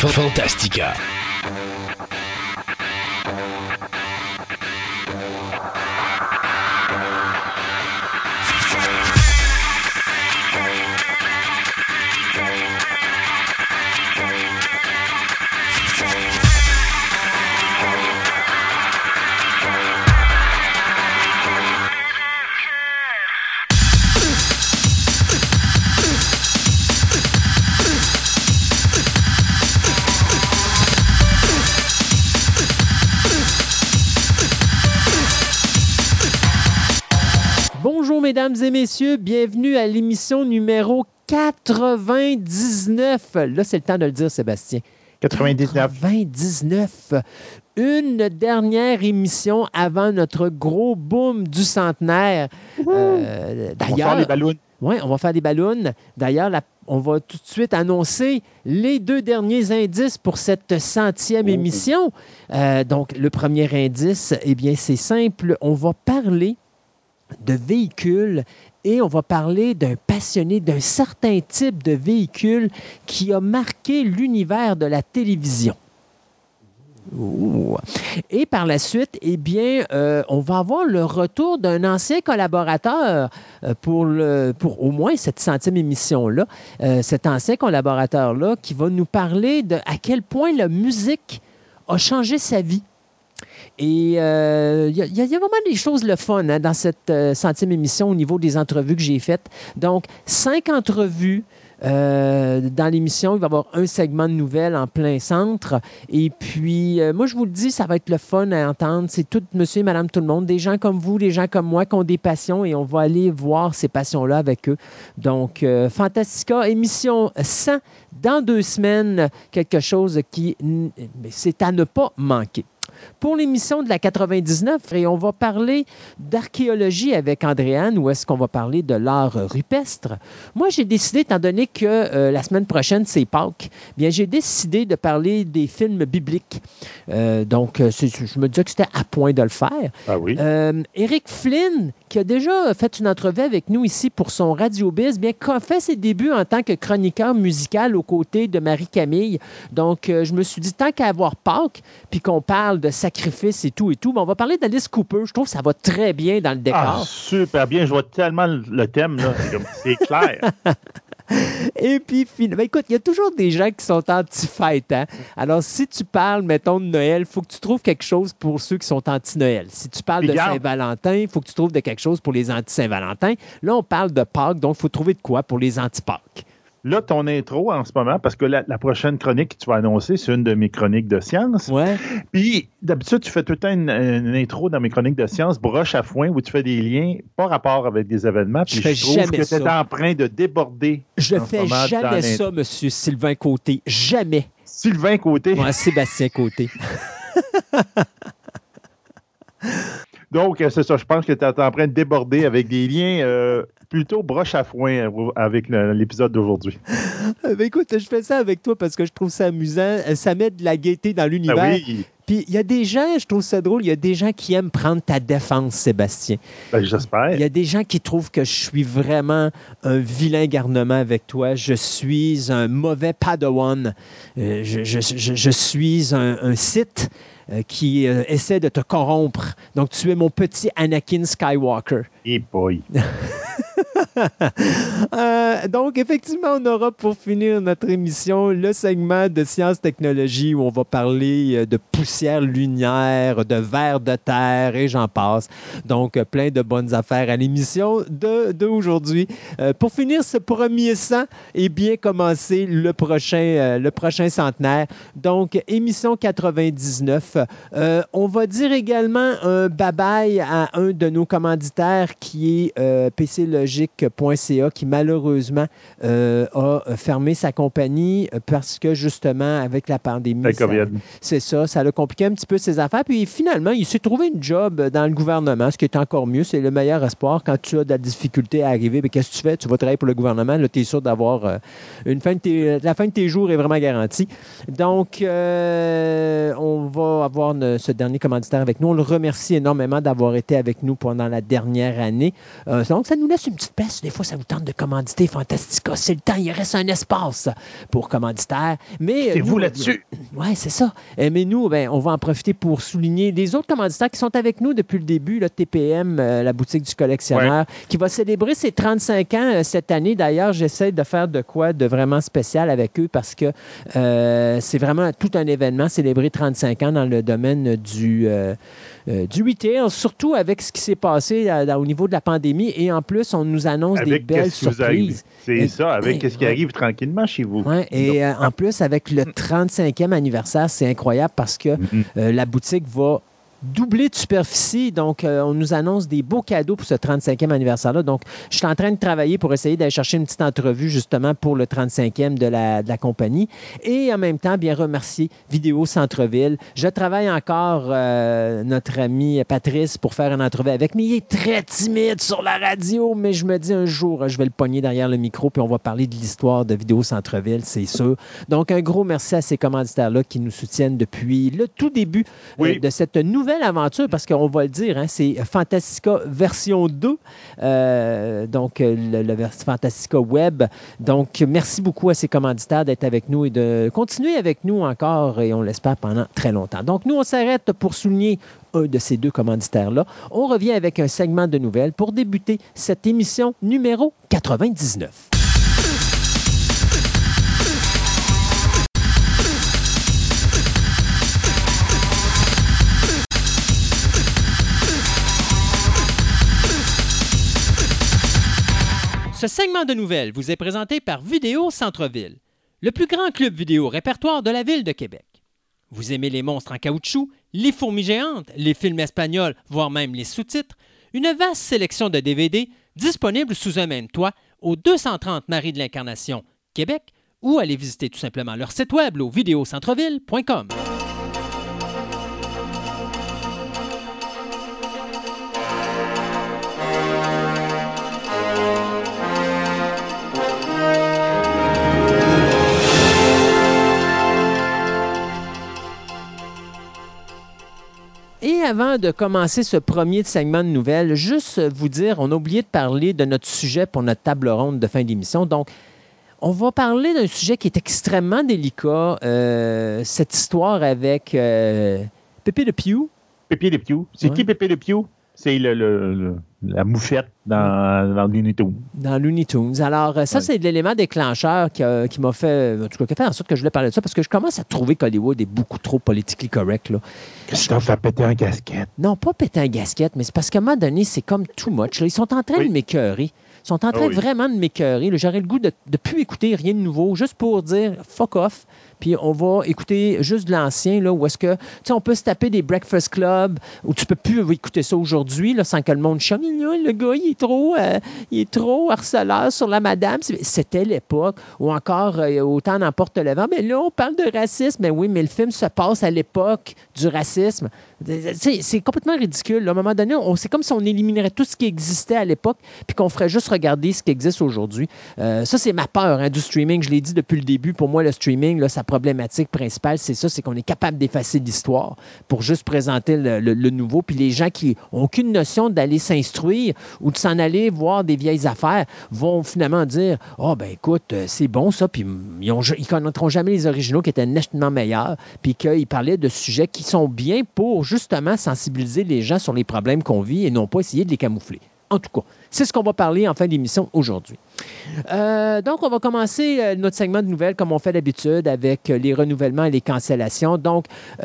Fantastica. Mesdames et messieurs, bienvenue à l'émission numéro 99. Là, c'est le temps de le dire, Sébastien. 99. Une dernière émission avant notre gros boom du centenaire. D'ailleurs, on va faire les ballons. Oui, on va faire des ballons. D'ailleurs, on va tout de suite annoncer les 2 derniers indices pour cette 100e émission. Donc, le premier indice, eh bien, c'est simple. On va parler de véhicules et on va parler d'un passionné d'un certain type de véhicule qui a marqué l'univers de la télévision. Ouh. Et par la suite, eh bien, on va avoir le retour d'un ancien collaborateur pour au moins cette 100e émission-là. Cet ancien collaborateur-là qui va nous parler de à quel point la musique a changé sa vie. Et il y a vraiment des choses le fun dans cette 100e émission au niveau des entrevues que j'ai faites. Donc, 5 entrevues dans l'émission. Il va y avoir un segment de nouvelles en plein centre. Et puis, moi, je vous le dis, ça va être le fun à entendre. C'est tout monsieur et madame tout le monde, des gens comme vous, des gens comme moi qui ont des passions et on va aller voir ces passions-là avec eux. Donc, Fantastica, émission 100 dans 2 semaines, quelque chose qui, c'est à ne pas manquer. Pour l'émission de la 99, et on va parler d'archéologie avec Andréane, ou est-ce qu'on va parler de l'art rupestre? Moi, j'ai décidé, étant donné que la semaine prochaine, c'est Pâques, bien, j'ai décidé de parler des films bibliques. Donc, je me disais que c'était à point de le faire. Ah oui. Eric Flynn, qui a déjà fait une entrevue avec nous ici pour son Radio Biz, bien, qui a fait ses débuts en tant que chroniqueur musical aux côtés de Marie-Camille. Donc, je me suis dit, tant qu'à avoir Pâques, puis qu'on parle de sacrifice et tout, mais on va parler d'Alice Cooper. Je trouve que ça va très bien dans le décor. Ah, super bien. Je vois tellement le thème, là. C'est clair. Et puis, écoute, il y a toujours des gens qui sont anti-fête. Hein? Alors, si tu parles, mettons, de Noël, il faut que tu trouves quelque chose pour ceux qui sont anti-Noël. Si tu parles de Saint-Valentin, il faut que tu trouves de quelque chose pour les anti-Saint-Valentin. Là, on parle de Pâques, donc il faut trouver de quoi pour les anti-Pâques. Là, ton intro en ce moment, parce que la prochaine chronique que tu vas annoncer, c'est une de mes chroniques de sciences. Ouais. Puis, d'habitude, tu fais tout le temps une intro dans mes chroniques de sciences, broche à foin, où tu fais des liens pas rapport avec des événements. Puis je trouve que tu es en train de déborder. Je fais jamais ça, M. Sylvain Côté. Jamais. Sylvain Côté? Moi, Sébastien Côté. Donc, c'est ça. Je pense que tu es en train de déborder avec des liens plutôt broche à foin avec l'épisode d'aujourd'hui. Écoute, je fais ça avec toi parce que je trouve ça amusant. Ça met de la gaieté dans l'univers. Ben oui. Puis il y a des gens, je trouve ça drôle, il y a des gens qui aiment prendre ta défense, Sébastien. Ben, j'espère. Il y a des gens qui trouvent que je suis vraiment un vilain garnement avec toi. Je suis un mauvais padawan. Je suis un Sith qui essaie de te corrompre. Donc, tu es mon petit Anakin Skywalker. Et boy. Donc, effectivement, on aura pour finir notre émission le segment de sciences-technologie où on va parler de poussière lunaire, de vers de terre et j'en passe. Donc, plein de bonnes affaires à l'émission d'aujourd'hui. Pour finir ce premier 100 et bien commencer le prochain centenaire. Donc, émission 99. On va dire également un bye-bye à un de nos commanditaires qui est PClogique.ca qui malheureusement a fermé sa compagnie parce que justement avec la pandémie, c'est ça a compliqué un petit peu ses affaires. Puis finalement, il s'est trouvé une job dans le gouvernement, ce qui est encore mieux. C'est le meilleur espoir quand tu as de la difficulté à arriver. Mais qu'est-ce que tu fais? Tu vas travailler pour le gouvernement. Là, tu es sûr d'avoir la fin de tes jours est vraiment garantie. Donc, on va avoir ce dernier commanditaire avec nous. On le remercie énormément d'avoir été avec nous pendant la dernière année. Donc, ça nous laisse une petite place des fois, ça vous tente de commanditer Fantastica. C'est le temps, il reste un espace pour commanditaire. Mais c'est vous là-dessus. Oui, c'est ça. Mais nous, on va en profiter pour souligner les autres commanditaires qui sont avec nous depuis le début, là, TPM, la boutique du collectionneur, qui va célébrer ses 35 ans cette année. D'ailleurs, j'essaie de faire de quoi de vraiment spécial avec eux parce que c'est vraiment tout un événement, célébrer 35 ans dans le domaine du retail, surtout avec ce qui s'est passé au niveau de la pandémie. Et en plus, on nous annonce des belles surprises. C'est ça, avec ce qui arrive tranquillement chez vous. Ouais, et en plus, avec le 35e anniversaire, c'est incroyable parce que la boutique va doubler de superficie. Donc, on nous annonce des beaux cadeaux pour ce 35e anniversaire-là. Donc, je suis en train de travailler pour essayer d'aller chercher une petite entrevue justement pour le 35e de la compagnie. Et en même temps, bien remercier Vidéo Centre-Ville. Je travaille encore notre ami Patrice pour faire une entrevue avec, mais il est très timide sur la radio. Mais je me dis un jour, je vais le pogner derrière le micro puis on va parler de l'histoire de Vidéo Centre-Ville, c'est sûr. Donc, un gros merci à ces commanditaires-là qui nous soutiennent depuis le tout début de cette nouvelle aventure, parce qu'on va le dire, hein, c'est Fantastica version 2, donc le Fantastica Web. Donc, merci beaucoup à ces commanditaires d'être avec nous et de continuer avec nous encore, et on l'espère pendant très longtemps. Donc, nous, on s'arrête pour souligner un de ces deux commanditaires-là. On revient avec un segment de nouvelles pour débuter cette émission numéro 99. Ce segment de nouvelles vous est présenté par Vidéo Centre-Ville, le plus grand club vidéo répertoire de la ville de Québec. Vous aimez les monstres en caoutchouc, les fourmis géantes, les films espagnols, voire même les sous-titres? Une vaste sélection de DVD disponible sous un même toit au 230 Marie de l'Incarnation, Québec, ou allez visiter tout simplement leur site web au videocentreville.com. Et avant de commencer ce premier segment de nouvelles, juste vous dire, on a oublié de parler de notre sujet pour notre table ronde de fin d'émission. Donc, on va parler d'un sujet qui est extrêmement délicat, cette histoire avec Pépé le Pew. Pépé le Pew. C'est qui Pépé le Pew? C'est la moufette dans Looney Tunes. Dans Looney Tunes. Alors, ça, c'est de l'élément déclencheur qui m'a fait, en tout cas, qui a fait en sorte que je voulais parler de ça, parce que je commence à trouver qu'Hollywood est beaucoup trop politically correct, là. Christophe a pété un gasket. Non, pas péter un gasket, mais c'est parce qu'à un moment donné, c'est comme too much, là. Ils sont en train de m'écœurer. Ils sont en train vraiment de m'écœurer. J'aurais le goût de ne plus écouter rien de nouveau, juste pour dire fuck off. Puis on va écouter juste de l'ancien, là, où est-ce que, tu sais, on peut se taper des Breakfast Club, où tu peux plus écouter ça aujourd'hui, là, sans que le monde chante. Le gars, il est trop harceleur sur la madame. C'était l'époque. Ou encore, autant n'emporte le vent. Mais là, on parle de racisme. Mais oui, mais le film se passe à l'époque du racisme. C'est complètement ridicule. À un moment donné, c'est comme si on éliminerait tout ce qui existait à l'époque, puis qu'on ferait juste regarder ce qui existe aujourd'hui. Ça, c'est ma peur du streaming. Je l'ai dit depuis le début. Pour moi, le streaming, là, sa problématique principale, c'est ça, c'est qu'on est capable d'effacer l'histoire pour juste présenter le nouveau. Puis les gens qui n'ont aucune notion d'aller s'instruire ou de s'en aller voir des vieilles affaires vont finalement dire « Ah, ben écoute, c'est bon ça », puis ils ne connaîtront jamais les originaux qui étaient nettement meilleurs, puis qu'ils parlaient de sujets qui sont bien pour justement sensibiliser les gens sur les problèmes qu'on vit et non pas essayer de les camoufler. En tout cas, c'est ce qu'on va parler en fin d'émission aujourd'hui. Donc, on va commencer notre segment de nouvelles comme on fait d'habitude avec les renouvellements et les cancellations. Donc,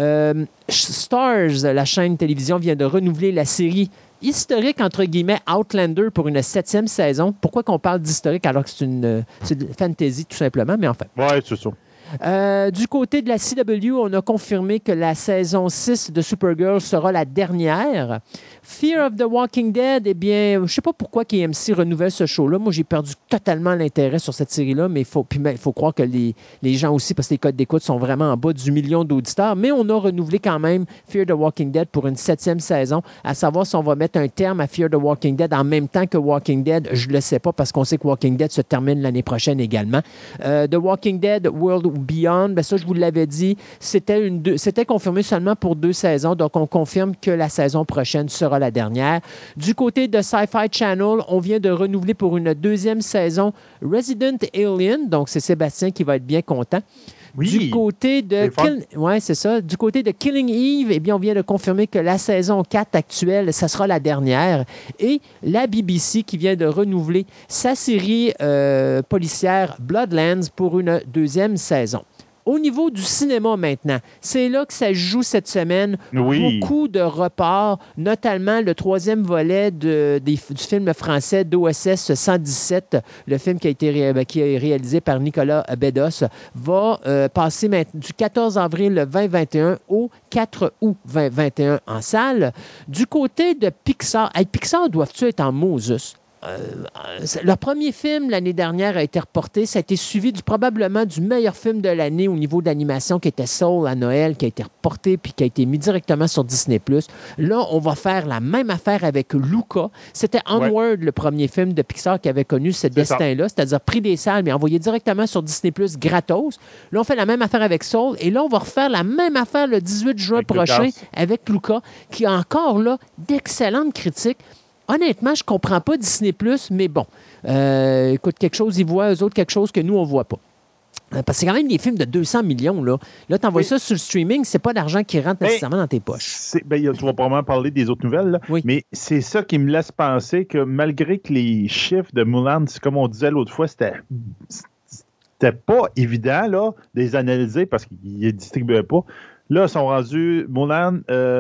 Stars, la chaîne télévision, vient de renouveler la série historique, entre guillemets, Outlander pour une 7e saison. Pourquoi qu'on parle d'historique alors que c'est de fantasy tout simplement, mais enfin. Oui, c'est ça. Du côté de la CW, on a confirmé que la saison 6 de Supergirl sera la dernière. Fear of the Walking Dead, eh bien, je ne sais pas pourquoi KMC renouvelle ce show-là. Moi, j'ai perdu totalement l'intérêt sur cette série-là, mais il faut croire que les gens aussi, parce que les codes d'écoute sont vraiment en bas du million d'auditeurs, mais on a renouvelé quand même Fear the Walking Dead pour une 7e saison. À savoir si on va mettre un terme à Fear the Walking Dead en même temps que Walking Dead, je ne le sais pas, parce qu'on sait que Walking Dead se termine l'année prochaine également. The Walking Dead World Beyond, ben ça, je vous l'avais dit, c'était confirmé seulement pour 2 saisons, donc on confirme que la saison prochaine sera la dernière. Du côté de Sci-Fi Channel, on vient de renouveler pour une 2e saison Resident Alien, donc c'est Sébastien qui va être bien content. Oui, du côté de Du côté de Killing Eve, eh bien, on vient de confirmer que la saison 4 actuelle, ça sera la dernière. Et la BBC qui vient de renouveler sa série policière Bloodlands pour une 2e saison. Au niveau du cinéma maintenant, c'est là que ça joue cette semaine. Oui. Beaucoup de reports, notamment le 3e volet du film français d'OSS 117, le film qui est réalisé par Nicolas Bedos, va passer du 14 avril 2021 au 4 août 2021 en salle. Du côté de Pixar, Pixar doivent-tu être en Moses? Leur premier film l'année dernière a été reporté. Ça a été suivi probablement du meilleur film de l'année au niveau d'animation qui était Soul à Noël, qui a été reporté puis qui a été mis directement sur Disney+. Là, on va faire la même affaire avec Luca. C'était Onward, le premier film de Pixar qui avait connu ce destin-là, c'est-à-dire pris des salles mais envoyé directement sur Disney+, gratos. Là, on fait la même affaire avec Soul et là, on va refaire la même affaire le 18 juin prochain avec Luca, qui a encore là d'excellentes critiques. Honnêtement, je ne comprends pas Disney+, mais bon, écoute, quelque chose, ils voient, eux autres, quelque chose que nous, on ne voit pas. Parce que c'est quand même des films de 200 millions, là. Là, tu envoies ça sur le streaming, c'est pas d'argent qui rentre nécessairement dans tes poches. Tu vas probablement parler des autres nouvelles, là, mais c'est ça qui me laisse penser que malgré que les chiffres de Mulan, comme on disait l'autre fois, c'était pas évident là, de les analyser parce qu'ils ne les distribuaient pas. Là, ils sont rendus Mulan,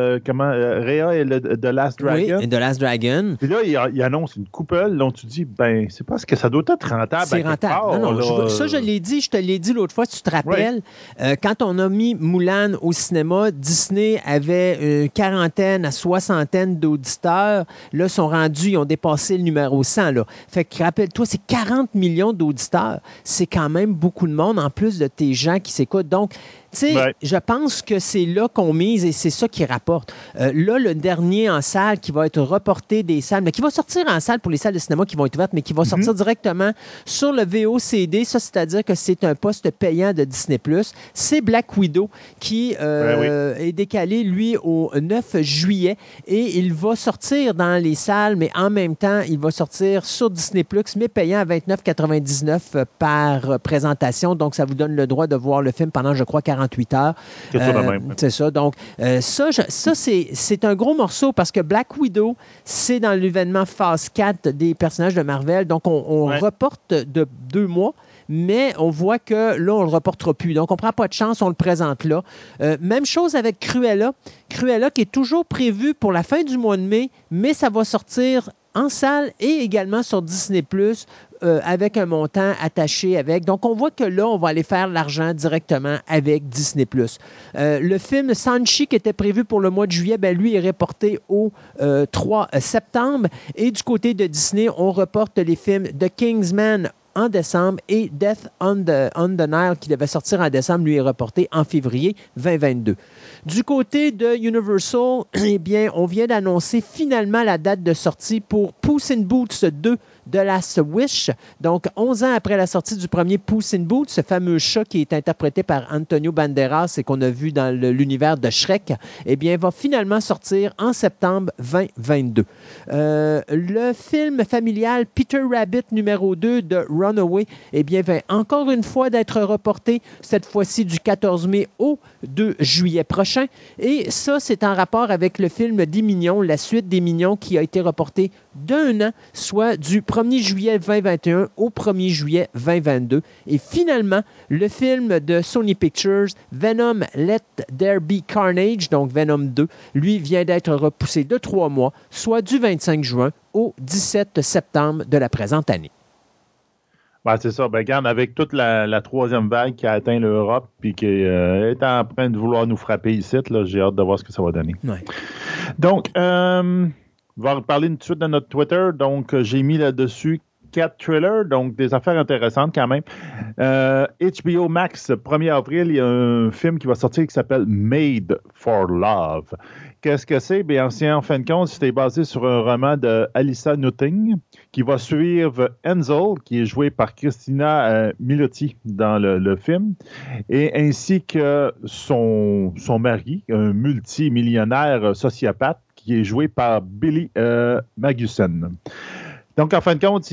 Raya et The Last Dragon. Oui, et The Last Dragon. Puis là, ils annoncent une coupole. Là, tu dis, c'est parce que ça doit être rentable. C'est rentable. Non, ça, je l'ai dit. Je te l'ai dit l'autre fois, tu te rappelles. Quand on a mis Mulan au cinéma, Disney avait une quarantaine à soixantaine d'auditeurs. Là, ils sont rendus, ils ont dépassé le numéro 100. Là. Fait que, rappelle-toi, c'est 40 millions d'auditeurs. C'est quand même beaucoup de monde, en plus de tes gens qui s'écoutent. Donc, tu sais, je pense que c'est là qu'on mise et c'est ça qui rapporte. Là, le dernier en salle qui va être reporté des salles, mais qui va sortir en salle pour les salles de cinéma qui vont être ouvertes, mais qui va sortir directement sur le VOCD. Ça, c'est-à-dire que c'est un poste payant de Disney+. C'est Black Widow qui est décalé, lui, au 9 juillet et il va sortir dans les salles, mais en même temps, il va sortir sur Disney+, mais payant à 29,99 par présentation. Donc, ça vous donne le droit de voir le film pendant, je crois, 48 heures. C'est ça. Donc, ça c'est un gros morceau parce que Black Widow, c'est dans l'événement phase 4 des personnages de Marvel. Donc, on reporte de 2 mois. Mais on voit que là, on ne le reportera plus. Donc, on ne prend pas de chance, on le présente là. Même chose avec Cruella. Cruella qui est toujours prévu pour la fin du mois de mai, mais ça va sortir en salle et également sur Disney+, avec un montant attaché avec. Donc, on voit que là, on va aller faire l'argent directement avec Disney+. Le film Shang-Chi qui était prévu pour le mois de juillet, lui est reporté au 3 septembre. Et du côté de Disney, on reporte les films The Kingsman en décembre et Death on the Nile qui devait sortir en décembre, lui est reporté en février 2022. Du côté de Universal, eh bien, on vient d'annoncer finalement la date de sortie pour Puss in Boots 2 The Last Wish. Donc, 11 ans après la sortie du premier Puss in Boots, ce fameux chat qui est interprété par Antonio Banderas et qu'on a vu dans l'univers de Shrek, eh bien, va finalement sortir en septembre 2022. Le film familial Peter Rabbit numéro 2 de Runaway, eh bien, vient encore une fois d'être reporté, cette fois-ci du 14 mai au 2 juillet prochain. Et ça, c'est en rapport avec le film des Mignons, la suite des Mignons qui a été reporté d'1 an, soit du 1er juillet 2021 au 1er juillet 2022. Et finalement, le film de Sony Pictures, Venom Let There Be Carnage, donc Venom 2, lui vient d'être repoussé de 3 mois, soit du 25 juin au 17 septembre de la présente année. C'est ça. Regarde, avec toute la troisième vague qui a atteint l'Europe et qui est en train de vouloir nous frapper ici, là, j'ai hâte de voir ce que ça va donner. Ouais. Donc, on va reparler tout de suite de notre Twitter. Donc, j'ai mis là-dessus Copycat Thriller, donc des affaires intéressantes quand même. HBO Max, 1er avril, il y a un film qui va sortir qui s'appelle Made for Love. Qu'est-ce que c'est? Bien, en fin de compte, c'était basé sur un roman de Alyssa Nutting qui va suivre Enzel, qui est joué par Christina Milioti dans le film, et ainsi que son mari, un multimillionnaire sociopathe, qui est joué par Billy Magnussen. Donc, en fin de compte,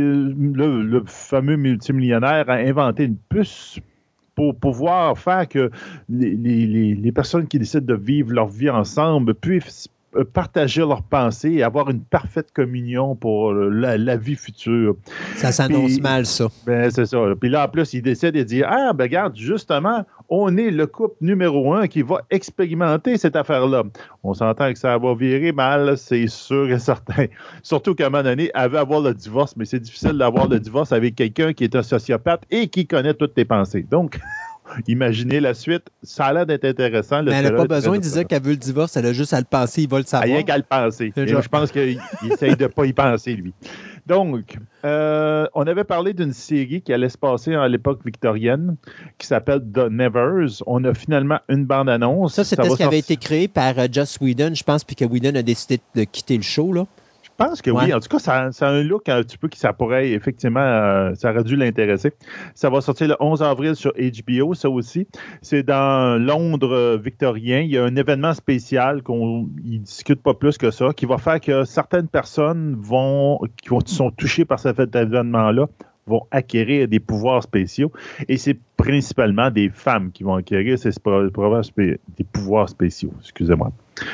le fameux multimillionnaire a inventé une puce pour pouvoir faire que les personnes qui décident de vivre leur vie ensemble puissent partager leurs pensées et avoir une parfaite communion pour la vie future. Ça s'annonce mal, ça. Ben, c'est ça. Puis là, en plus, il décide de dire, ah, ben regarde, justement, on est le couple numéro 1 qui va expérimenter cette affaire-là. On s'entend que ça va virer mal, c'est sûr et certain. Surtout qu'à un moment donné, elle veut avoir le divorce, mais c'est difficile d'avoir le divorce avec quelqu'un qui est un sociopathe et qui connaît toutes tes pensées. Donc, imaginez la suite. Ça a l'air d'être intéressant. Mais elle n'a pas besoin de dire qu'elle veut le divorce. Elle a juste à le penser. Il va le savoir. Rien qu'à le penser. Je pense qu'il essaye de ne pas y penser, lui. Donc, on avait parlé d'une série qui allait se passer à l'époque victorienne qui s'appelle The Nevers. On a finalement une bande-annonce. Ça, c'était ce qui avait été créé par Joss Whedon, je pense, puis que Whedon a décidé de quitter le show, là. Je pense que oui. En tout cas, ça a un look un petit peu qui ça pourrait, effectivement, ça aurait dû l'intéresser. Ça va sortir le 11 avril sur HBO, ça aussi. C'est dans Londres victorien. Il y a un événement spécial ils ne discutent pas plus que ça, qui va faire que certaines personnes qui sont touchées par cet événement-là vont acquérir des pouvoirs spéciaux. Et c'est principalement des femmes qui vont acquérir des pouvoirs spéciaux. Excusez-moi.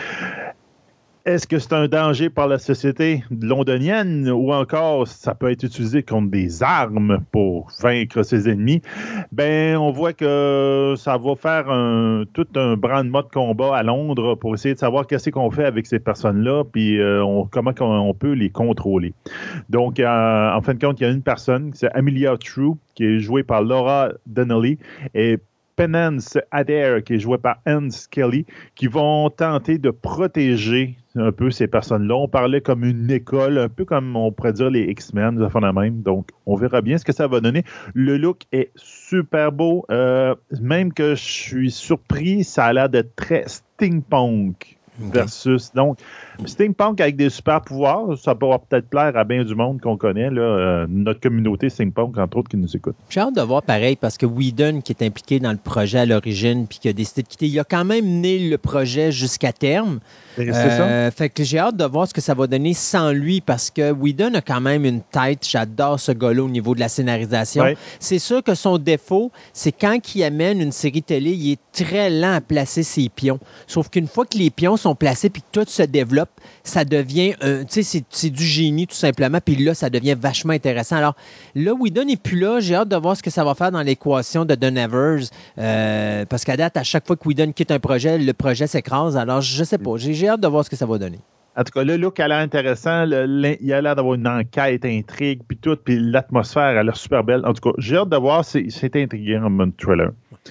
Est-ce que c'est un danger par la société londonienne ou encore ça peut être utilisé contre des armes pour vaincre ses ennemis? Ben, on voit que ça va faire tout un branle-bas de combat à Londres pour essayer de savoir qu'est-ce qu'on fait avec ces personnes-là puis comment on peut les contrôler. Donc, en fin de compte, il y a une personne, c'est Amelia True, qui est jouée par Laura Donnelly, et Penance Adair, qui est joué par Anne Skelly, qui vont tenter de protéger un peu ces personnes-là. On parlait comme une école, un peu comme on pourrait dire les X-Men, de la même. Donc, on verra bien ce que ça va donner. Le look est super beau. Même que je suis surpris, ça a l'air d'être très steampunk. Versus, donc, steampunk avec des super pouvoirs, ça pourra peut-être plaire à bien du monde qu'on connaît, là, notre communauté steampunk, entre autres, qui nous écoute. J'ai hâte de voir pareil, parce que Whedon, qui est impliqué dans le projet à l'origine, puis qui a décidé de quitter, il a quand même mené le projet jusqu'à terme. C'est ça. Fait que j'ai hâte de voir ce que ça va donner sans lui, parce que Whedon a quand même une tête. J'adore ce gars-là au niveau de la scénarisation. Ouais. C'est sûr que son défaut, c'est quand il amène une série télé, il est très lent à placer ses pions. Sauf qu'une fois que les pions sont placés puis que tout se développe, ça devient, tu sais, c'est du génie tout simplement. Puis là, ça devient vachement intéressant. Alors là, Whedon n'est plus là. J'ai hâte de voir ce que ça va faire dans l'équation de The Nevers. Parce qu'à date, à chaque fois que Whedon quitte un projet, le projet s'écrase. Alors, je sais pas. J'ai hâte de voir ce que ça va donner. En tout cas, le look a l'air intéressant. Il a l'air d'avoir une enquête, intrigue, puis tout. Puis l'atmosphère a l'air super belle. En tout cas, j'ai hâte de voir. C'est intriguant comme un thriller.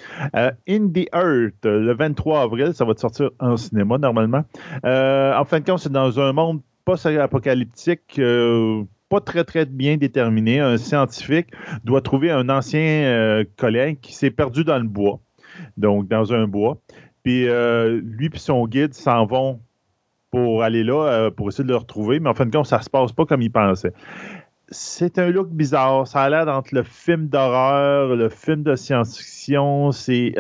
In the Earth, le 23 avril, ça va sortir en cinéma normalement. En fin de compte, c'est dans un monde post-apocalyptique, pas très, très bien déterminé. Un scientifique doit trouver un ancien collègue qui s'est perdu dans le bois. Donc, dans un bois. Puis lui et son guide s'en vont pour aller là, pour essayer de le retrouver. Mais en fin de compte, ça se passe pas comme il pensait. C'est un look bizarre. Ça a l'air entre le film d'horreur, le film de science-fiction. C'est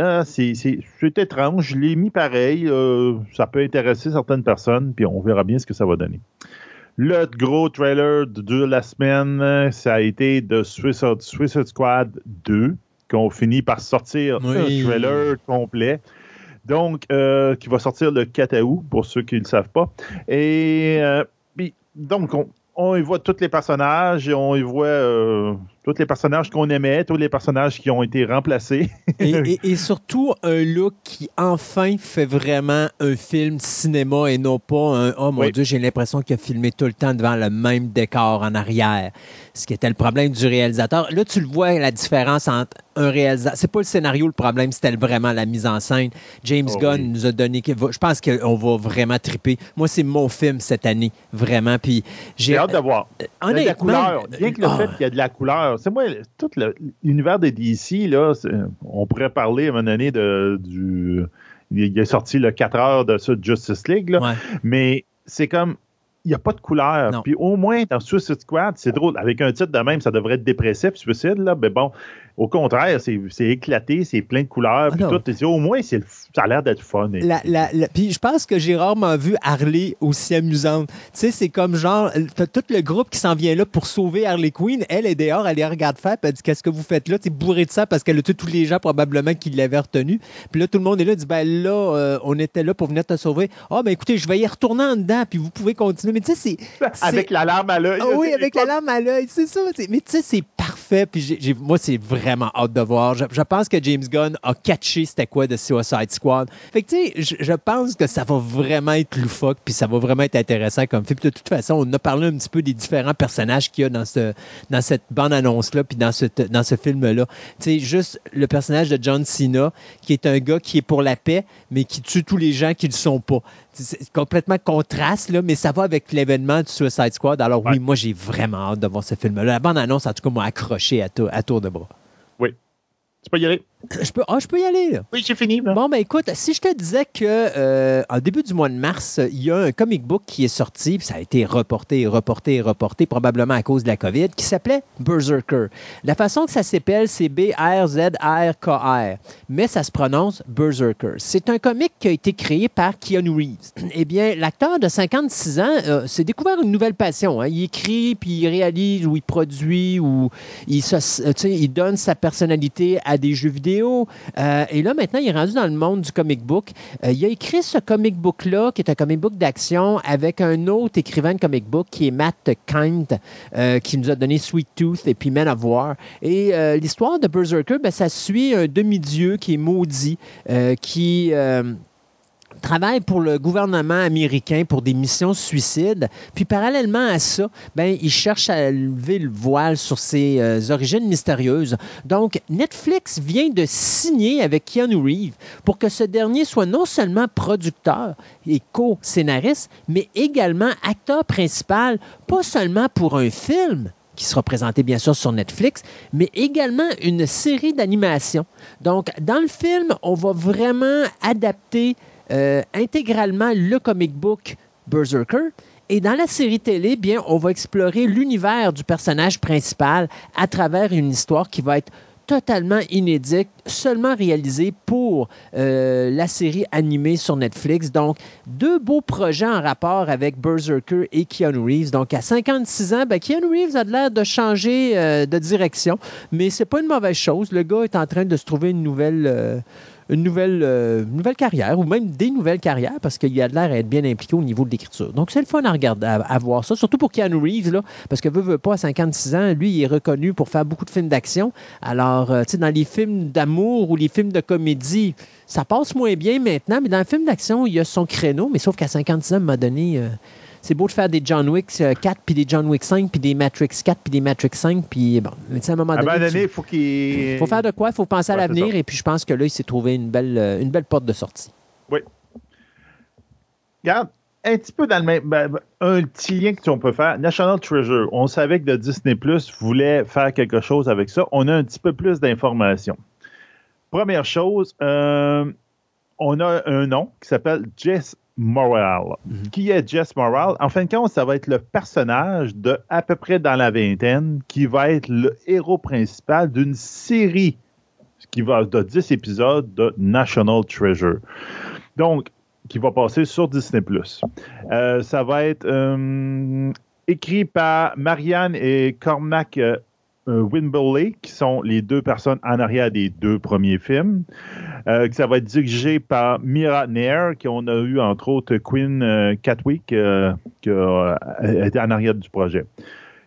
étrange. Je l'ai mis pareil. Ça peut intéresser certaines personnes, puis on verra bien ce que ça va donner. Le gros trailer de la semaine, ça a été de Suicide Squad 2, qu'on finit par sortir un trailer complet. Donc, qui va sortir le 4 août, pour ceux qui ne le savent pas. Et donc, on y voit tous les personnages et on y voit Tous les personnages qu'on aimait, tous les personnages qui ont été remplacés. et surtout, un look qui, enfin, fait vraiment un film cinéma et non pas un « Oh mon Dieu, j'ai l'impression qu'il a filmé tout le temps devant le même décor en arrière ». Ce qui était le problème du réalisateur. Là, tu le vois, la différence entre un réalisateur... C'est pas le scénario le problème, c'était vraiment la mise en scène. James Gunn nous a donné... Je pense qu'on va vraiment triper. Moi, c'est mon film cette année, vraiment. Puis j'ai hâte de voir. Honnêtement... Il y a de la couleur. Rien que le fait qu'il y a de la couleur. C'est moi, tout l'univers de DC, là, on pourrait parler à un moment donné il est sorti le 4 heures de ça, Justice League, là, mais c'est comme... Il n'y a pas de couleur. Puis au moins, dans Suicide Squad, c'est drôle. Avec un titre de même, ça devrait être dépressif, Suicide, là. Mais bon, au contraire, c'est éclaté, c'est plein de couleurs. Puis tout. Au moins, ça a l'air d'être fun. Puis je pense que j'ai rarement vu Harley aussi amusante. Tu sais, c'est comme genre, tout le groupe qui s'en vient là pour sauver Harley Quinn. Elle est dehors, elle les regarde faire, puis elle dit qu'est-ce que vous faites là? Tu sais, bourré de ça parce qu'elle a tous les gens probablement qui l'avaient retenu. Puis là, tout le monde est là, dit ben là, on était là pour venir te sauver. Ah, ben écoutez, je vais y retourner en dedans, puis vous pouvez continuer. Mais tu sais, avec la larme à l'œil. Ah oui, avec la larme à l'œil, c'est ça. Mais tu sais, c'est parfait. Puis moi, c'est vraiment hâte de voir. Je pense que James Gunn a catché c'était quoi de Suicide Squad. Fait que tu sais, je pense que ça va vraiment être loufoque, puis ça va vraiment être intéressant comme film. Puis de toute façon, on a parlé un petit peu des différents personnages qu'il y a dans cette bande-annonce-là, puis dans ce film-là. Tu sais, juste le personnage de John Cena, qui est un gars qui est pour la paix, mais qui tue tous les gens qui ne le sont pas. C'est complètement contraste, là, mais ça va avec l'événement du Suicide Squad. Alors oui, moi, j'ai vraiment hâte de voir ce film-là. La bande-annonce, en tout cas, m'a accroché à tour de bras. Oui. Tu peux y aller. Je peux y aller, là. Oui, j'ai fini. Bon, ben écoute, si je te disais qu'en début du mois de mars, il y a un comic book qui est sorti, puis ça a été reporté, probablement à cause de la COVID, qui s'appelait Berserker. La façon que ça s'appelle, c'est B-R-Z-R-K-R, mais ça se prononce Berserker. C'est un comic qui a été créé par Keanu Reeves. Eh bien, l'acteur de 56 ans s'est découvert une nouvelle passion. Hein. Il écrit, puis il réalise, ou il produit, ou il donne sa personnalité à des jeux vidéo. Et là, maintenant, il est rendu dans le monde du comic book. Il a écrit ce comic book-là, qui est un comic book d'action, avec un autre écrivain de comic book, qui est Matt Kindt, qui nous a donné Sweet Tooth et puis Men of War. Et l'histoire de Berserker, ça suit un demi-dieu qui est maudit, qui... travaille pour le gouvernement américain pour des missions suicides. Puis parallèlement à ça, il cherche à lever le voile sur ses origines mystérieuses. Donc, Netflix vient de signer avec Keanu Reeves pour que ce dernier soit non seulement producteur et co-scénariste, mais également acteur principal, pas seulement pour un film qui sera présenté bien sûr sur Netflix, mais également une série d'animation. Donc, dans le film, on va vraiment adapter intégralement le comic book Berserker. Et dans la série télé, bien, on va explorer l'univers du personnage principal à travers une histoire qui va être totalement inédite, seulement réalisée pour la série animée sur Netflix. Donc, deux beaux projets en rapport avec Berserker et Keanu Reeves. Donc, à 56 ans, Keanu Reeves a l'air de changer de direction, mais c'est pas une mauvaise chose. Le gars est en train de se trouver une nouvelle carrière, ou même des nouvelles carrières, parce qu'il a l'air d'être bien impliqué au niveau de l'écriture. Donc, c'est le fun à regarder, à voir ça, surtout pour Keanu Reeves, là, parce que veut pas, à 56 ans, lui, il est reconnu pour faire beaucoup de films d'action. Alors, tu sais, dans les films d'amour ou les films de comédie, ça passe moins bien maintenant, mais dans les films d'action, il y a son créneau, mais sauf qu'à 56 ans, à un moment donné... c'est beau de faire des John Wick 4, puis des John Wick 5, puis des Matrix 4, puis des Matrix 5, puis bon, à un moment donné, il faut qu'il... faut faire de quoi? Il faut penser à l'avenir, et puis je pense que là, il s'est trouvé une belle porte de sortie. Oui. Regarde, un petit peu dans le même... un petit lien qu'on peut faire. National Treasure, on savait que Disney Plus voulait faire quelque chose avec ça. On a un petit peu plus d'informations. Première chose, on a un nom qui s'appelle Jess Morale. Mm-hmm. Qui est Jess Morale? En fin de compte, ça va être le personnage de à peu près dans la vingtaine qui va être le héros principal d'une série qui va de 10 épisodes de National Treasure. Donc, qui va passer sur Disney+. Ça va être écrit par Marianne et Cormac Wimberley, qui sont les deux personnes en arrière des deux premiers films. Ça va être dirigé par Mira Nair, qu'on a eu entre autres Queen Catwick, qui a été en arrière du projet.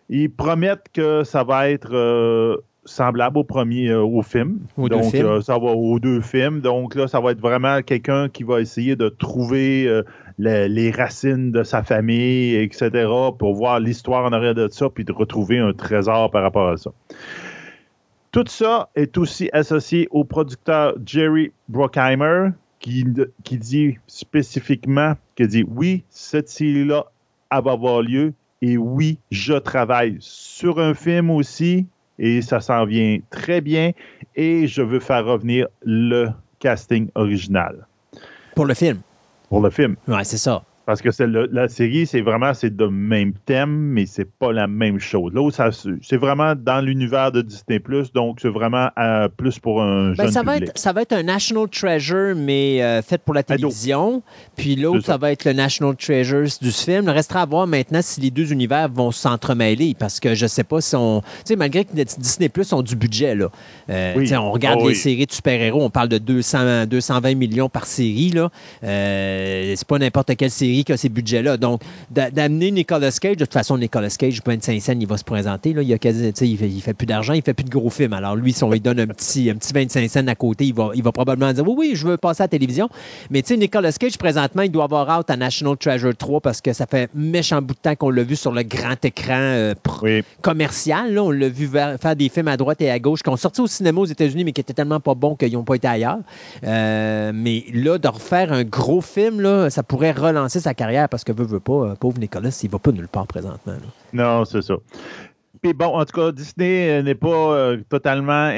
Ils promettent que ça va être semblable au film. Ça va aux 2 films. Donc là, ça va être vraiment quelqu'un qui va essayer de trouver les racines de sa famille, etc., pour voir l'histoire en arrière de ça, puis de retrouver un trésor par rapport à ça. Tout ça est aussi associé au producteur Jerry Bruckheimer, qui dit spécifiquement, oui, cette série-là, elle va avoir lieu, et oui, je travaille sur un film aussi, et ça s'en vient très bien, et je veux faire revenir le casting original. Pour le film? Pour le film. Oui, c'est ça. Parce que la série, c'est le même thème, mais c'est pas la même chose. Là, c'est vraiment dans l'univers de Disney+, donc c'est vraiment plus pour un jeune public. Ça va être un National Treasure, mais fait pour la télévision. Puis l'autre, ça va être le National Treasure du film. Il restera à voir maintenant si les 2 univers vont s'entremêler, parce que je sais pas si on... Tu sais, malgré que Disney+ ont du budget, là. On regarde les séries de super-héros, on parle de 220 millions par série, là. C'est pas n'importe quelle série qui a ces budgets-là. Donc, d'amener Nicolas Cage, de toute façon, Nicolas Cage, 25 cents, il va se présenter. Là, il fait plus d'argent, il fait plus de gros films. Alors, lui, si on lui donne un petit 25 cents à côté, il va probablement dire oui, je veux passer à la télévision. Mais tu sais, Nicolas Cage, présentement, il doit avoir hâte à National Treasure 3 parce que ça fait méchant bout de temps qu'on l'a vu sur le grand écran commercial. Là, on l'a vu faire des films à droite et à gauche qui ont sorti au cinéma aux États-Unis, mais qui étaient tellement pas bons qu'ils n'ont pas été ailleurs. Mais là, de refaire un gros film, là, ça pourrait relancer sa carrière parce que veut pas, pauvre Nicolas, il va pas nulle part présentement. Là. Non, c'est ça. Puis bon, en tout cas, Disney n'est pas totalement...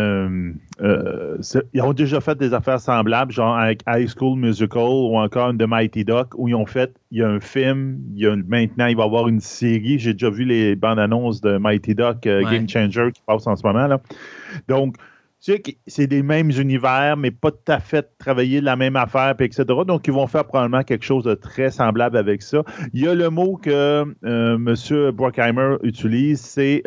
ils ont déjà fait des affaires semblables, genre avec High School Musical ou encore The Mighty Duck, où ils ont fait, il y a un film, maintenant il va y avoir une série. J'ai déjà vu les bandes annonces de Mighty Duck, Game Changer, qui passe en ce moment. Là. Donc, tu sais, c'est des mêmes univers, mais pas tout à fait travailler la même affaire, puis etc. Donc, ils vont faire probablement quelque chose de très semblable avec ça. Il y a le mot que M. Bruckheimer utilise, c'est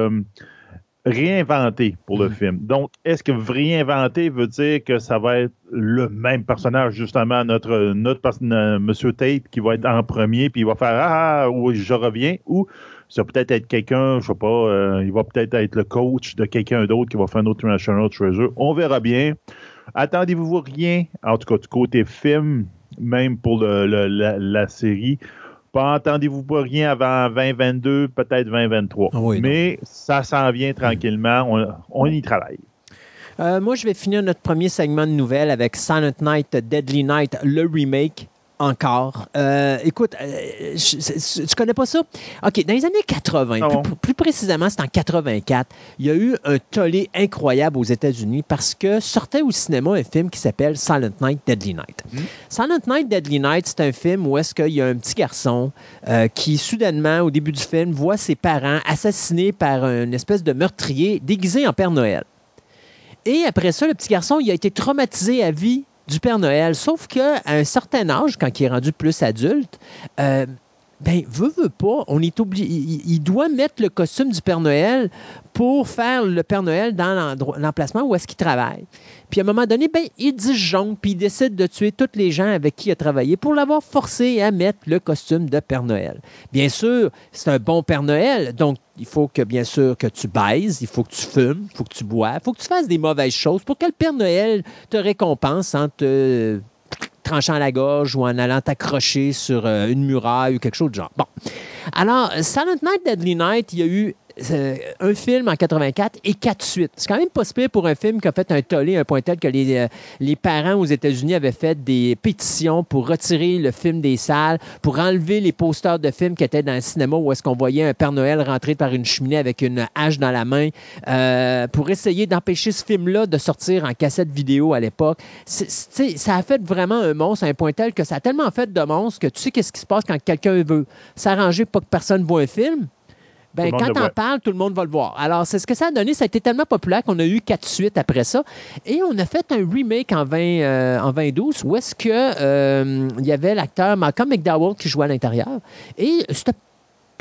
réinventer pour le film. Donc, est-ce que réinventer veut dire que ça va être le même personnage, justement, notre M. Tate, qui va être en premier, puis il va faire « oui, je reviens », ou ça va peut-être être quelqu'un, je sais pas, il va peut-être être le coach de quelqu'un d'autre qui va faire un autre National Treasure. On verra bien. Attendez-vous rien, en tout cas du côté film, même pour la série. Pas entendez-vous pas rien avant 2022, peut-être 2023. Oui, mais ça s'en vient tranquillement. On y travaille. Moi, je vais finir notre premier segment de nouvelles avec Silent Night, Deadly Night, le remake. Encore. Écoute, tu connais pas ça? OK, dans les années 80, plus précisément, c'est en 84, il y a eu un tollé incroyable aux États-Unis parce que sortait au cinéma un film qui s'appelle Silent Night, Deadly Night. Silent Night, Deadly Night, c'est un film où est-ce qu'il y a un petit garçon qui, soudainement, au début du film, voit ses parents assassinés par une espèce de meurtrier déguisé en Père Noël. Et après ça, le petit garçon, il a été traumatisé à vie du Père Noël, sauf qu'à un certain âge, quand il est rendu plus adulte, veut pas, on est obligé, il doit mettre le costume du Père Noël pour faire le Père Noël dans l'emplacement où est-ce qu'il travaille. Puis à un moment donné, il disjoncle, puis il décide de tuer tous les gens avec qui il a travaillé pour l'avoir forcé à mettre le costume de Père Noël. Bien sûr, c'est un bon Père Noël, donc il faut que, bien sûr, que tu baises, il faut que tu fumes, il faut que tu bois, il faut que tu fasses des mauvaises choses pour que le Père Noël te récompense en te tranchant la gorge ou en allant t'accrocher sur une muraille ou quelque chose de genre. Bon. Alors, Silent Night, Deadly Night, il y a eu un film en 84 et 4 suites. C'est quand même pas si pire pour un film qui a fait un tollé, un point tel que les parents aux États-Unis avaient fait des pétitions pour retirer le film des salles, pour enlever les posters de films qui étaient dans le cinéma où est-ce qu'on voyait un Père Noël rentrer par une cheminée avec une hache dans la main, pour essayer d'empêcher ce film-là de sortir en cassette vidéo à l'époque. Ça a fait vraiment un monstre à un point tel que ça a tellement fait de monstre que tu sais qu'est-ce qui se passe quand quelqu'un veut s'arranger pour pas que personne voit un film. Quand t'en parles, tout le monde va le voir. Alors, c'est ce que ça a donné. Ça a été tellement populaire qu'on a eu 4 suites après ça. Et on a fait un remake en 2012 où est-ce que il y avait l'acteur Malcolm McDowell qui jouait à l'intérieur. Et c'était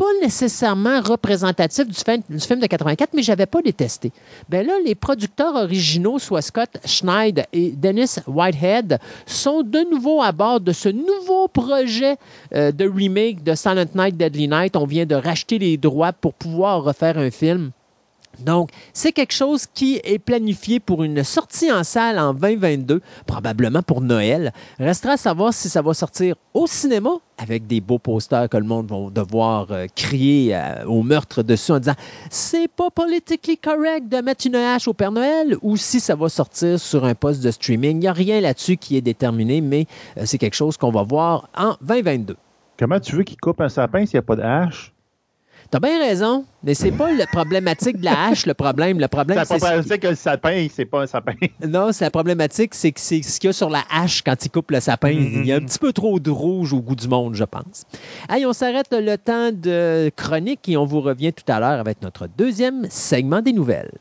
pas nécessairement représentatif du film de 84, mais j'avais pas détesté. Ben là, les producteurs originaux, soit Scott Schneid et Dennis Whitehead, sont de nouveau à bord de ce nouveau projet de remake de Silent Night, Deadly Night. On vient de racheter les droits pour pouvoir refaire un film. Donc, c'est quelque chose qui est planifié pour une sortie en salle en 2022, probablement pour Noël. Restera à savoir si ça va sortir au cinéma, avec des beaux posters que le monde va devoir crier au meurtre dessus en disant « C'est pas politically correct de mettre une hache au Père Noël » ou si ça va sortir sur un poste de streaming. Il n'y a rien là-dessus qui est déterminé, mais c'est quelque chose qu'on va voir en 2022. Comment tu veux qu'il coupe un sapin s'il n'y a pas de hache? T'as bien raison, mais c'est pas la problématique de la hache, le problème. Le problème, c'est la problématique que le sapin, c'est pas un sapin. Non, c'est la problématique, c'est ce qu'il y a sur la hache quand il coupe le sapin. Il y a un petit peu trop de rouge au goût du monde, je pense. Allez, on s'arrête le temps de chronique et on vous revient tout à l'heure avec notre deuxième segment des nouvelles.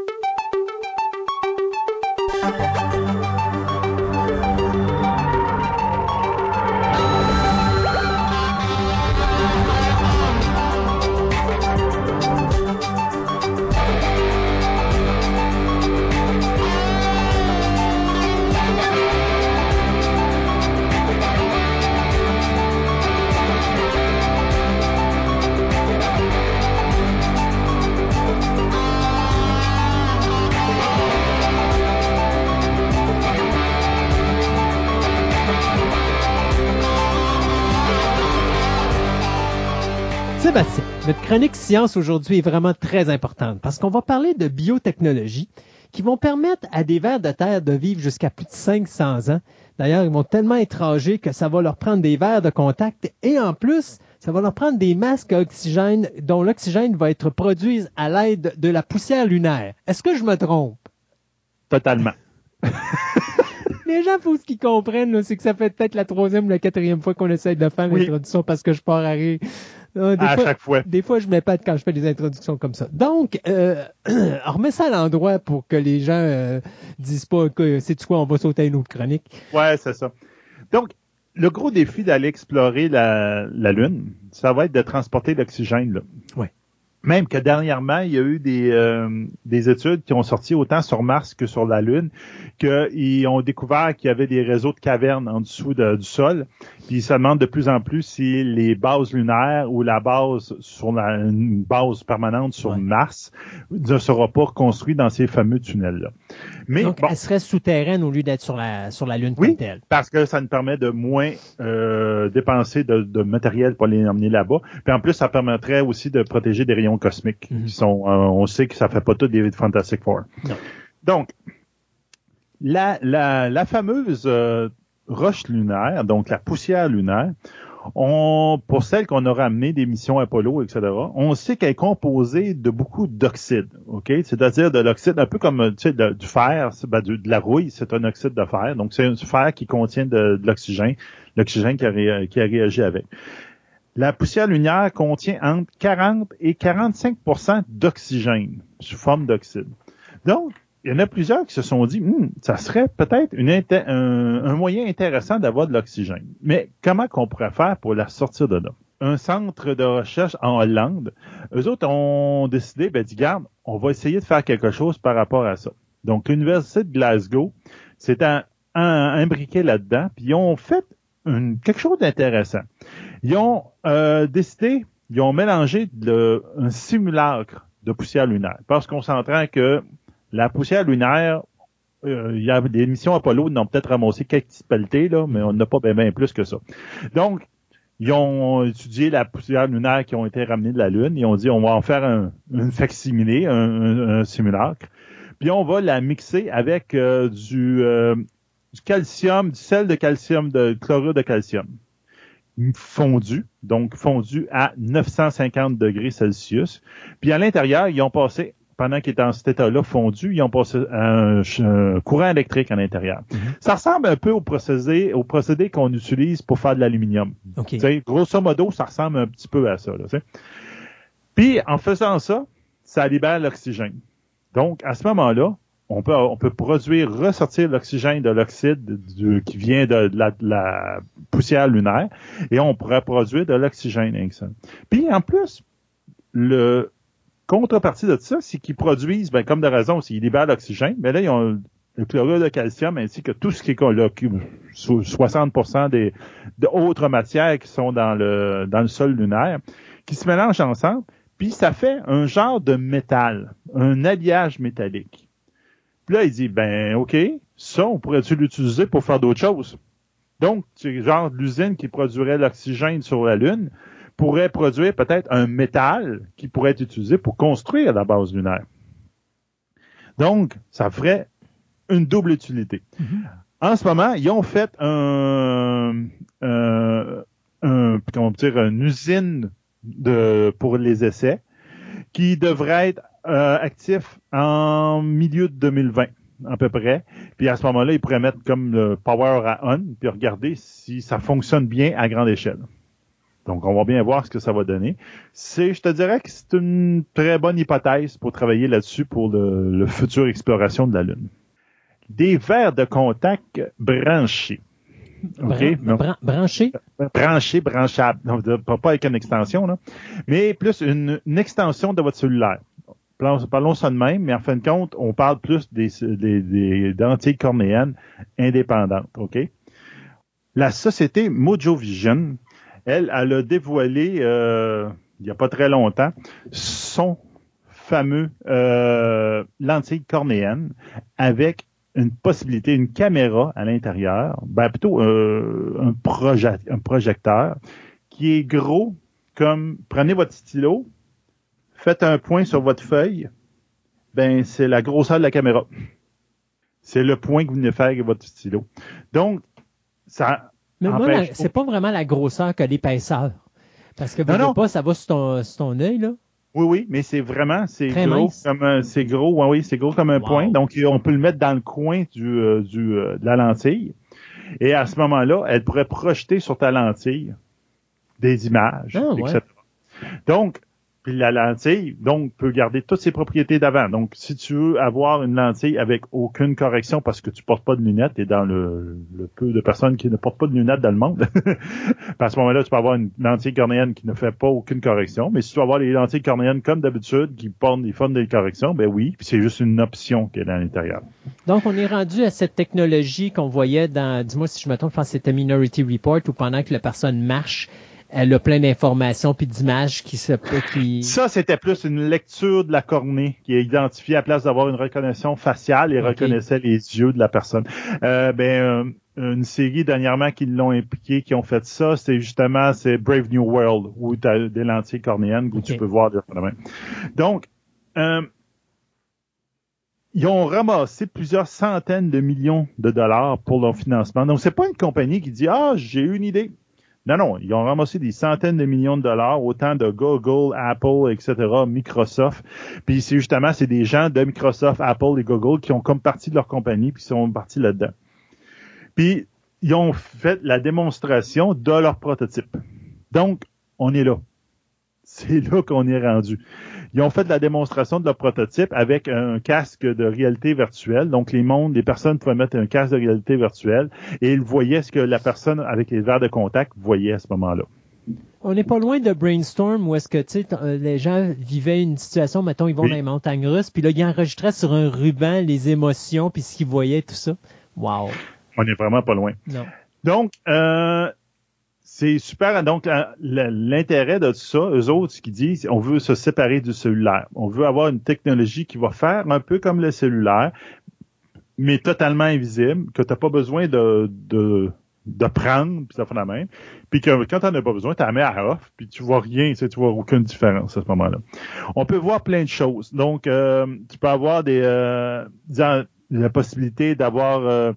Sébastien, notre chronique science aujourd'hui est vraiment très importante parce qu'on va parler de biotechnologie qui vont permettre à des vers de terre de vivre jusqu'à plus de 500 ans. D'ailleurs, ils vont tellement être âgés que ça va leur prendre des verres de contact et en plus, ça va leur prendre des masques à oxygène dont l'oxygène va être produit à l'aide de la poussière lunaire. Est-ce que je me trompe? Totalement. Les gens, il faut ce qu'ils comprennent, là, c'est que ça fait peut-être la 3e ou la 4e fois qu'on essaie de faire l'introduction parce que je pars à rire. Chaque fois. Des fois, je m'épate quand je fais des introductions comme ça. Donc, on remet ça à l'endroit pour que les gens disent pas que c'est quoi, on va sauter à une autre chronique. Ouais, c'est ça. Donc, le gros défi d'aller explorer la Lune, ça va être de transporter l'oxygène, là. Ouais. Même que dernièrement, il y a eu des études qui ont sorti autant sur Mars que sur la Lune, qu'ils ont découvert qu'il y avait des réseaux de cavernes en dessous du sol. Puis ils se demandent de plus en plus si les bases lunaires ou la base une base permanente sur Mars ne sera pas construite dans ces fameux tunnels-là. Mais donc, elle serait souterraine au lieu d'être sur la Lune comme telle. Parce que ça nous permet de moins dépenser de matériel pour les emmener là-bas. Puis en plus, ça permettrait aussi de protéger des rayons cosmiques qui sont, on sait que ça fait pas tout des Fantastic Four. Non. Donc, la fameuse roche lunaire, donc la poussière lunaire, pour celle qu'on a ramenée des missions Apollo, etc., on sait qu'elle est composée de beaucoup d'oxyde, ok? C'est-à-dire de l'oxyde, un peu comme du fer, de la rouille, c'est un oxyde de fer. Donc, c'est un fer qui contient de l'oxygène qui a réagi avec. La poussière lunaire contient entre 40 et 45% d'oxygène sous forme d'oxyde. Donc, il y en a plusieurs qui se sont dit, ça serait peut-être un moyen intéressant d'avoir de l'oxygène. Mais comment qu'on pourrait faire pour la sortir de là? Un centre de recherche en Hollande, eux autres ont décidé, regarde, on va essayer de faire quelque chose par rapport à ça. Donc, l'Université de Glasgow s'est imbriquée là-dedans, puis ils ont fait quelque chose d'intéressant. Ils ont ils ont mélangé un simulacre de poussière lunaire. Parce qu'on s'entend que la poussière lunaire, il y a des missions Apollo, ils ont peut-être ramassé quelques petites pelletées, là, mais on n'a pas bien plus que ça. Donc, ils ont étudié la poussière lunaire qui ont été ramenée de la Lune. Ils ont dit, on va en faire un facsimilé, un simulacre. Puis on va la mixer avec du calcium, du sel de calcium, de chlorure de calcium. Fondu à 950 degrés Celsius. Puis à l'intérieur, ils ont passé, pendant qu'il était en cet état-là fondu, ils ont passé un courant électrique à l'intérieur. Ça ressemble un peu au procédé qu'on utilise pour faire de l'aluminium. Okay. Grosso modo, ça ressemble un petit peu à ça. Là, puis en faisant ça, ça libère l'oxygène. Donc, à ce moment-là, on peut ressortir l'oxygène de l'oxyde qui vient de la poussière lunaire et on pourrait produire de l'oxygène avec ça. Puis en plus, le contrepartie de ça, c'est qu'ils produisent, comme de raison, s'ils libèrent l'oxygène, mais là, ils ont le chlorure de calcium ainsi que tout ce qui est 60% des autres matières qui sont dans le sol lunaire, qui se mélangent ensemble, puis ça fait un genre de métal, un alliage métallique. Puis là, il dit, OK, ça, on pourrait-tu l'utiliser pour faire d'autres choses? Donc, c'est genre l'usine qui produirait l'oxygène sur la Lune pourrait produire peut-être un métal qui pourrait être utilisé pour construire la base lunaire. Donc, ça ferait une double utilité. Mm-hmm. En ce moment, ils ont fait une usine pour les essais qui devrait être actif en milieu de 2020, à peu près. Puis à ce moment-là, ils pourraient mettre comme le power à on, puis regarder si ça fonctionne bien à grande échelle. Donc, on va bien voir ce que ça va donner. Je te dirais que c'est une très bonne hypothèse pour travailler là-dessus pour le future exploration de la Lune. Des verres de contact branchés. OK? Branchés? Branchables. Pas avec une extension, là. Mais plus une extension de votre cellulaire. Parlons ça de même, mais en fin de compte, on parle plus des lentilles cornéennes indépendantes. OK? La société Mojovision, elle a dévoilé, il n'y a pas très longtemps, son fameux lentille cornéenne avec une possibilité, une caméra à l'intérieur, plutôt un projecteur qui est gros comme, prenez votre stylo, faites un point sur votre feuille, c'est la grosseur de la caméra. C'est le point que vous venez faire avec votre stylo. Donc, ça... Mais moi, c'est pas vraiment la grosseur que l'épaisseur. Parce que pas, ça va sur ton œil, là. Oui, mais c'est gros comme un point. Donc, on peut le mettre dans le coin de la lentille. Et à ce moment-là, elle pourrait projeter sur ta lentille des images, etc. Donc, puis la lentille, peut garder toutes ses propriétés d'avant. Donc, si tu veux avoir une lentille avec aucune correction parce que tu portes pas de lunettes, et dans le peu de personnes qui ne portent pas de lunettes dans le monde, à ce moment-là, tu peux avoir une lentille cornéenne qui ne fait pas aucune correction. Mais si tu veux avoir les lentilles cornéennes comme d'habitude, qui font des corrections, oui, puis c'est juste une option qui est à l'intérieur. Donc, on est rendu à cette technologie qu'on voyait dis-moi si je me trompe, je pense que c'était Minority Report, où pendant que la personne marche, elle a plein d'informations puis d'images qui... Ça, c'était plus une lecture de la cornée qui est identifiée à la place d'avoir une reconnaissance faciale et reconnaissait les yeux de la personne. Une série dernièrement qui l'ont impliqué, qui ont fait ça, c'est Brave New World, où tu as des lentilles cornéennes où tu peux voir des phénomènes. Donc, ils ont ramassé plusieurs centaines de millions de dollars pour leur financement. Donc, c'est pas une compagnie qui dit « Ah, j'ai une idée ». Non, ils ont ramassé des centaines de millions de dollars, autant de Google, Apple, etc., Microsoft. Puis c'est des gens de Microsoft, Apple et Google qui ont comme partie de leur compagnie, puis sont partis là-dedans. Puis ils ont fait la démonstration de leur prototype. Donc, on est là. C'est là qu'on est rendu. Ils ont fait la démonstration de leur prototype avec un casque de réalité virtuelle. Donc, les personnes pouvaient mettre un casque de réalité virtuelle et ils voyaient ce que la personne avec les verres de contact voyait à ce moment-là. On n'est pas loin de Brainstorm où est-ce que les gens vivaient une situation, mettons, ils vont dans les montagnes russes, puis là, ils enregistraient sur un ruban les émotions puis ce qu'ils voyaient, tout ça. Wow! On n'est vraiment pas loin. Non. Donc, c'est super. Donc, l'intérêt de tout ça, eux autres, ce qu'ils disent, on veut se séparer du cellulaire. On veut avoir une technologie qui va faire un peu comme le cellulaire, mais totalement invisible, que tu n'as pas besoin de prendre, puis ça fait la même. Puis que quand tu n'en as pas besoin, tu la mets à off, puis tu vois rien, tu vois aucune différence à ce moment-là. On peut voir plein de choses. Donc, tu peux avoir la possibilité d'avoir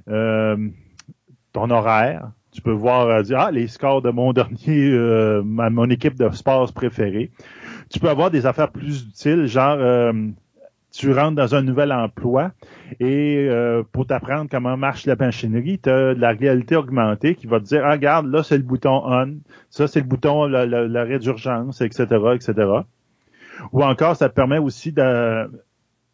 ton horaire. Tu peux voir les scores de mon dernier, mon équipe de sport préférée. Tu peux avoir des affaires plus utiles, genre tu rentres dans un nouvel emploi et pour t'apprendre comment marche la machinerie, tu as de la réalité augmentée qui va te dire regarde, là c'est le bouton on, ça c'est le bouton l'arrêt d'urgence, etc., etc. Ou encore, ça te permet aussi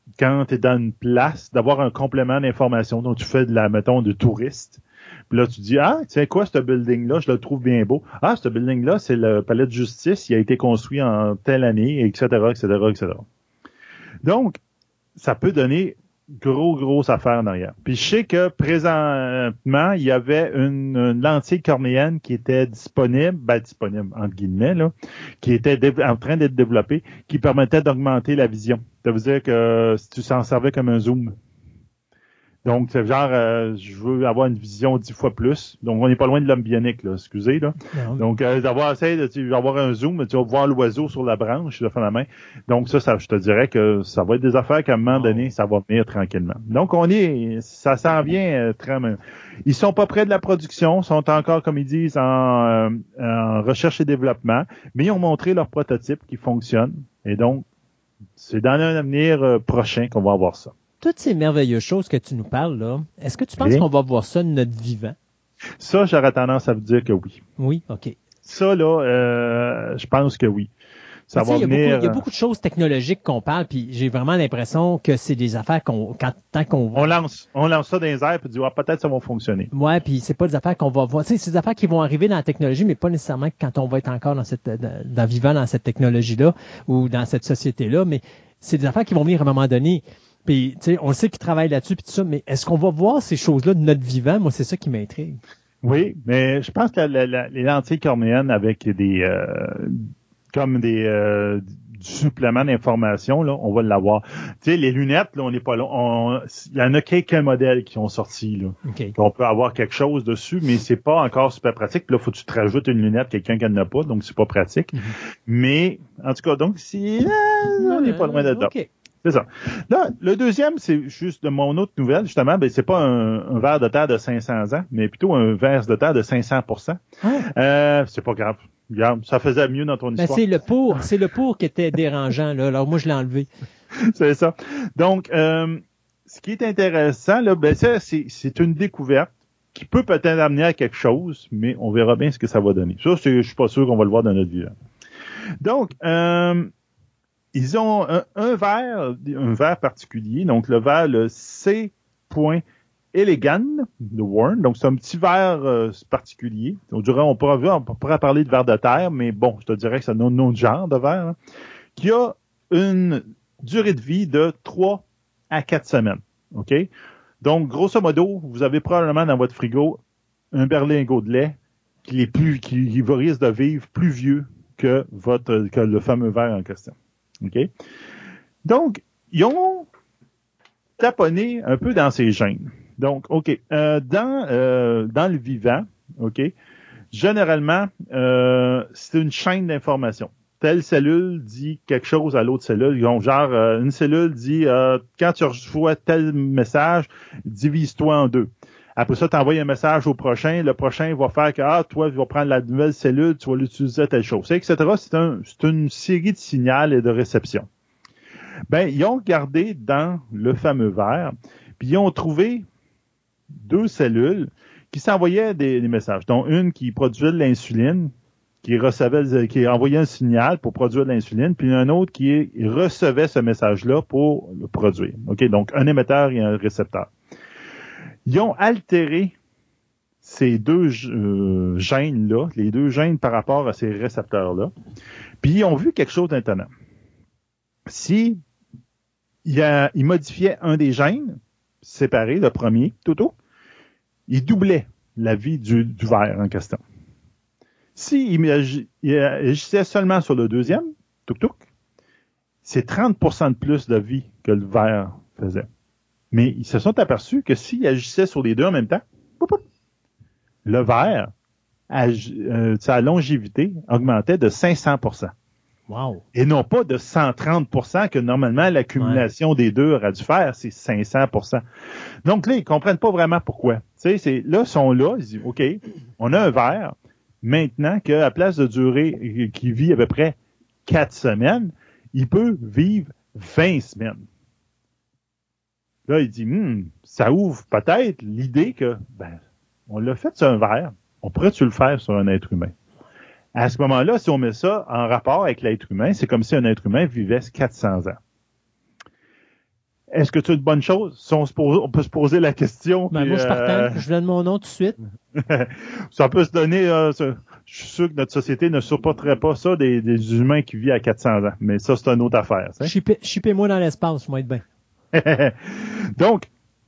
quand tu es dans une place, d'avoir un complément d'information. Donc, tu fais mettons, de touriste. Puis là, tu dis, tiens quoi, ce building-là, je le trouve bien beau. Ce building-là, c'est le palais de justice, il a été construit en telle année, etc., etc., etc. Donc, ça peut donner grosse affaire en arrière. Puis je sais que présentement, il y avait une lentille cornéenne qui était disponible entre guillemets, là, qui était en train d'être développée, qui permettait d'augmenter la vision. Ça veut dire que si tu s'en servais comme un zoom. Donc, c'est genre, je veux avoir une vision 10 fois plus. Donc, on n'est pas loin de l'homme bionique, là, excusez, là. Non. Donc, d'avoir un zoom, tu vas voir l'oiseau sur la branche, de fin de la main. Donc, ça, je te dirais que ça va être des affaires qu'à un moment donné, ça va venir tranquillement. Donc, ça s'en vient très même. Ils sont pas près de la production, sont encore, comme ils disent, en recherche et développement, mais ils ont montré leur prototype qui fonctionne. Et donc, c'est dans un avenir prochain qu'on va avoir ça. Toutes ces merveilleuses choses que tu nous parles, là, est-ce que tu penses qu'on va voir ça de notre vivant? Ça, j'aurais tendance à vous dire que oui. Oui, OK. Ça, là, je pense que oui. Ça va venir... Il y a beaucoup de choses technologiques qu'on parle, puis j'ai vraiment l'impression que c'est des affaires tant qu'on... On lance ça dans les airs, puis on dit, peut-être ça va fonctionner. Ouais, puis c'est pas des affaires qu'on va voir. Tu sais, c'est des affaires qui vont arriver dans la technologie, mais pas nécessairement quand on va être encore vivant dans cette technologie-là ou dans cette société-là, mais c'est des affaires qui vont venir à un moment donné. Puis, tu sais, on sait qu'ils travaillent là-dessus, puis tout ça, mais est-ce qu'on va voir ces choses-là de notre vivant? Moi, c'est ça qui m'intrigue. Oui, mais je pense que les lentilles cornéennes avec du supplément d'information, là, on va l'avoir. Tu sais, les lunettes, là, on n'est pas là. Il y en a quelques modèles qui ont sorti, là. Okay. On peut avoir quelque chose dessus, mais c'est pas encore super pratique. Puis là, faut que tu te rajoutes une lunette, quelqu'un qui n'en a pas, donc c'est pas pratique. Mm-hmm. Mais, en tout cas, donc, on n'est pas loin de là. Okay. C'est ça. Là, le deuxième, c'est juste de mon autre nouvelle, justement, c'est pas un ver de terre de 500 ans, mais plutôt un ver de terre de 500%. C'est pas grave. Regarde, ça faisait mieux dans ton histoire. C'est le pour qui était dérangeant, là. Alors moi, je l'ai enlevé. C'est ça. Donc, ce qui est intéressant, là, c'est une découverte qui peut peut-être amener à quelque chose, mais on verra bien ce que ça va donner. Ça, je suis pas sûr qu'on va le voir dans notre vie. Donc, ils ont un verre particulier, donc le verre, le C. Elegant de Warren. Donc, c'est un petit verre particulier. On pourrait parler de verre de terre, mais bon, je te dirais que c'est un autre genre de verre, hein, qui a une durée de vie de 3 à 4 semaines. OK? Donc, grosso modo, vous avez probablement dans votre frigo un berlingot de lait qui risque de vivre plus vieux que le fameux verre en question. OK? Donc, ils ont taponné un peu dans ces gènes. Donc, OK. Dans le vivant, OK, généralement, c'est une chaîne d'information. Telle cellule dit quelque chose à l'autre cellule. Donc, genre, une cellule dit quand tu reçois tel message, divise-toi en deux. Après ça, tu envoies un message au prochain. Le prochain va faire que, toi, tu vas prendre la nouvelle cellule, tu vas l'utiliser à telle chose, etc. C'est une série de signaux et de réceptions. Ben, ils ont regardé dans le fameux verre, puis ils ont trouvé 2 cellules qui s'envoyaient des messages, dont une qui produisait de l'insuline, qui envoyait un signal pour produire de l'insuline, puis un autre qui recevait ce message-là pour le produire. OK? Donc, un émetteur et un récepteur. Ils ont altéré ces 2 gènes-là, les 2 gènes par rapport à ces récepteurs-là, puis ils ont vu quelque chose d'étonnant. Si il modifiait un des gènes, séparé, le premier, il doublait la vie du verre en question. S'il agissait seulement sur le deuxième, c'est 30% de plus de vie que le verre faisait. Mais ils se sont aperçus que s'il agissait sur les deux en même temps, le verre, sa longévité augmentait de 500%. Wow. Et non pas de 130% que normalement l'accumulation des deux aurait dû faire, c'est 500%. Donc là, ils comprennent pas vraiment pourquoi. Tu sais, ils sont là, ils disent, OK, on a un verre, maintenant qu'à place de durée qui vit à peu près 4 semaines, il peut vivre 20 semaines. Là, il dit, ça ouvre peut-être l'idée que, on l'a fait sur un verre, on pourrait-tu le faire sur un être humain? À ce moment-là, si on met ça en rapport avec l'être humain, c'est comme si un être humain vivait 400 ans. Est-ce que c'est une bonne chose? Si on peut se poser la question. Ben, moi, je partage. Je donne mon nom tout de suite. Ça peut se donner... je suis sûr que notre société ne supporterait pas ça des humains qui vivent à 400 ans. Mais ça, c'est une autre affaire. Shippez-moi dans l'espace, moi, être bien. Donc,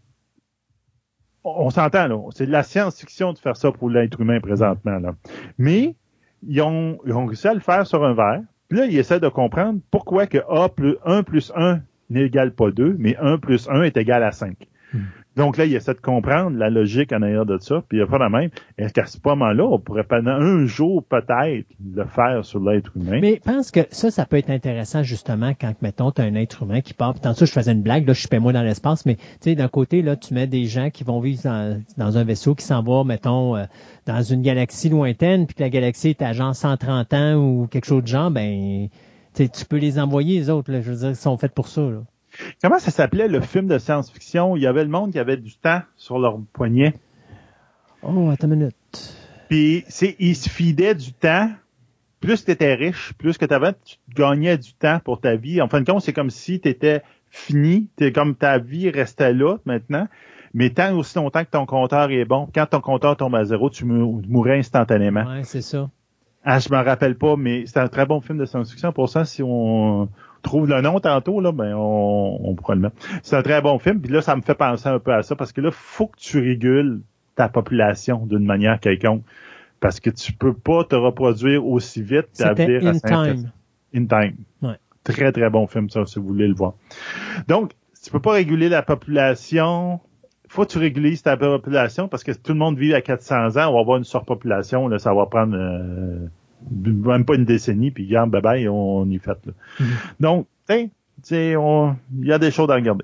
on s'entend, là. C'est de la science-fiction de faire ça pour l'être humain présentement, là. Mais, ils ont réussi à le faire sur un verre. Puis là, ils essaient de comprendre pourquoi que 1 plus 1 n'égale pas 2, mais 1 plus 1 est égal à 5. Donc là, il essaie de comprendre la logique en arrière de ça, puis il y a pas la même. Est-ce qu'à ce moment-là, on pourrait pendant un jour peut-être le faire sur l'être humain? Mais je pense que ça peut être intéressant justement quand, mettons, tu as un être humain qui part. Puis tantôt, je faisais une blague, là, je suis moi dans l'espace, mais tu sais, d'un côté, là, tu mets des gens qui vont vivre dans un vaisseau qui s'en va, mettons, dans une galaxie lointaine, puis que la galaxie est à genre 130 ans ou quelque chose de genre, ben, tu peux les envoyer, les autres, là, je veux dire, ils sont faits pour ça, là. Comment ça s'appelait le film de science-fiction? Il y avait le monde qui avait du temps sur leur poignet. Oh, attends une minute. Puis, ils se fidaient du temps. Plus tu étais riche, plus que tu gagnais du temps pour ta vie. En fin de compte, c'est comme si tu étais fini. Comme ta vie restait là maintenant. Mais tant aussi longtemps que ton compteur est bon, quand ton compteur tombe à zéro, tu mourrais instantanément. Ouais, c'est ça. Ah, je m'en rappelle pas, mais c'est un très bon film de science-fiction. Pour ça, si on trouve le nom tantôt, là, ben, on pourra le mettre. C'est un très bon film. Puis là, ça me fait penser un peu à ça parce que là, faut que tu régules ta population d'une manière quelconque. Parce que tu peux pas te reproduire aussi vite. C'était In Time. In Time. Ouais. Très, très bon film, ça, si vous voulez le voir. Donc, tu peux pas réguler la population. Faut que tu régulises ta population parce que tout le monde vit à 400 ans. On va avoir une surpopulation. Là, ça va prendre même pas une décennie. Puis, regarde, bye-bye, on y fait. Là. Donc, il y a des choses à regarder.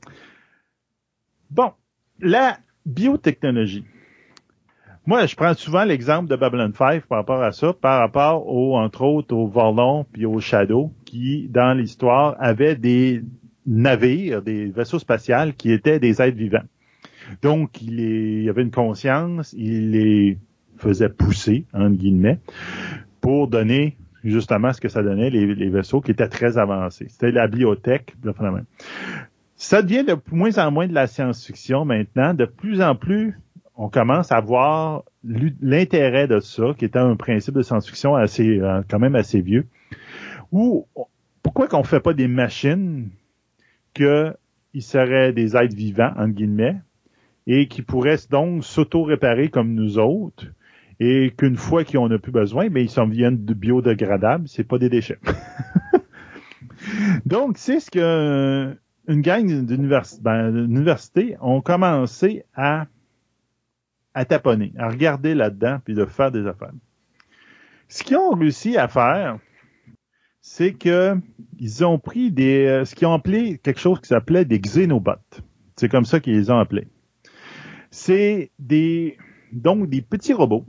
Bon, la biotechnologie. Moi, je prends souvent l'exemple de Babylon 5 par rapport à ça, par rapport entre autres, au Vorlon puis au Shadow, qui, dans l'histoire, avaient des navires, des vaisseaux spatials qui étaient des êtres vivants. Donc, il y avait une conscience, il les faisait pousser, entre guillemets, pour donner justement ce que ça donnait, les vaisseaux qui étaient très avancés. C'était la biotech, le phénomène. Ça devient de moins en moins de la science-fiction maintenant. De plus en plus, on commence à voir l'intérêt de ça, qui était un principe de science-fiction quand même assez vieux. Pourquoi qu'on fait pas des machines qu'ils seraient des êtres vivants, entre guillemets, et qui pourraient donc s'auto-réparer comme nous autres, et qu'une fois qu'ils en ont plus besoin, mais ils s'en viennent de biodégradables, c'est pas des déchets. Donc, c'est ce que une gang d'universités ont commencé à taponner, à regarder là-dedans, puis de faire des affaires. Ce qu'ils ont réussi à faire, c'est que ils ont pris ce qu'ils ont appelé quelque chose qui s'appelait des xénobots. C'est comme ça qu'ils les ont appelés. C'est donc des petits robots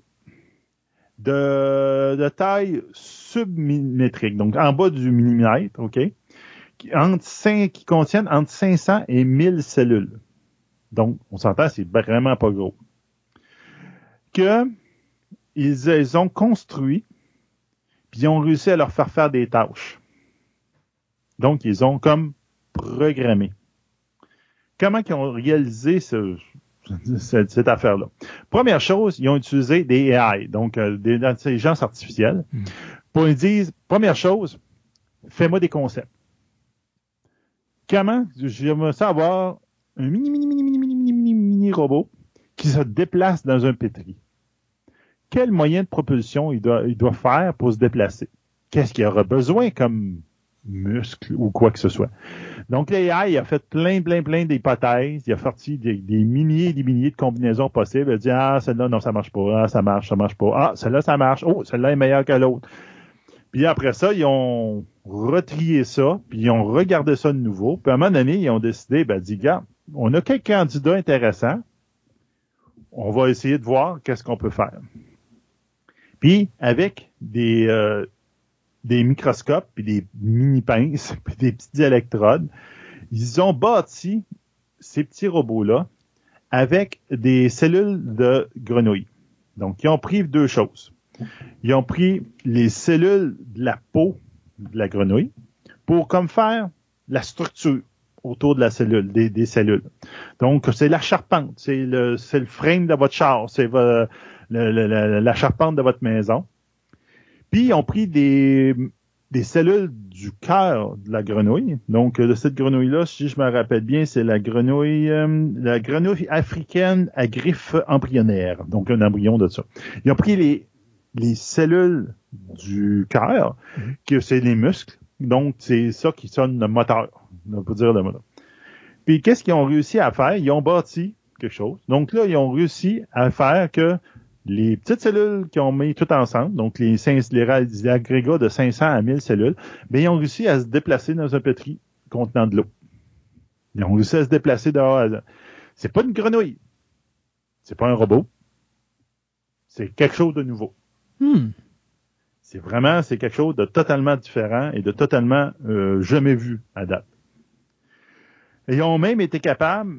de taille submétrique, donc en bas du millimètre, OK, qui contiennent entre 500 et 1000 cellules. Donc, on s'entend, c'est vraiment pas gros. Ils ont construit, puis ils ont réussi à leur faire des tâches. Donc, ils ont comme programmé. Comment ils ont réalisé cette affaire-là? Première chose, ils ont utilisé des AI, donc des intelligences artificielles, pour ils disent, première chose, fais-moi des concepts. Comment? J'aimerais ça avoir un mini robot qui se déplace dans un pétri. Quel moyen de propulsion il doit faire pour se déplacer? Qu'est-ce qu'il aura besoin comme muscle ou quoi que ce soit? Donc, l'AI, il a fait plein d'hypothèses. Il a sorti des milliers et des milliers de combinaisons possibles. Il a dit, celle-là, non, ça marche pas. Ah, ça marche pas. Ah, celle-là, ça marche. Oh, celle-là est meilleure que l'autre. Puis après ça, ils ont retrié ça, puis ils ont regardé ça de nouveau. Puis à un moment donné, ils ont décidé, gars, on a quelques candidats intéressants. On va essayer de voir qu'est-ce qu'on peut faire. Puis, avec des microscopes, puis des mini-pinces, puis des petites électrodes, ils ont bâti ces petits robots-là avec des cellules de grenouille. Donc, ils ont pris deux choses. Ils ont pris les cellules de la peau de la grenouille pour comme faire la structure autour de la cellule, des cellules. Donc, c'est la charpente, c'est le frame de votre char, c'est la charpente de votre maison. Puis, ils ont pris des cellules du cœur de la grenouille. Donc, de cette grenouille-là, si je me rappelle bien, c'est la grenouille africaine à griffes embryonnaires. Donc, un embryon de ça. Ils ont pris les cellules du cœur, que c'est les muscles. Donc, c'est ça qui sonne le moteur. On peut dire le moteur. Puis, qu'est-ce qu'ils ont réussi à faire? Ils ont bâti quelque chose. Donc là, ils ont réussi à faire que les petites cellules qu'ils ont mis tout ensemble, donc les agrégats de 500 à 1000 cellules, bien, ils ont réussi à se déplacer dans un pétri contenant de l'eau. Ils ont réussi à se déplacer dehors. C'est pas une grenouille. C'est pas un robot. C'est quelque chose de nouveau. C'est quelque chose de totalement différent et de totalement jamais vu à date. Et ils ont même été capables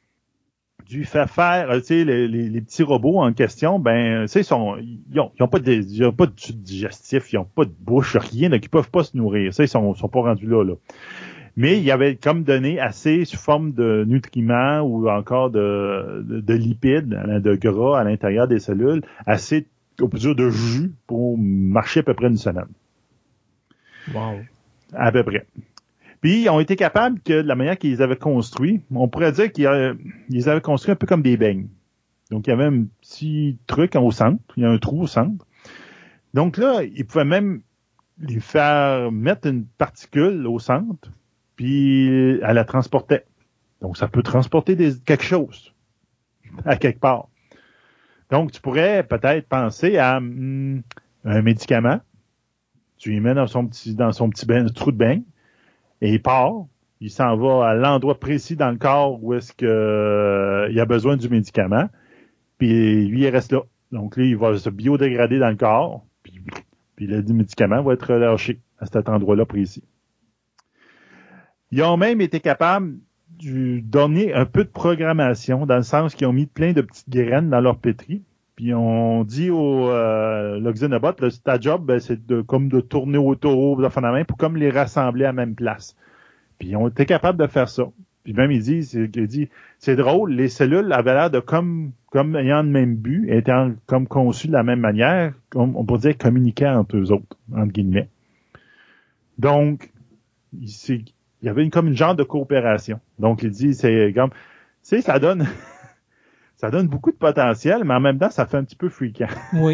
de faire tu sais, les petits robots en question, ben, tu sais, ils ont pas de tube digestif, ils ont pas de bouche, rien, donc ils peuvent pas se nourrir. Ça, ils sont pas rendus là. Mais il avait comme donné assez sous forme de nutriments ou encore de lipides, de gras à l'intérieur des cellules, assez au plus dur de jus pour marcher à peu près une semaine. Wow. À peu près. Puis, ils ont été capables que, de la manière qu'ils avaient construit, on pourrait dire qu'ils avaient construit un peu comme des beignes. Donc, il y avait un petit truc au centre, il y a un trou au centre. Donc là, ils pouvaient même les faire mettre une particule au centre, puis elle la transportait. Donc, ça peut transporter quelque chose à quelque part. Donc, tu pourrais peut-être penser à un médicament. Tu y mets dans son petit trou de bain et il part. Il s'en va à l'endroit précis dans le corps où est-ce que il a besoin du médicament. Puis lui, il reste là. Donc, lui, il va se biodégrader dans le corps. Puis le médicament va être relâché à cet endroit-là précis. Ils ont même été capables de donner un peu de programmation, dans le sens qu'ils ont mis plein de petites graines dans leur pétri. Puis on dit le Xenobot, ta job, ben, c'est de tourner autour de la fin de la main pour comme les rassembler à la même place. Puis ils ont été capables de faire ça. Puis même il dit c'est drôle, les cellules avaient l'air de comme ayant le même but, étant comme conçues de la même manière, on pourrait dire communiquer entre eux autres, entre guillemets. Donc, il y avait comme une genre de coopération. Donc, il dit, c'est comme, tu sais, ça donne beaucoup de potentiel, mais en même temps, ça fait un petit peu freakant. Oui.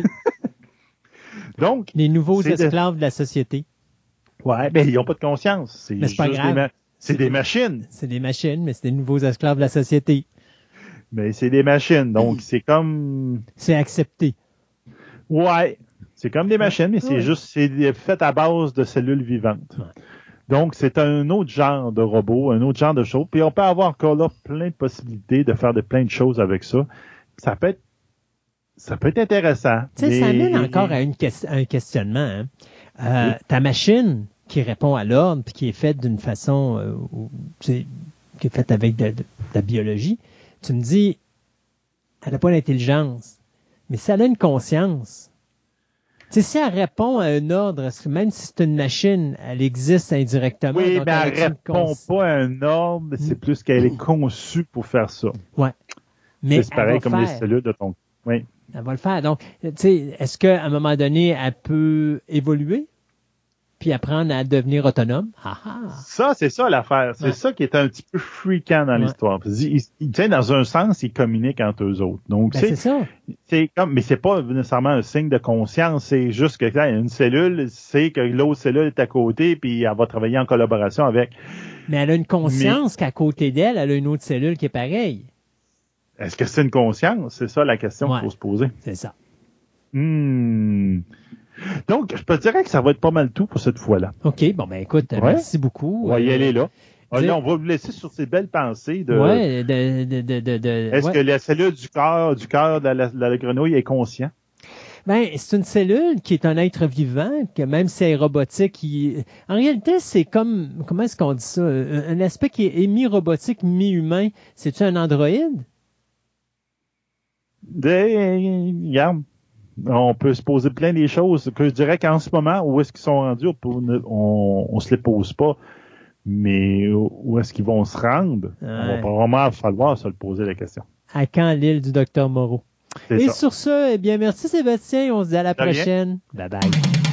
Donc, les nouveaux esclaves de la société. Ouais, ben, ils n'ont pas de conscience. Mais c'est pas grave. C'est des machines. C'est des machines, mais c'est des nouveaux esclaves de la société. Mais c'est des machines, donc c'est comme... C'est accepté. Ouais, c'est comme des machines, mais c'est fait à base de cellules vivantes. Ouais. Donc, c'est un autre genre de robot, un autre genre de choses. Puis on peut avoir encore là plein de possibilités de faire plein de choses avec ça. Ça peut être intéressant. Tu sais, ça amène encore à un questionnement. Hein. Oui. Ta machine qui répond à l'ordre puis qui est faite d'une façon qui est faite avec de la biologie, tu me dis, elle n'a pas l'intelligence. Mais si elle a une conscience, tu sais, si elle répond à un ordre, même si c'est une machine, elle existe indirectement. Oui, mais elle répond pas à un ordre, c'est plus qu'elle est conçue pour faire ça. Ouais. Mais c'est pareil comme les cellules de ton... Oui. Elle va le faire. Donc, tu sais, est-ce qu'à un moment donné, elle peut évoluer puis apprendre à devenir autonome? Ça, c'est ça l'affaire. C'est ça qui est un petit peu freakant dans l'histoire. Dans un sens, ils communiquent entre eux autres. Donc, c'est ça. Mais c'est pas nécessairement un signe de conscience. C'est juste que une cellule sait que l'autre cellule est à côté puis elle va travailler en collaboration avec. Mais elle a une conscience qu'à côté d'elle, elle a une autre cellule qui est pareille. Est-ce que c'est une conscience? C'est ça la question qu'il faut se poser. C'est ça. Donc, je peux te dire que ça va être pas mal tout pour cette fois-là. OK. Bon, ben écoute, merci beaucoup. On va y aller là. Là, on va vous laisser sur ces belles pensées de... Ouais, Est-ce que la cellule du cœur de la grenouille est conscient? Ben, c'est une cellule qui est un être vivant, que même si elle est robotique, en réalité, c'est comme, comment est-ce qu'on dit ça? Un aspect qui est mi-robotique, mi-humain. C'est-tu un androïde? Regarde. On peut se poser plein des choses que je dirais qu'en ce moment, où est-ce qu'ils sont rendus, on se les pose pas. Mais où est-ce qu'ils vont se rendre? On va vraiment falloir se le poser la question. À quand l'île du Dr Moreau? Et sur ce, eh bien, merci Sébastien. On se dit à la prochaine. Bye bye.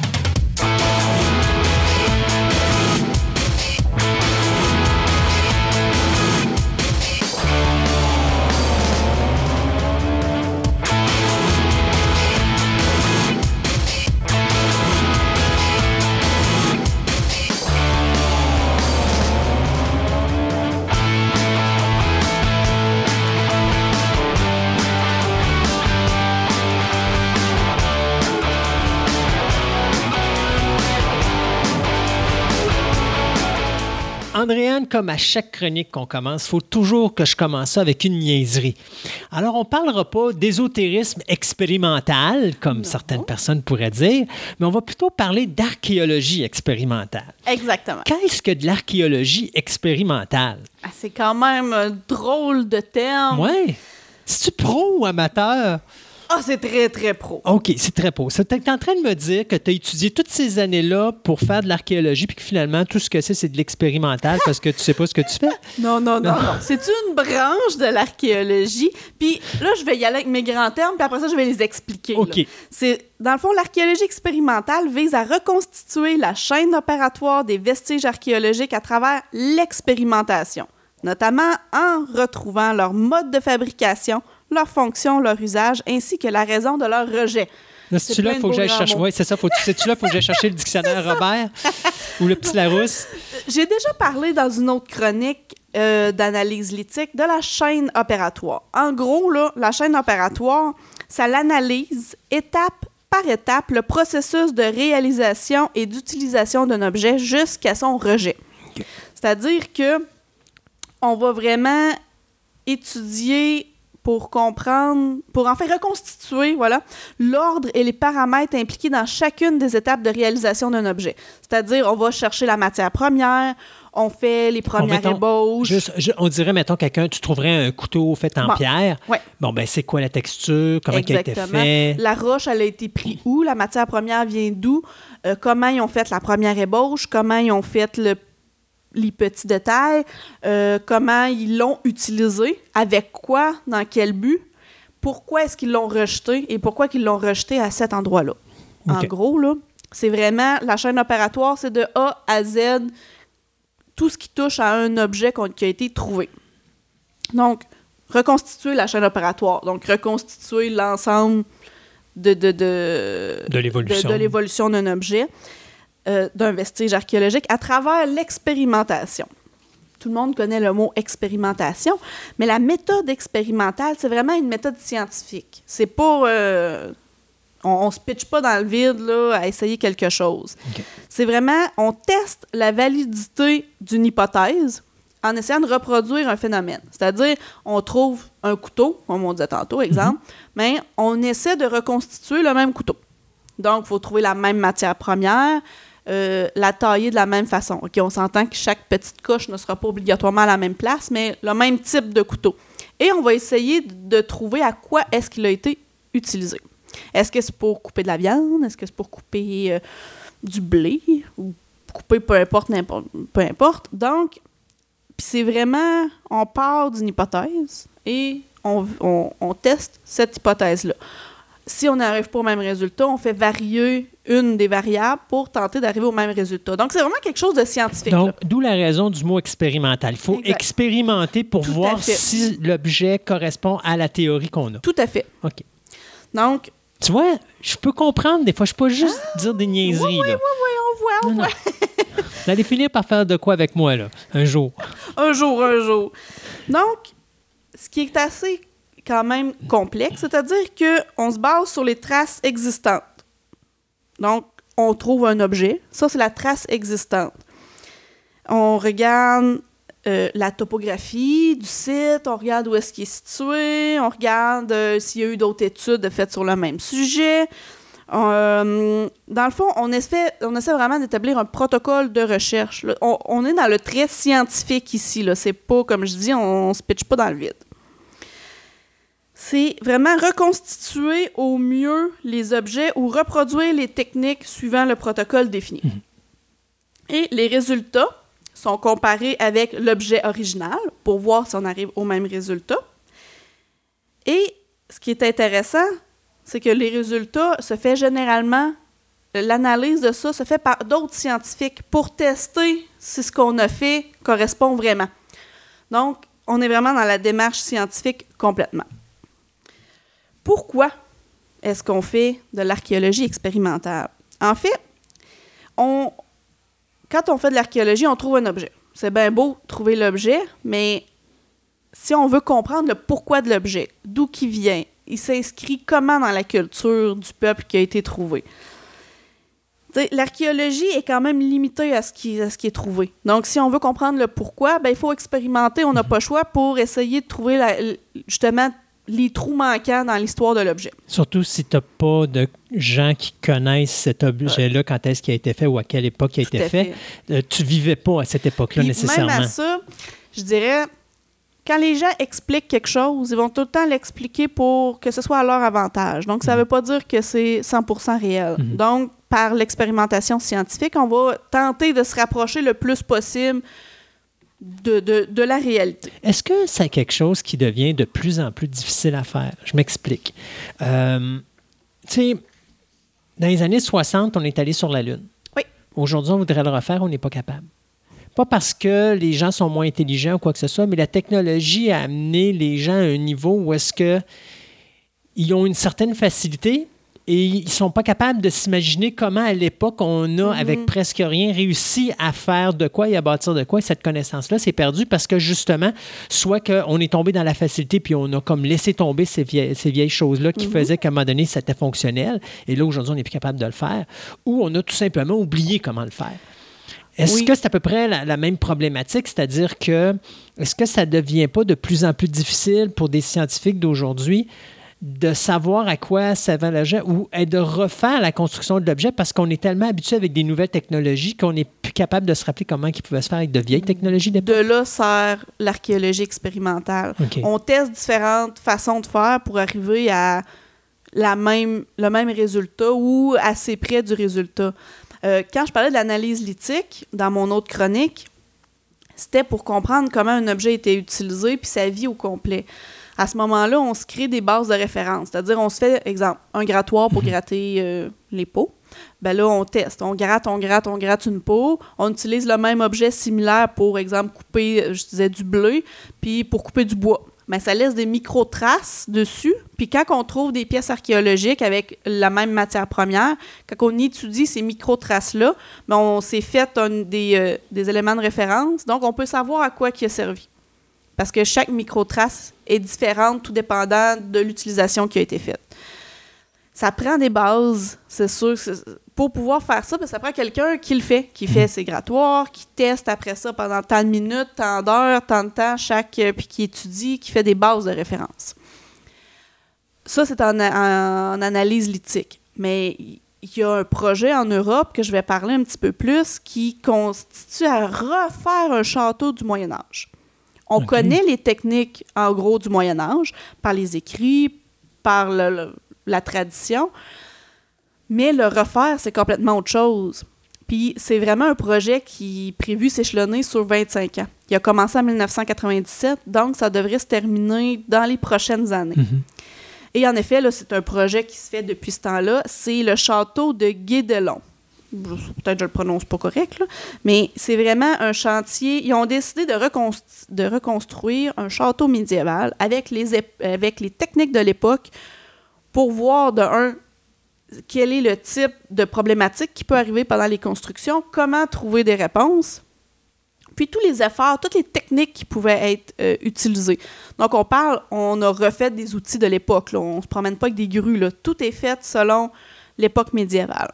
Andréane, comme à chaque chronique qu'on commence, il faut toujours que je commence ça avec une niaiserie. Alors, on ne parlera pas d'ésotérisme expérimental, comme certaines personnes pourraient dire, mais on va plutôt parler d'archéologie expérimentale. Exactement. Qu'est-ce que de l'archéologie expérimentale? C'est quand même un drôle de terme. Oui. C'est-tu pro ou amateur? C'est très, très pro. OK, c'est très pro. Tu es en train de me dire que tu as étudié toutes ces années-là pour faire de l'archéologie puis que finalement, tout ce que c'est de l'expérimental parce que tu sais pas ce que tu fais? Non. C'est une branche de l'archéologie. Puis là, je vais y aller avec mes grands termes, puis après ça, je vais les expliquer. OK. Dans le fond, l'archéologie expérimentale vise à reconstituer la chaîne opératoire des vestiges archéologiques à travers l'expérimentation, notamment en retrouvant leur mode de fabrication, leur fonction, leur usage, ainsi que la raison de leur rejet. C'est-tu là, il faut que j'aille chercher. Oui, c'est ça. C'est-tu là, il faut que j'aille chercher le dictionnaire Robert ou le petit Larousse? J'ai déjà parlé dans une autre chronique d'analyse lithique de la chaîne opératoire. En gros, là, la chaîne opératoire, ça l'analyse étape par étape le processus de réalisation et d'utilisation d'un objet jusqu'à son rejet. Okay. C'est-à-dire que on va vraiment étudier pour comprendre, pour en faire reconstituer, l'ordre et les paramètres impliqués dans chacune des étapes de réalisation d'un objet. C'est-à-dire, on va chercher la matière première, on fait les premières ébauches. On dirait, mettons, tu trouverais un couteau fait en pierre. Ouais. Bon, ben c'est quoi la texture? Comment il a été fait? La roche, elle a été prise où? La matière première vient d'où? Comment ils ont fait la première ébauche? Comment ils ont fait les petits détails, comment ils l'ont utilisé, avec quoi, dans quel but, pourquoi est-ce qu'ils l'ont rejeté et pourquoi ils l'ont rejeté à cet endroit-là. Okay. En gros, là, c'est vraiment la chaîne opératoire, c'est de A à Z, tout ce qui touche à un objet qui a été trouvé. Donc, reconstituer la chaîne opératoire, donc reconstituer l'ensemble de l'évolution d'un objet. D'un vestige archéologique à travers l'expérimentation. Tout le monde connaît le mot expérimentation, mais la méthode expérimentale, c'est vraiment une méthode scientifique. C'est pas... on se pitche pas dans le vide là, à essayer quelque chose. Okay. C'est vraiment... On teste la validité d'une hypothèse en essayant de reproduire un phénomène. C'est-à-dire, on trouve un couteau, comme on disait tantôt, exemple, mais on essaie de reconstituer le même couteau. Donc, il faut trouver la même matière première, la tailler de la même façon. Okay, on s'entend que chaque petite couche ne sera pas obligatoirement à la même place, mais le même type de couteau. Et on va essayer de trouver à quoi est-ce qu'il a été utilisé. Est-ce que c'est pour couper de la viande? Est-ce que c'est pour couper du blé? Ou couper peu importe. Donc, c'est vraiment, on part d'une hypothèse et on teste cette hypothèse-là. Si on n'arrive pas au même résultat, on fait varier une des variables pour tenter d'arriver au même résultat. Donc, c'est vraiment quelque chose de scientifique. Donc, d'où la raison du mot expérimental. Il faut expérimenter pour voir si l'objet correspond à la théorie qu'on a. Tout à fait. OK. Donc... Tu vois, je peux comprendre. Des fois, je ne peux pas juste dire des niaiseries. Oui, on voit. Vous allez finir par faire de quoi avec moi, là, un jour. Un jour. Donc, ce qui est assez... quand même complexe, c'est-à-dire qu'on se base sur les traces existantes. Donc, on trouve un objet. Ça, c'est la trace existante. On regarde la topographie du site, on regarde où est-ce qu'il est situé, on regarde s'il y a eu d'autres études faites sur le même sujet. Dans le fond, on essaie vraiment d'établir un protocole de recherche. Là, on est dans le très scientifique ici. Là. C'est pas, comme je dis, on ne se pitche pas dans le vide. C'est vraiment reconstituer au mieux les objets ou reproduire les techniques suivant le protocole défini. Et les résultats sont comparés avec l'objet original pour voir si on arrive au même résultat. Et ce qui est intéressant, c'est que les résultats se fait généralement, l'analyse de ça se fait par d'autres scientifiques pour tester si ce qu'on a fait correspond vraiment. Donc, on est vraiment dans la démarche scientifique complètement. Pourquoi est-ce qu'on fait de l'archéologie expérimentale? En fait, quand on fait de l'archéologie, on trouve un objet. C'est bien beau trouver l'objet, mais si on veut comprendre le pourquoi de l'objet, d'où il vient, il s'inscrit comment dans la culture du peuple qui a été trouvé. T'sais, l'archéologie est quand même limitée à ce qui est trouvé. Donc, si on veut comprendre le pourquoi, il faut expérimenter, on n'a pas le choix pour essayer de trouver justement les trous manquants dans l'histoire de l'objet. Surtout si tu n'as pas de gens qui connaissent cet objet-là, quand est-ce qu'il a été fait ou à quelle époque il a été fait. Tu ne vivais pas à cette époque-là puis nécessairement. Même à ça, je dirais, quand les gens expliquent quelque chose, ils vont tout le temps l'expliquer pour que ce soit à leur avantage. Donc, ça ne veut pas dire que c'est 100% réel. Donc, par l'expérimentation scientifique, on va tenter de se rapprocher le plus possible de la réalité. Est-ce que c'est quelque chose qui devient de plus en plus difficile à faire? Je m'explique. Tu sais, dans les années 60, on est allé sur la Lune. Oui. Aujourd'hui, on voudrait le refaire, on n'est pas capable. Pas parce que les gens sont moins intelligents ou quoi que ce soit, mais la technologie a amené les gens à un niveau où est-ce qu'ils ont une certaine facilité et ils ne sont pas capables de s'imaginer comment, à l'époque, on a, avec presque rien, réussi à faire de quoi et à bâtir de quoi. Et cette connaissance-là s'est perdue parce que, justement, soit qu'on est tombé dans la facilité puis on a comme laissé tomber ces vieilles choses-là qui faisaient qu'à un moment donné, c'était fonctionnel. Et là, aujourd'hui, on n'est plus capable de le faire. Ou on a tout simplement oublié comment le faire. Est-ce que c'est à peu près la même problématique? C'est-à-dire que, est-ce que ça ne devient pas de plus en plus difficile pour des scientifiques d'aujourd'hui de savoir à ça servait l'objet ou de refaire la construction de l'objet parce qu'on est tellement habitué avec des nouvelles technologies qu'on n'est plus capable de se rappeler comment ils pouvaient se faire avec de vieilles technologies d'époque? De là sert l'archéologie expérimentale. Okay. On teste différentes façons de faire pour arriver à le même résultat ou assez près du résultat. Quand je parlais de l'analyse lithique, dans mon autre chronique, c'était pour comprendre comment un objet était utilisé puis sa vie au complet. À ce moment-là, on se crée des bases de référence. C'est-à-dire, on se fait, exemple, un grattoir pour gratter les peaux. Ben là, on teste. On gratte une peau. On utilise le même objet similaire pour, exemple, couper, je disais, du bleu, puis pour couper du bois. Mais ça laisse des micro-traces dessus. Puis quand on trouve des pièces archéologiques avec la même matière première, quand on étudie ces micro-traces-là, ben on s'est fait des éléments de référence. Donc, on peut savoir à quoi il a servi. Parce que chaque micro-trace est différente, tout dépendant de l'utilisation qui a été faite. Ça prend des bases, c'est sûr. Pour pouvoir faire ça, ça prend quelqu'un qui le fait, qui fait ses grattoirs, qui teste après ça pendant tant de minutes, tant d'heures, tant de temps, puis qui étudie, qui fait des bases de référence. Ça, c'est en analyse lithique. Mais il y a un projet en Europe que je vais parler un petit peu plus qui constitue à refaire un château du Moyen-Âge. On connaît les techniques, en gros, du Moyen-Âge, par les écrits, par la tradition, mais le refaire, c'est complètement autre chose. Puis c'est vraiment un projet qui est prévu s'échelonner sur 25 ans. Il a commencé en 1997, donc ça devrait se terminer dans les prochaines années. Et en effet, là, c'est un projet qui se fait depuis ce temps-là. C'est le château de Guédelon. Peut-être que je le prononce pas correct, là, mais c'est vraiment un chantier. Ils ont décidé de reconstruire un château médiéval avec les techniques de l'époque pour voir, quel est le type de problématique qui peut arriver pendant les constructions, comment trouver des réponses, puis tous les efforts, toutes les techniques qui pouvaient être utilisées. Donc, on a refait des outils de l'époque, là. On ne se promène pas avec des grues, là. Tout est fait selon l'époque médiévale.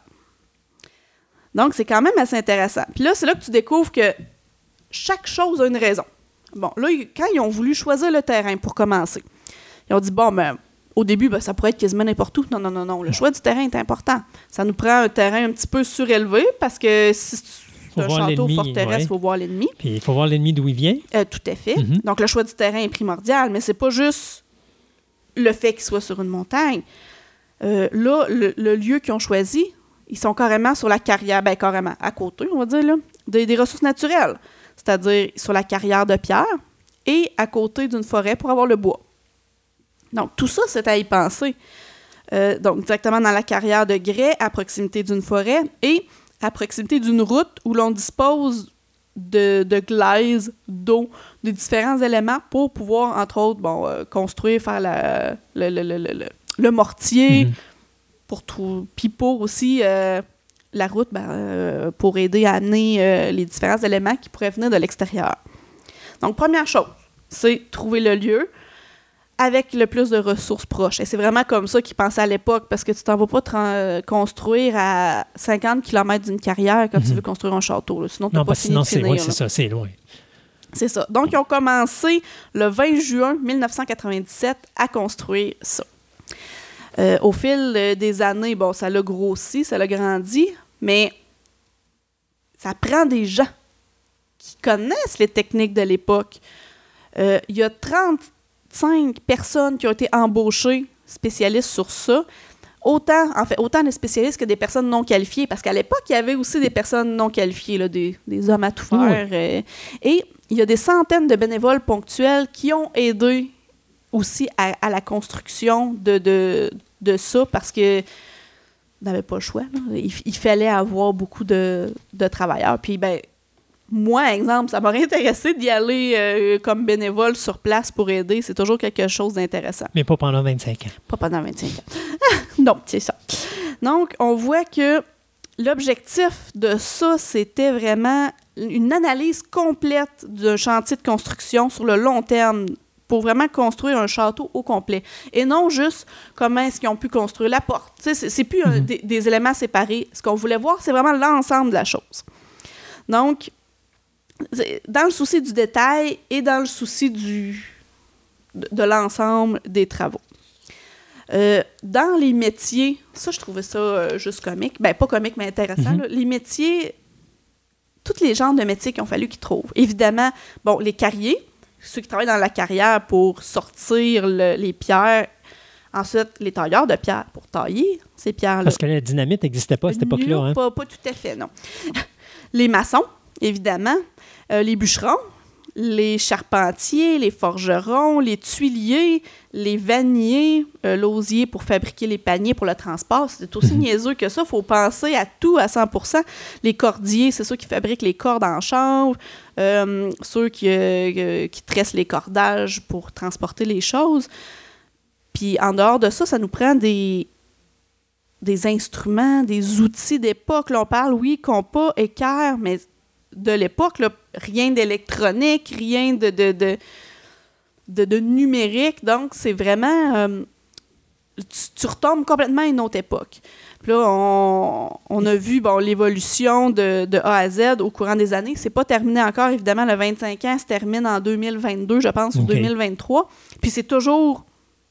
Donc, c'est quand même assez intéressant. Puis là, c'est là que tu découvres que chaque chose a une raison. Bon, là, quand ils ont voulu choisir le terrain pour commencer, ils ont dit, au début, ça pourrait être quasiment n'importe où. Non. Le choix du terrain est important. Ça nous prend un terrain un petit peu surélevé parce que si c'est un château forteresse, il faut voir l'ennemi. Puis il faut voir l'ennemi d'où il vient. Tout à fait. Donc, le choix du terrain est primordial, mais c'est pas juste le fait qu'il soit sur une montagne. Là, le lieu qu'ils ont choisi, ils sont carrément sur la carrière, carrément à côté, on va dire, là, des ressources naturelles. c'est-à-dire sur la carrière de pierre, et à côté d'une forêt pour avoir le bois. Donc, tout ça, c'est à y penser. Donc, directement dans la carrière de grès, à proximité d'une forêt, et à proximité d'une route où l'on dispose de glaise, d'eau, de différents éléments pour pouvoir, entre autres, construire, faire le mortier, pour tout, puis pour aussi la route, pour aider à amener les différents éléments qui pourraient venir de l'extérieur. Donc, première chose, c'est trouver le lieu avec le plus de ressources proches. Et c'est vraiment comme ça qu'ils pensaient à l'époque, parce que tu t'en vas pas construire à 50 km d'une carrière quand tu veux construire un château. Là. Sinon, tu n'as pas fini de finir. Oui, c'est ça, c'est loin. C'est ça. Donc, ils ont commencé le 20 juin 1997 à construire ça. Au fil des années, ça l'a grossi, ça l'a grandi, mais ça prend des gens qui connaissent les techniques de l'époque. Il y a 35 personnes qui ont été embauchées spécialistes sur ça. Autant de spécialistes que des personnes non qualifiées, parce qu'à l'époque, il y avait aussi des personnes non qualifiées, là, des hommes à tout faire. Oui. Et il y a des centaines de bénévoles ponctuels qui ont aidé aussi à la construction de ça, parce que n'avait pas le choix. Là. Il fallait avoir beaucoup de travailleurs. Puis, moi, exemple, ça m'aurait intéressé d'y aller comme bénévole sur place pour aider. C'est toujours quelque chose d'intéressant. Mais pas pendant 25 ans. Pas pendant 25 ans. Non, c'est ça. Donc, on voit que l'objectif de ça, c'était vraiment une analyse complète d'un chantier de construction sur le long terme pour vraiment construire un château au complet. Et non juste comment est-ce qu'ils ont pu construire la porte. C'est plus des éléments séparés. Ce qu'on voulait voir, c'est vraiment l'ensemble de la chose. Donc, dans le souci du détail et dans le souci de l'ensemble des travaux. Dans les métiers, ça, je trouvais ça juste comique. Pas comique, mais intéressant. Là. Les métiers, tous les genres de métiers qu'il a fallu qu'ils trouvent. Évidemment, les carriers, ceux qui travaillent dans la carrière pour sortir les pierres. Ensuite, les tailleurs de pierre pour tailler ces pierres-là. Parce que la dynamite n'existait pas à cette époque-là. Hein? Pas tout à fait, non. Les maçons, évidemment. Les bûcherons, les charpentiers, les forgerons, les tuiliers, les vanniers, l'osier pour fabriquer les paniers pour le transport. C'est aussi niaiseux que ça. Il faut penser à tout à 100%. Les cordiers, c'est ceux qui fabriquent les cordes en chanvre, ceux qui tressent les cordages pour transporter les choses. Puis en dehors de ça, ça nous prend des instruments, des outils d'époque. Là, on parle, oui, compas, équerre, mais de l'époque, là, rien d'électronique, rien de numérique. Donc, c'est vraiment... tu retombes complètement à une autre époque. Puis là, on a vu l'évolution de A à Z au courant des années. C'est pas terminé encore, évidemment. Le 25 ans se termine en 2022, je pense, ou 2023. Puis c'est toujours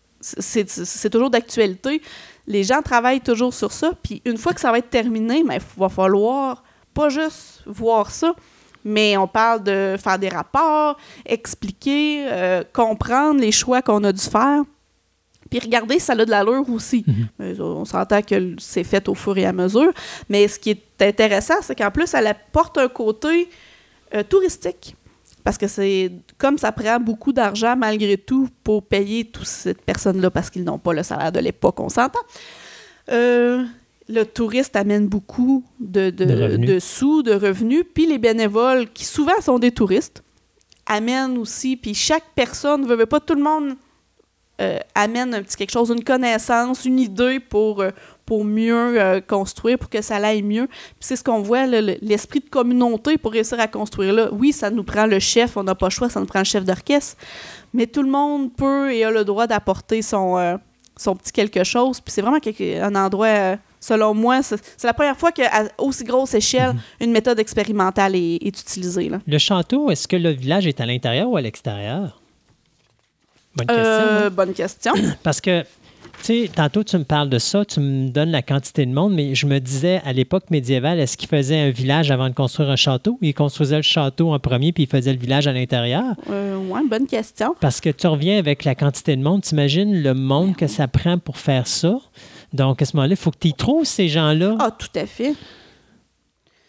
d'actualité. Les gens travaillent toujours sur ça. Puis une fois que ça va être terminé, il va falloir pas juste voir ça, mais on parle de faire des rapports, expliquer, comprendre les choix qu'on a dû faire, puis regarder si ça a de l'allure aussi. On s'entend que c'est fait au fur et à mesure, mais ce qui est intéressant, c'est qu'en plus, elle apporte un côté touristique, parce que c'est comme ça prend beaucoup d'argent malgré tout pour payer toutes ces personnes-là, parce qu'ils n'ont pas le salaire de l'époque, on s'entend. Le touriste amène beaucoup de sous, de revenus, puis les bénévoles, qui souvent sont des touristes, amènent aussi, puis chaque personne, veut pas, tout le monde amène un petit quelque chose, une connaissance, une idée pour mieux construire, pour que ça aille mieux. Puis c'est ce qu'on voit, l'esprit de communauté pour réussir à construire là. Oui, ça nous prend le chef, on n'a pas le choix, ça nous prend le chef d'orchestre, mais tout le monde peut et a le droit d'apporter son petit quelque chose, puis c'est vraiment un endroit... selon moi, c'est la première fois qu'à aussi grosse échelle, une méthode expérimentale est utilisée. Là. Le château, est-ce que le village est à l'intérieur ou à l'extérieur? Bonne question. Bonne question. Parce que, tu sais, tantôt, tu me parles de ça, tu me donnes la quantité de monde, mais je me disais, à l'époque médiévale, est-ce qu'ils faisaient un village avant de construire un château? Ils construisaient le château en premier, puis ils faisaient le village à l'intérieur? Oui, bonne question. Parce que tu reviens avec la quantité de monde. T'imagines le monde que ça prend pour faire ça? Donc, à ce moment-là, il faut que tu y trouves ces gens-là. Ah, tout à fait.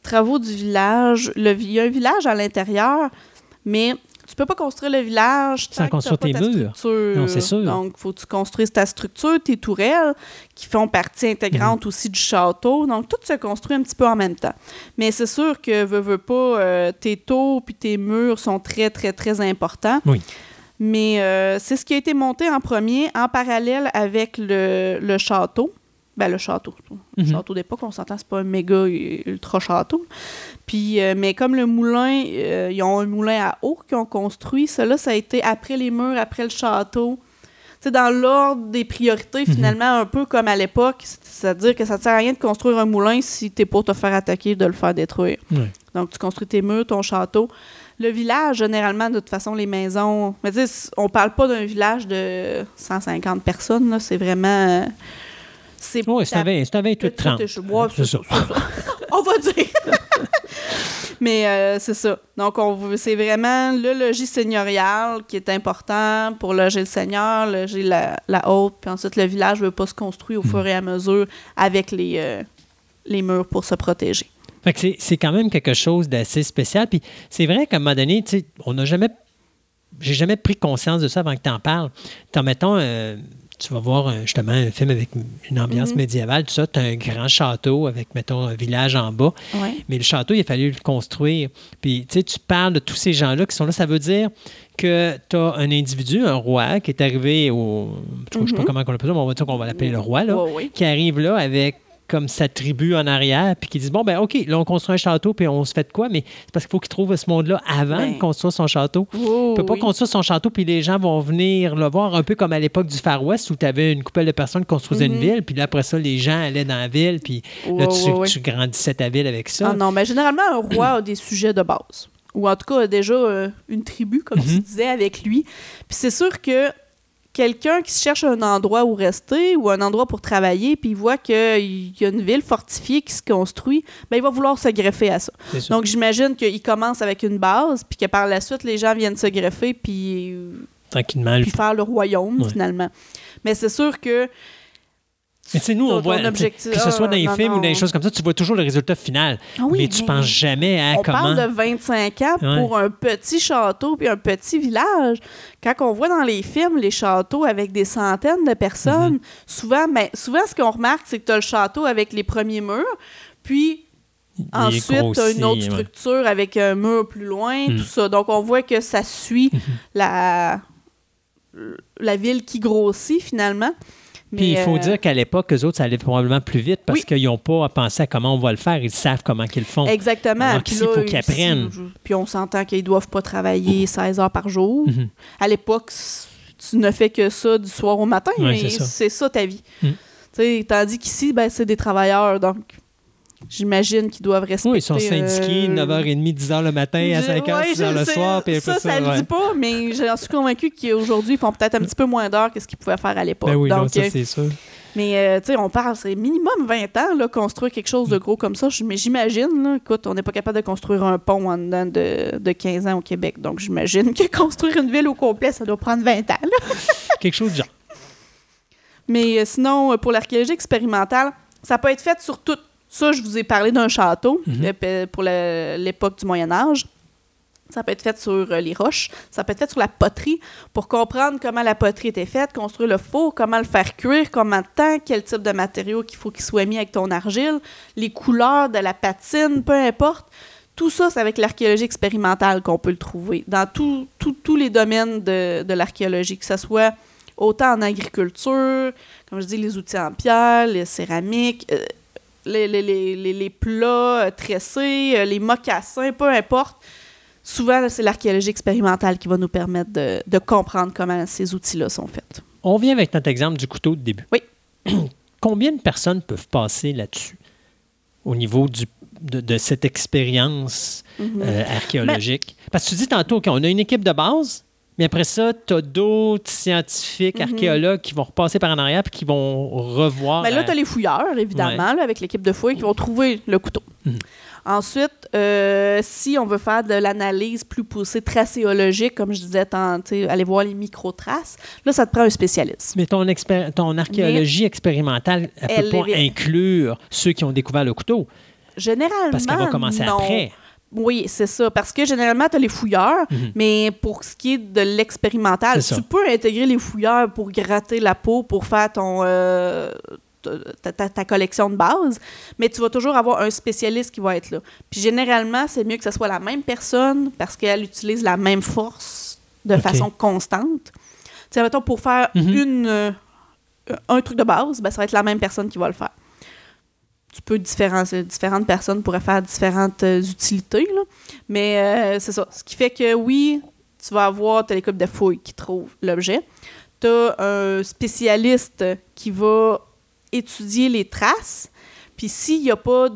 travaux du village, il y a un village à l'intérieur, mais tu peux pas construire le village sans construire tes murs. Non, c'est sûr. Donc, il faut que tu construises ta structure, tes tourelles, qui font partie intégrante aussi du château. Donc, tout se construit un petit peu en même temps. Mais c'est sûr que, veux pas, tes tours puis tes murs sont très, très, très importants. Oui. Mais c'est ce qui a été monté en premier, en parallèle avec le château. Ben, le château. Le château d'époque, on s'entend, c'est pas un méga ultra château. Puis, mais comme le moulin, ils ont un moulin à eau qu'ils ont construit. Ça a été après les murs, après le château. Tu sais, dans l'ordre des priorités, finalement, un peu comme à l'époque. C'est-à-dire que ça ne sert à rien de construire un moulin si tu n'es pas te faire attaquer, de le faire détruire. Oui. Donc, tu construis tes murs, ton château. Le village, généralement, de toute façon, les maisons... Mais tu sais, on parle pas d'un village de 150 personnes, là. C'est vraiment... Oui, c'est un 28-30. Ouais, c'est ça. On va dire. Mais c'est ça. Donc, c'est vraiment le logis seigneurial qui est important pour loger le seigneur, loger la haute, puis ensuite, le village ne veut pas se construire au fur et à mesure avec les murs pour se protéger. Fait que c'est quand même quelque chose d'assez spécial. Puis c'est vrai qu'à un moment donné, tu sais, j'ai jamais pris conscience de ça avant que tu en parles. Mettons... tu vas voir justement un film avec une ambiance médiévale, tout ça. Tu as un grand château avec, mettons, un village en bas. Ouais. Mais le château, il a fallu le construire. Puis, tu sais, tu parles de tous ces gens-là qui sont là. Ça veut dire que tu as un individu, un roi, qui est arrivé au... Je ne sais pas comment on l'appelle ça, mais on va dire qu'on va l'appeler le roi, là, qui arrive là avec comme sa tribu en arrière, puis qui disent, bon, ben OK, là, on construit un château, puis on se fait de quoi? Mais c'est parce qu'il faut qu'il trouve ce monde-là avant de construire son château. Il ne peut pas construire son château, puis les gens vont venir le voir, un peu comme à l'époque du Far West, où tu avais une couple de personnes qui construisaient une ville, puis là, après ça, les gens allaient dans la ville, puis là, tu grandissais ta ville avec ça. Ah non, mais généralement, un roi a des sujets de base. Ou en tout cas, a déjà une tribu, comme tu disais, avec lui. Puis c'est sûr que quelqu'un qui se cherche un endroit où rester ou un endroit pour travailler, puis il voit qu'il y a une ville fortifiée qui se construit, bien, il va vouloir se greffer à ça. Donc, j'imagine qu'il commence avec une base, puis que par la suite, les gens viennent se greffer, puis tranquillement, puis faire le royaume, finalement. Mais c'est sûr que... Mais tu sais, nous, on voit, que ce soit dans les films ou dans les choses comme ça, tu vois toujours le résultat final. Mais tu ne penses jamais à comment... On parle de 25 ans pour un petit château puis un petit village. Quand on voit dans les films les châteaux avec des centaines de personnes, souvent, ce qu'on remarque, c'est que tu as le château avec les premiers murs, puis ensuite, tu as une autre structure avec un mur plus loin, tout ça. Donc, on voit que ça suit la ville qui grossit, finalement. Puis il faut dire qu'à l'époque, eux autres, ça allait probablement plus vite parce qu'ils n'ont pas à penser à comment on va le faire. Ils savent comment ils le font. Exactement. Donc ici, il faut qu'ils apprennent. Puis on s'entend qu'ils ne doivent pas travailler 16 heures par jour. À l'époque, tu ne fais que ça du soir au matin, mais c'est ça ta vie. Tandis qu'ici, c'est des travailleurs, donc... J'imagine qu'ils doivent respecter... Oui, ils sont syndiqués 9h30, 10h le matin, à 5h, 6h le soir. Puis ça le dit pas, mais j'en suis convaincue qu'aujourd'hui, ils font peut-être un petit peu moins d'heures que ce qu'ils pouvaient faire à l'époque. Ben oui, donc, ça, c'est sûr. Mais, tu sais, on parle, c'est minimum 20 ans, là, construire quelque chose de gros comme ça. Mais j'imagine, là, écoute, on n'est pas capable de construire un pont en dedans de 15 ans au Québec. Donc, j'imagine que construire une ville au complet, ça doit prendre 20 ans. Là. Quelque chose de genre. Mais sinon, pour l'archéologie expérimentale, ça peut être fait sur tout. Ça, je vous ai parlé d'un château pour l'époque du Moyen-Âge. Ça peut être fait sur les roches. Ça peut être fait sur la poterie pour comprendre comment la poterie était faite, construire le four, comment le faire cuire, combien de temps, quel type de matériaux qu'il faut qu'il soit mis avec ton argile, les couleurs de la patine, peu importe. Tout ça, c'est avec l'archéologie expérimentale qu'on peut le trouver dans tous les domaines de l'archéologie, que ce soit autant en agriculture, comme je dis, les outils en pierre, les céramiques... Les plats tressés, les mocassins, peu importe. Souvent, c'est l'archéologie expérimentale qui va nous permettre de comprendre comment ces outils-là sont faits. On vient avec notre exemple du couteau de début. Oui. Combien de personnes peuvent passer là-dessus au niveau de cette expérience archéologique? Parce que tu dis tantôt qu'on a une équipe de base, mais après ça, tu as d'autres scientifiques, archéologues qui vont repasser par en arrière et qui vont revoir... Là, tu as les fouilleurs, évidemment, là, avec l'équipe de fouilles qui vont trouver le couteau. Ensuite, si on veut faire de l'analyse plus poussée, tracéologique, comme je disais, aller voir les micro-traces, là, ça te prend un spécialiste. Mais ton archéologie expérimentale, elle ne peut pas inclure ceux qui ont découvert le couteau. Généralement, Parce qu'elle va commencer non. après. Oui, c'est ça. Parce que généralement, tu as les fouilleurs, mais pour ce qui est de l'expérimental, tu peux intégrer les fouilleurs pour gratter la peau, pour faire ta collection de base, mais tu vas toujours avoir un spécialiste qui va être là. Puis généralement, c'est mieux que ce soit la même personne parce qu'elle utilise la même force de façon constante. Tu sais, mettons, pour faire un truc de base, ben, ça va être la même personne qui va le faire. Tu peux différentes personnes pourraient faire différentes utilités, là. Mais c'est ça. Ce qui fait que oui, tu vas avoir l'équipe de fouilles qui trouve l'objet. Tu as un spécialiste qui va étudier les traces. Puis s'il n'y a pas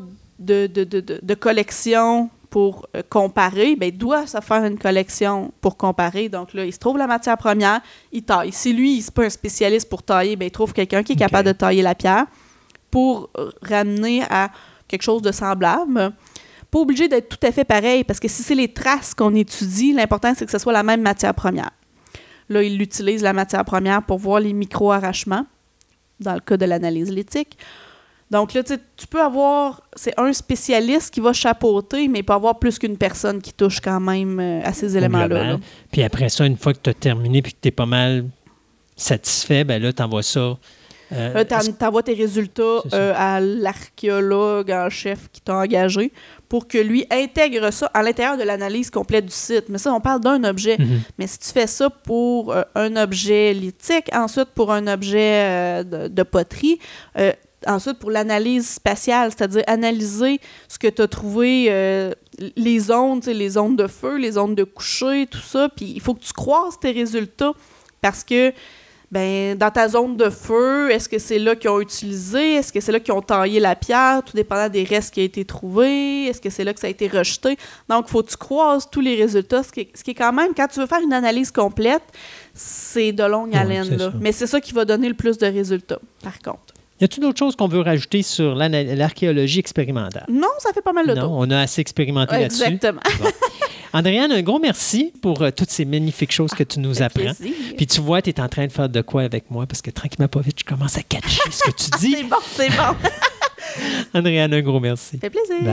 de collection pour comparer, ben, il doit se faire une collection pour comparer. Donc là, il se trouve la matière première, il taille. Si lui, il n'est pas un spécialiste pour tailler, ben, il trouve quelqu'un qui est capable de tailler la pierre pour ramener à quelque chose de semblable. Pas obligé d'être tout à fait pareil, parce que si c'est les traces qu'on étudie, l'important, c'est que ce soit la même matière première. Là, il utilise la matière première pour voir les micro-arrachements, dans le cas de l'analyse lithique. Donc là, tu peux avoir... C'est un spécialiste qui va chapeauter, mais il peut avoir plus qu'une personne qui touche quand même à ces éléments-là. Là. Puis après ça, une fois que tu as terminé et que tu es pas mal satisfait, ben là, tu envoies ça... t'envoies tes résultats à l'archéologue en chef qui t'a engagé pour que lui intègre ça à l'intérieur de l'analyse complète du site. Mais ça, on parle d'un objet. Mais si tu fais ça pour un objet lithique, ensuite pour un objet de poterie, ensuite pour l'analyse spatiale, c'est-à-dire analyser ce que tu as trouvé, les ondes de feu, les ondes de coucher, tout ça. Puis il faut que tu croises tes résultats parce que ben, dans ta zone de feu, est-ce que c'est là qu'ils ont utilisé? Est-ce que c'est là qu'ils ont taillé la pierre, tout dépendant des restes qui ont été trouvés? Est-ce que c'est là que ça a été rejeté? Donc, il faut que tu croises tous les résultats, ce qui est quand même, quand tu veux faire une analyse complète, c'est de longue haleine. Là. Mais c'est ça qui va donner le plus de résultats, par contre. Y a-t-il d'autres choses qu'on veut rajouter sur l'archéologie expérimentale? Non, ça fait pas mal de temps. Non, on a assez expérimenté là-dessus. Exactement. Bon. Andréane, un gros merci pour toutes ces magnifiques choses que tu nous apprends. Plaisir. Puis tu vois, tu es en train de faire de quoi avec moi parce que tranquillement, pas vite, je commence à catcher ce que tu dis. C'est bon. Andréane, un gros merci. Ça fait plaisir. Bye.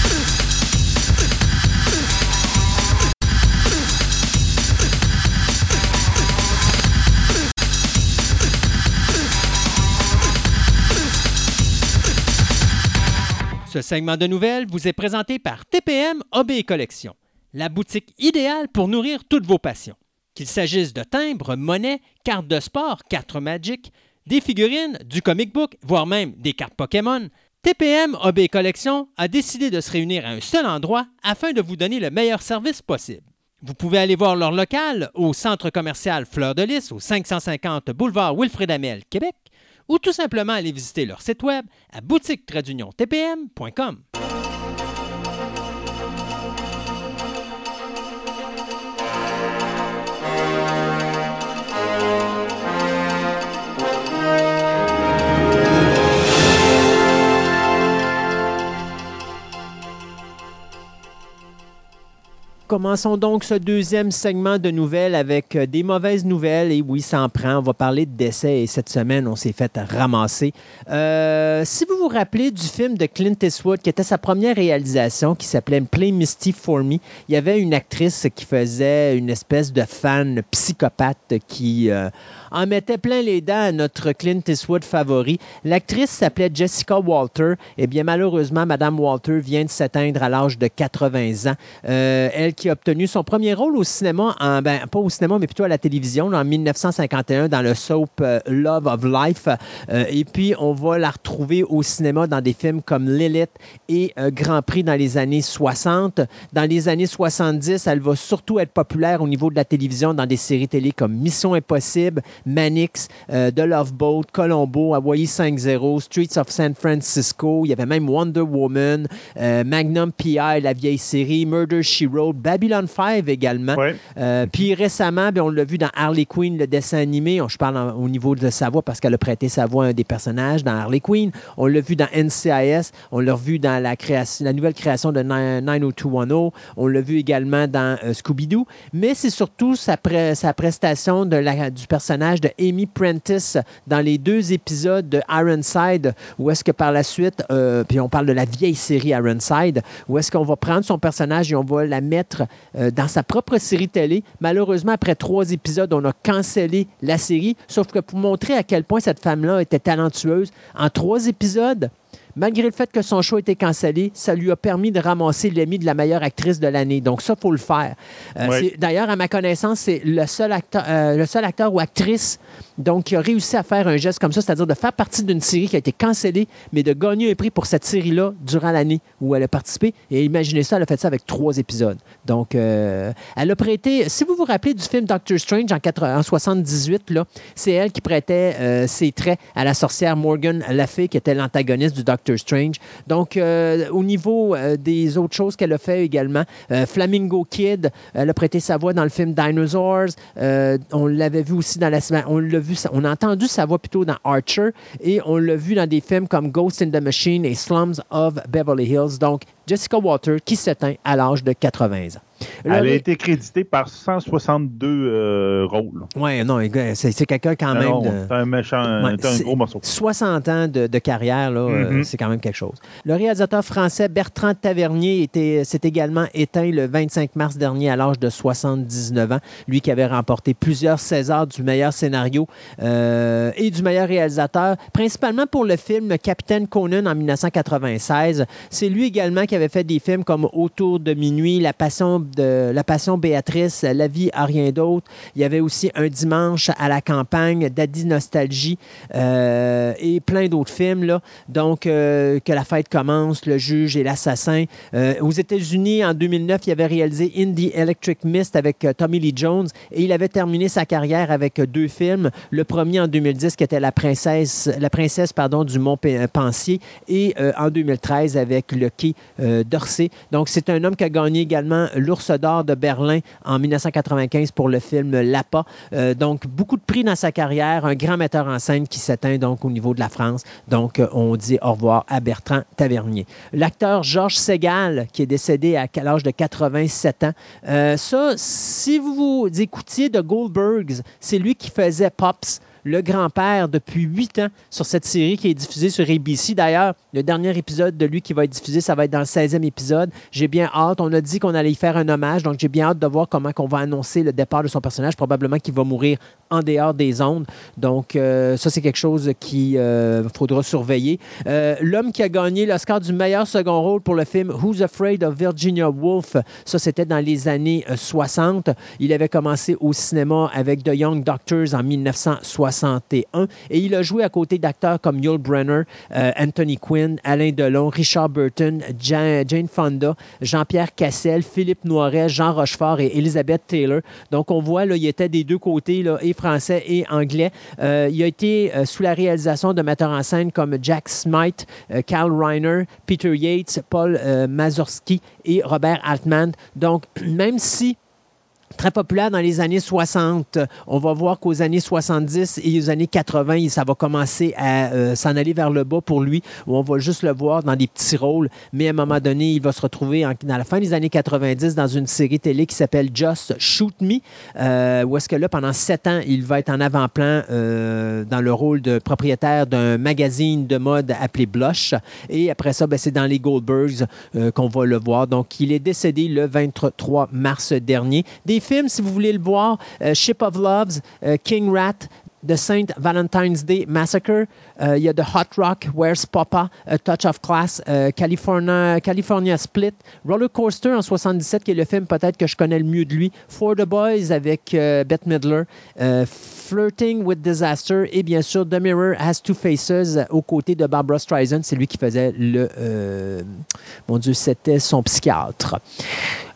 Ce segment de nouvelles vous est présenté par TPM Hobby et Collection, la boutique idéale pour nourrir toutes vos passions. Qu'il s'agisse de timbres, monnaies, cartes de sport, cartes Magic, des figurines, du comic book, voire même des cartes Pokémon, TPM Hobby et Collection a décidé de se réunir à un seul endroit afin de vous donner le meilleur service possible. Vous pouvez aller voir leur local au centre commercial Fleur de Lys au 550 boulevard Wilfrid Hamel, Québec, ou tout simplement aller visiter leur site web à boutique-tpm.com. Commençons donc ce deuxième segment de nouvelles avec des mauvaises nouvelles. Et oui, ça en prend. On va parler de décès et cette semaine, on s'est fait ramasser. Si vous vous rappelez du film de Clint Eastwood, qui était sa première réalisation, qui s'appelait Play Misty for Me, il y avait une actrice qui faisait une espèce de fan psychopathe qui en mettait plein les dents à notre Clint Eastwood favori. L'actrice s'appelait Jessica Walter. Eh bien, malheureusement, Mme Walter vient de s'éteindre à l'âge de 80 ans. Elle qui a obtenu son premier rôle au cinéma, pas au cinéma, mais plutôt à la télévision, là, en 1951, dans le soap Love of Life. Et puis, on va la retrouver au cinéma dans des films comme Lilith et Grand Prix dans les années 60. Dans les années 70, elle va surtout être populaire au niveau de la télévision dans des séries télé comme Mission Impossible, Mannix, The Love Boat, Colombo, Hawaii 5-0, Streets of San Francisco. Il y avait même Wonder Woman, Magnum P.I., la vieille série, Murder, She Wrote, Babylon 5 également. Ouais. Puis récemment, on l'a vu dans Harley Quinn, le dessin animé. Je parle au niveau de sa voix parce qu'elle a prêté sa voix à un des personnages dans Harley Quinn. On l'a vu dans NCIS. On l'a revu dans la nouvelle création de 90210. On l'a vu également dans Scooby-Doo. Mais c'est surtout sa prestation du personnage de Amy Prentice dans les 2 épisodes de Ironside, où est-ce que par la suite, puis on parle de la vieille série Ironside, où est-ce qu'on va prendre son personnage et on va la mettre dans sa propre série télé. Malheureusement, après 3 épisodes, on a cancellé la série, sauf que pour montrer à quel point cette femme-là était talentueuse, en 3 épisodes, malgré le fait que son show a été cancellé, ça lui a permis de ramasser l'Emmy de la meilleure actrice de l'année. Donc ça, il faut le faire. D'ailleurs, à ma connaissance, c'est le seul acteur ou actrice qui a réussi à faire un geste comme ça, c'est-à-dire de faire partie d'une série qui a été cancellée, mais de gagner un prix pour cette série-là durant l'année où elle a participé. Et imaginez ça, elle a fait ça avec 3 épisodes. Donc, elle a prêté... Si vous vous rappelez du film Doctor Strange en 1978, c'est elle qui prêtait ses traits à la sorcière Morgan Le Fay, qui était l'antagoniste du Doctor Strange. Donc, au niveau des autres choses qu'elle a fait également, Flamingo Kid, elle a prêté sa voix dans le film Dinosaurs. On l'avait vu aussi dans on a entendu sa voix plutôt dans Archer et on l'a vu dans des films comme Ghost in the Machine et Slums of Beverly Hills. Donc, Jessica Walter qui s'éteint à l'âge de 80 ans. Elle a été créditée par 162 rôles. Oui, non, c'est quelqu'un quand même... C'est un méchant, c'est un gros morceau. 60 ans de carrière, là, c'est quand même quelque chose. Le réalisateur français Bertrand Tavernier s'est également éteint le 25 mars dernier à l'âge de 79 ans. Lui qui avait remporté plusieurs Césars du meilleur scénario et du meilleur réalisateur, principalement pour le film Capitaine Conan en 1996. C'est lui également qui avait fait des films comme Autour de minuit, La Passion Béatrice, La vie à rien d'autre. Il y avait aussi Un dimanche à la campagne, Daddy Nostalgie et plein d'autres films. Là. Donc, Que la fête commence, Le juge et l'assassin. Aux États-Unis, en 2009, il avait réalisé In the Electric Mist avec Tommy Lee Jones et il avait terminé sa carrière avec 2 films. Le premier en 2010 qui était La princesse du Mont Pensier et en 2013 avec Le Quai d'Orsay. Donc, c'est un homme qui a gagné également l'Ours d'or de Berlin en 1995 pour le film L'Appât. Donc, beaucoup de prix dans sa carrière. Un grand metteur en scène qui s'éteint donc au niveau de la France. Donc, on dit au revoir à Bertrand Tavernier. L'acteur Georges Segal, qui est décédé à l'âge de 87 ans. Ça, si vous écoutiez de Goldbergs, c'est lui qui faisait Pops, le grand-père, depuis 8 ans sur cette série qui est diffusée sur ABC. D'ailleurs, le dernier épisode de lui qui va être diffusé, ça va être dans le 16e épisode. J'ai bien hâte. On a dit qu'on allait y faire un hommage, donc j'ai bien hâte de voir comment on va annoncer le départ de son personnage. Probablement qu'il va mourir en dehors des ondes. Donc, ça, c'est quelque chose qu'il faudra surveiller. L'homme qui a gagné l'Oscar du meilleur second rôle pour le film Who's Afraid of Virginia Woolf, ça, c'était dans les années 60. Il avait commencé au cinéma avec The Young Doctors en 1961 et il a joué à côté d'acteurs comme Yul Brynner, Anthony Quinn, Alain Delon, Richard Burton, Jane Fonda, Jean-Pierre Cassel, Philippe Noiret, Jean Rochefort et Elizabeth Taylor. Donc, on voit, là, il était des 2 côtés, là, et français et anglais. Il a été sous la réalisation de metteurs en scène comme Jack Smythe, Carl Reiner, Peter Yates, Paul Mazursky et Robert Altman. Donc, même si très populaire dans les années 60. On va voir qu'aux années 70 et aux années 80, ça va commencer à s'en aller vers le bas pour lui, où on va juste le voir dans des petits rôles. Mais à un moment donné, il va se retrouver dans la fin des années 90 dans une série télé qui s'appelle Just Shoot Me, où est-ce que là, pendant 7 ans, il va être en avant-plan dans le rôle de propriétaire d'un magazine de mode appelé Blush. Et après ça, c'est dans les Goldbergs qu'on va le voir. Donc, il est décédé le 23 mars dernier. Des films, si vous voulez le voir, Ship of Loves, King Rat, The Saint Valentine's Day Massacre, il y a The Hot Rock, Where's Papa, A Touch of Class, California Split, Roller Coaster en 77, qui est le film peut-être que je connais le mieux de lui, For the Boys avec Bette Midler, Flirting with Disaster et bien sûr The Mirror Has Two Faces aux côtés de Barbra Streisand. C'est lui qui faisait mon Dieu, c'était son psychiatre.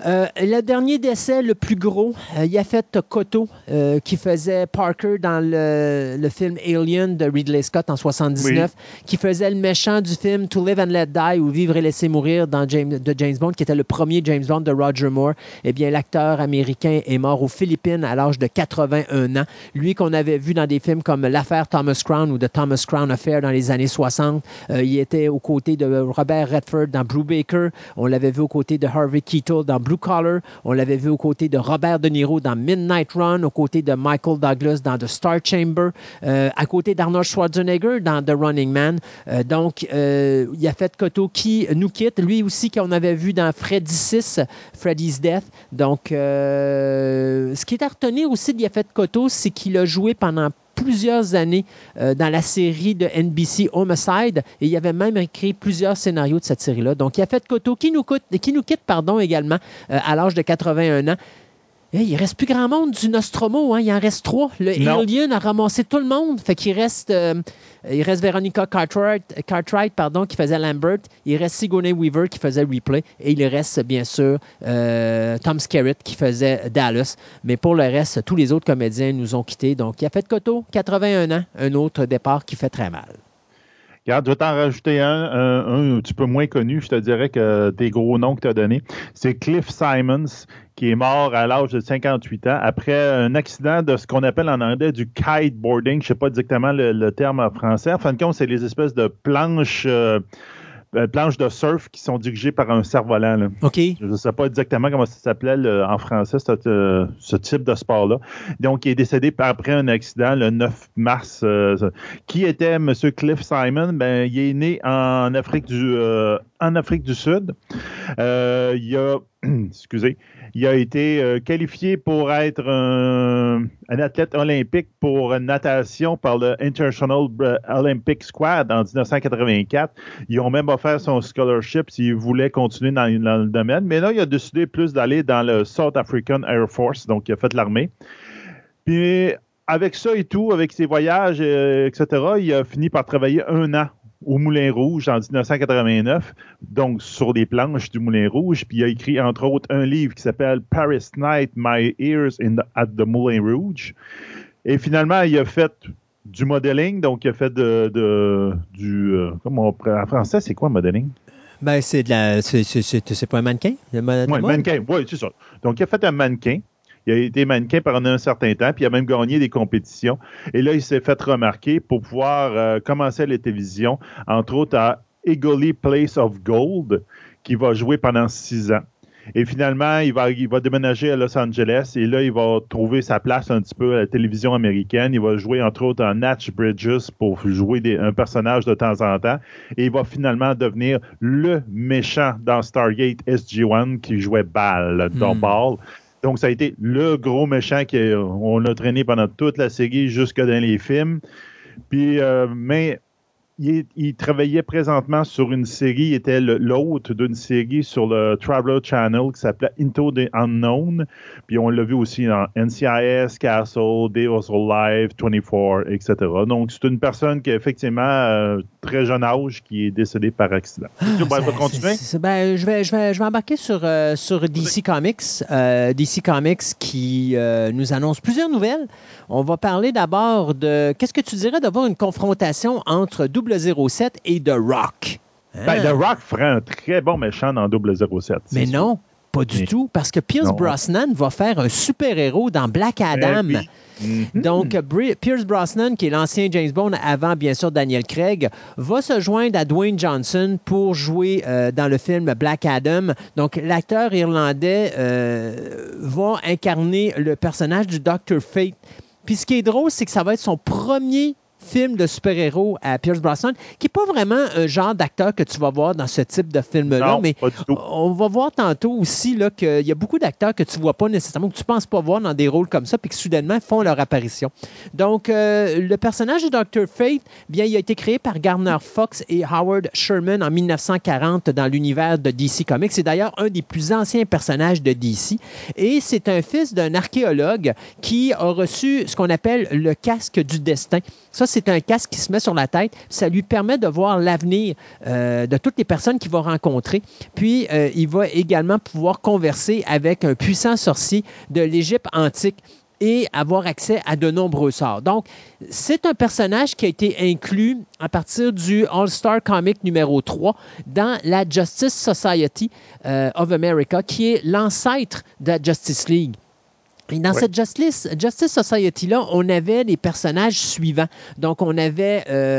Le dernier décès, le plus gros, Yaphet Kotto, qui faisait Parker dans le film Alien de Ridley Scott en 79, qui faisait le méchant du film To Live and Let Die ou Vivre et laisser mourir de James Bond, qui était le premier James Bond de Roger Moore. Eh bien, l'acteur américain est mort aux Philippines à l'âge de 81 ans. Lui qu'on avait vu dans des films comme L'affaire Thomas Crown ou The Thomas Crown Affair dans les années 60. Il était aux côtés de Robert Redford dans Brubaker. On l'avait vu aux côtés de Harvey Keitel dans Blue Collar. On l'avait vu aux côtés de Robert De Niro dans Midnight Run, aux côtés de Michael Douglas dans The Star Chamber, à côté d'Arnold Schwarzenegger dans The Running Man. Donc, il y a Yaphet Kotto qui nous quitte. Lui aussi qu'on avait vu dans Freddy 6, Freddy's Death. Donc, ce qui est à retenir aussi de Yaphet Kotto, c'est qu'il a joué pendant plusieurs années dans la série de NBC Homicide et il avait même écrit plusieurs scénarios de cette série-là. Donc, Yaphet Kotto qui nous quitte également à l'âge de 81 ans. Et il ne reste plus grand monde du Nostromo, hein? Il en reste 3. Le Alien a ramassé tout le monde. Fait qu'il reste, Veronica Cartwright, qui faisait Lambert. Il reste Sigourney Weaver qui faisait Ripley. Et il reste, bien sûr, Tom Skerritt qui faisait Dallas. Mais pour le reste, tous les autres comédiens nous ont quittés. Donc, Yaphet Kotto, 81 ans, un autre départ qui fait très mal. Regarde, je vais t'en rajouter un petit peu moins connu, je te dirais que tes gros noms que tu as donnés. C'est Cliff Simons, qui est mort à l'âge de 58 ans après un accident de ce qu'on appelle en anglais du kiteboarding. Je ne sais pas exactement le terme en français. En fin de compte, c'est les espèces de planches de surf qui sont dirigées par un cerf-volant. Là. OK. Je ne sais pas exactement comment ça s'appelait en français, ce type de sport-là. Donc, il est décédé après un accident le 9 mars. Qui était M. Cliff Simon? Ben, il est né en Afrique du Sud. Il a été qualifié pour être un athlète olympique pour natation par le International Olympic Squad en 1984. Ils ont même offert son scholarship s'il voulait continuer dans le domaine. Mais là, il a décidé plus d'aller dans le South African Air Force, donc il a fait l'armée. Puis avec ça et tout, avec ses voyages, etc., il a fini par travailler 1 an au Moulin Rouge en 1989, donc sur les planches du Moulin Rouge. Puis il a écrit, entre autres, un livre qui s'appelle « Paris Night, My Ears at the Moulin Rouge ». Et finalement, il a fait du modeling, donc il a fait en français, c'est quoi modeling? Ben, c'est pas un mannequin? Oui, mannequin, oui, c'est ça. Donc, il a fait un mannequin. Il a été mannequin pendant un certain temps, puis il a même gagné des compétitions. Et là, il s'est fait remarquer pour pouvoir commencer à la télévision, entre autres à Egoli Place of Gold, qui va jouer pendant 6 ans. Et finalement, il va déménager à Los Angeles et là, il va trouver sa place un petit peu à la télévision américaine. Il va jouer, entre autres, en Natch Bridges pour jouer un personnage de temps en temps. Et il va finalement devenir le méchant dans Stargate SG-1 qui jouait Ball, Don Ball. Donc, ça a été le gros méchant qu'on a traîné pendant toute la série jusque dans les films. Puis, mais il travaillait présentement sur une série, il était l'hôte d'une série sur le Traveler Channel qui s'appelait Into the Unknown. Puis, on l'a vu aussi dans NCIS, Castle, Day of Life, 24, etc. Donc, c'est une personne qui a effectivement très jeune âge qui est décédée par accident. Tu vas continuer? Je vais embarquer sur DC Comics. DC Comics qui nous annonce plusieurs nouvelles. On va parler d'abord de... Qu'est-ce que tu dirais d'avoir une confrontation entre 007 et The Rock? Ben, The Rock ferait un très bon méchant dans 007. Mais sûr. Non, pas du tout, parce que Pierce Brosnan va faire un super-héros dans Black Adam. Donc, Pierce Brosnan, qui est l'ancien James Bond avant, bien sûr, Daniel Craig, va se joindre à Dwayne Johnson pour jouer dans le film Black Adam. Donc, l'acteur irlandais va incarner le personnage du Dr. Fate. Puis, ce qui est drôle, c'est que ça va être son premier film de super-héros à Pierce Brosnan, qui n'est pas vraiment un genre d'acteur que tu vas voir dans ce type de film-là, non, mais pas du tout. On va voir tantôt aussi là, qu'il y a beaucoup d'acteurs que tu ne vois pas nécessairement, que tu ne penses pas voir dans des rôles comme ça, puis que soudainement font leur apparition. Donc, le personnage de Dr. Fate, bien, il a été créé par Gardner Fox et Howard Sherman en 1940 dans l'univers de DC Comics. C'est d'ailleurs un des plus anciens personnages de DC. Et c'est un fils d'un archéologue qui a reçu ce qu'on appelle le casque du destin. Ça, c'est un casque qui se met sur la tête. Ça lui permet de voir l'avenir de toutes les personnes qu'il va rencontrer. Puis, il va également pouvoir converser avec un puissant sorcier de l'Égypte antique. et avoir accès à de nombreux sorts. Donc, c'est un personnage qui a été inclus à partir du All-Star Comic numéro 3 dans la Justice Society of America, qui est l'ancêtre de la Justice League. Et dans cette Justice Society-là, on avait les personnages suivants. Donc, on avait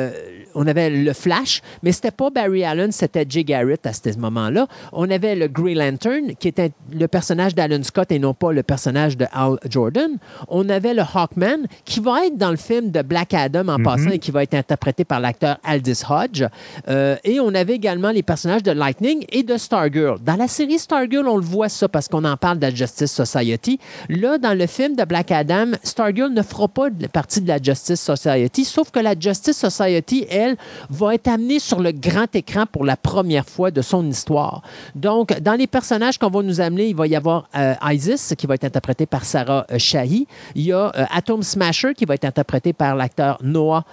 le Flash, mais c'était pas Barry Allen, c'était Jay Garritt à ce moment-là. On avait le Grey Lantern, qui était le personnage d'Alan Scott et non pas le personnage de Hal Jordan. On avait le Hawkman, qui va être dans le film de Black Adam en passant et qui va être interprété par l'acteur Aldis Hodge. Et on avait également les personnages de Lightning et de Stargirl. Dans la série Stargirl, on le voit ça parce qu'on en parle de la Justice Society. Là, dans le film de Black Adam, Stargirl ne fera pas partie de la Justice Society, sauf que la Justice Society, elle, va être amenée sur le grand écran pour la première fois de son histoire. Donc, dans les personnages qu'on va nous amener, il va y avoir Isis, qui va être interprétée par Sarah Shahi. Il y a Atom Smasher, qui va être interprété par l'acteur Noah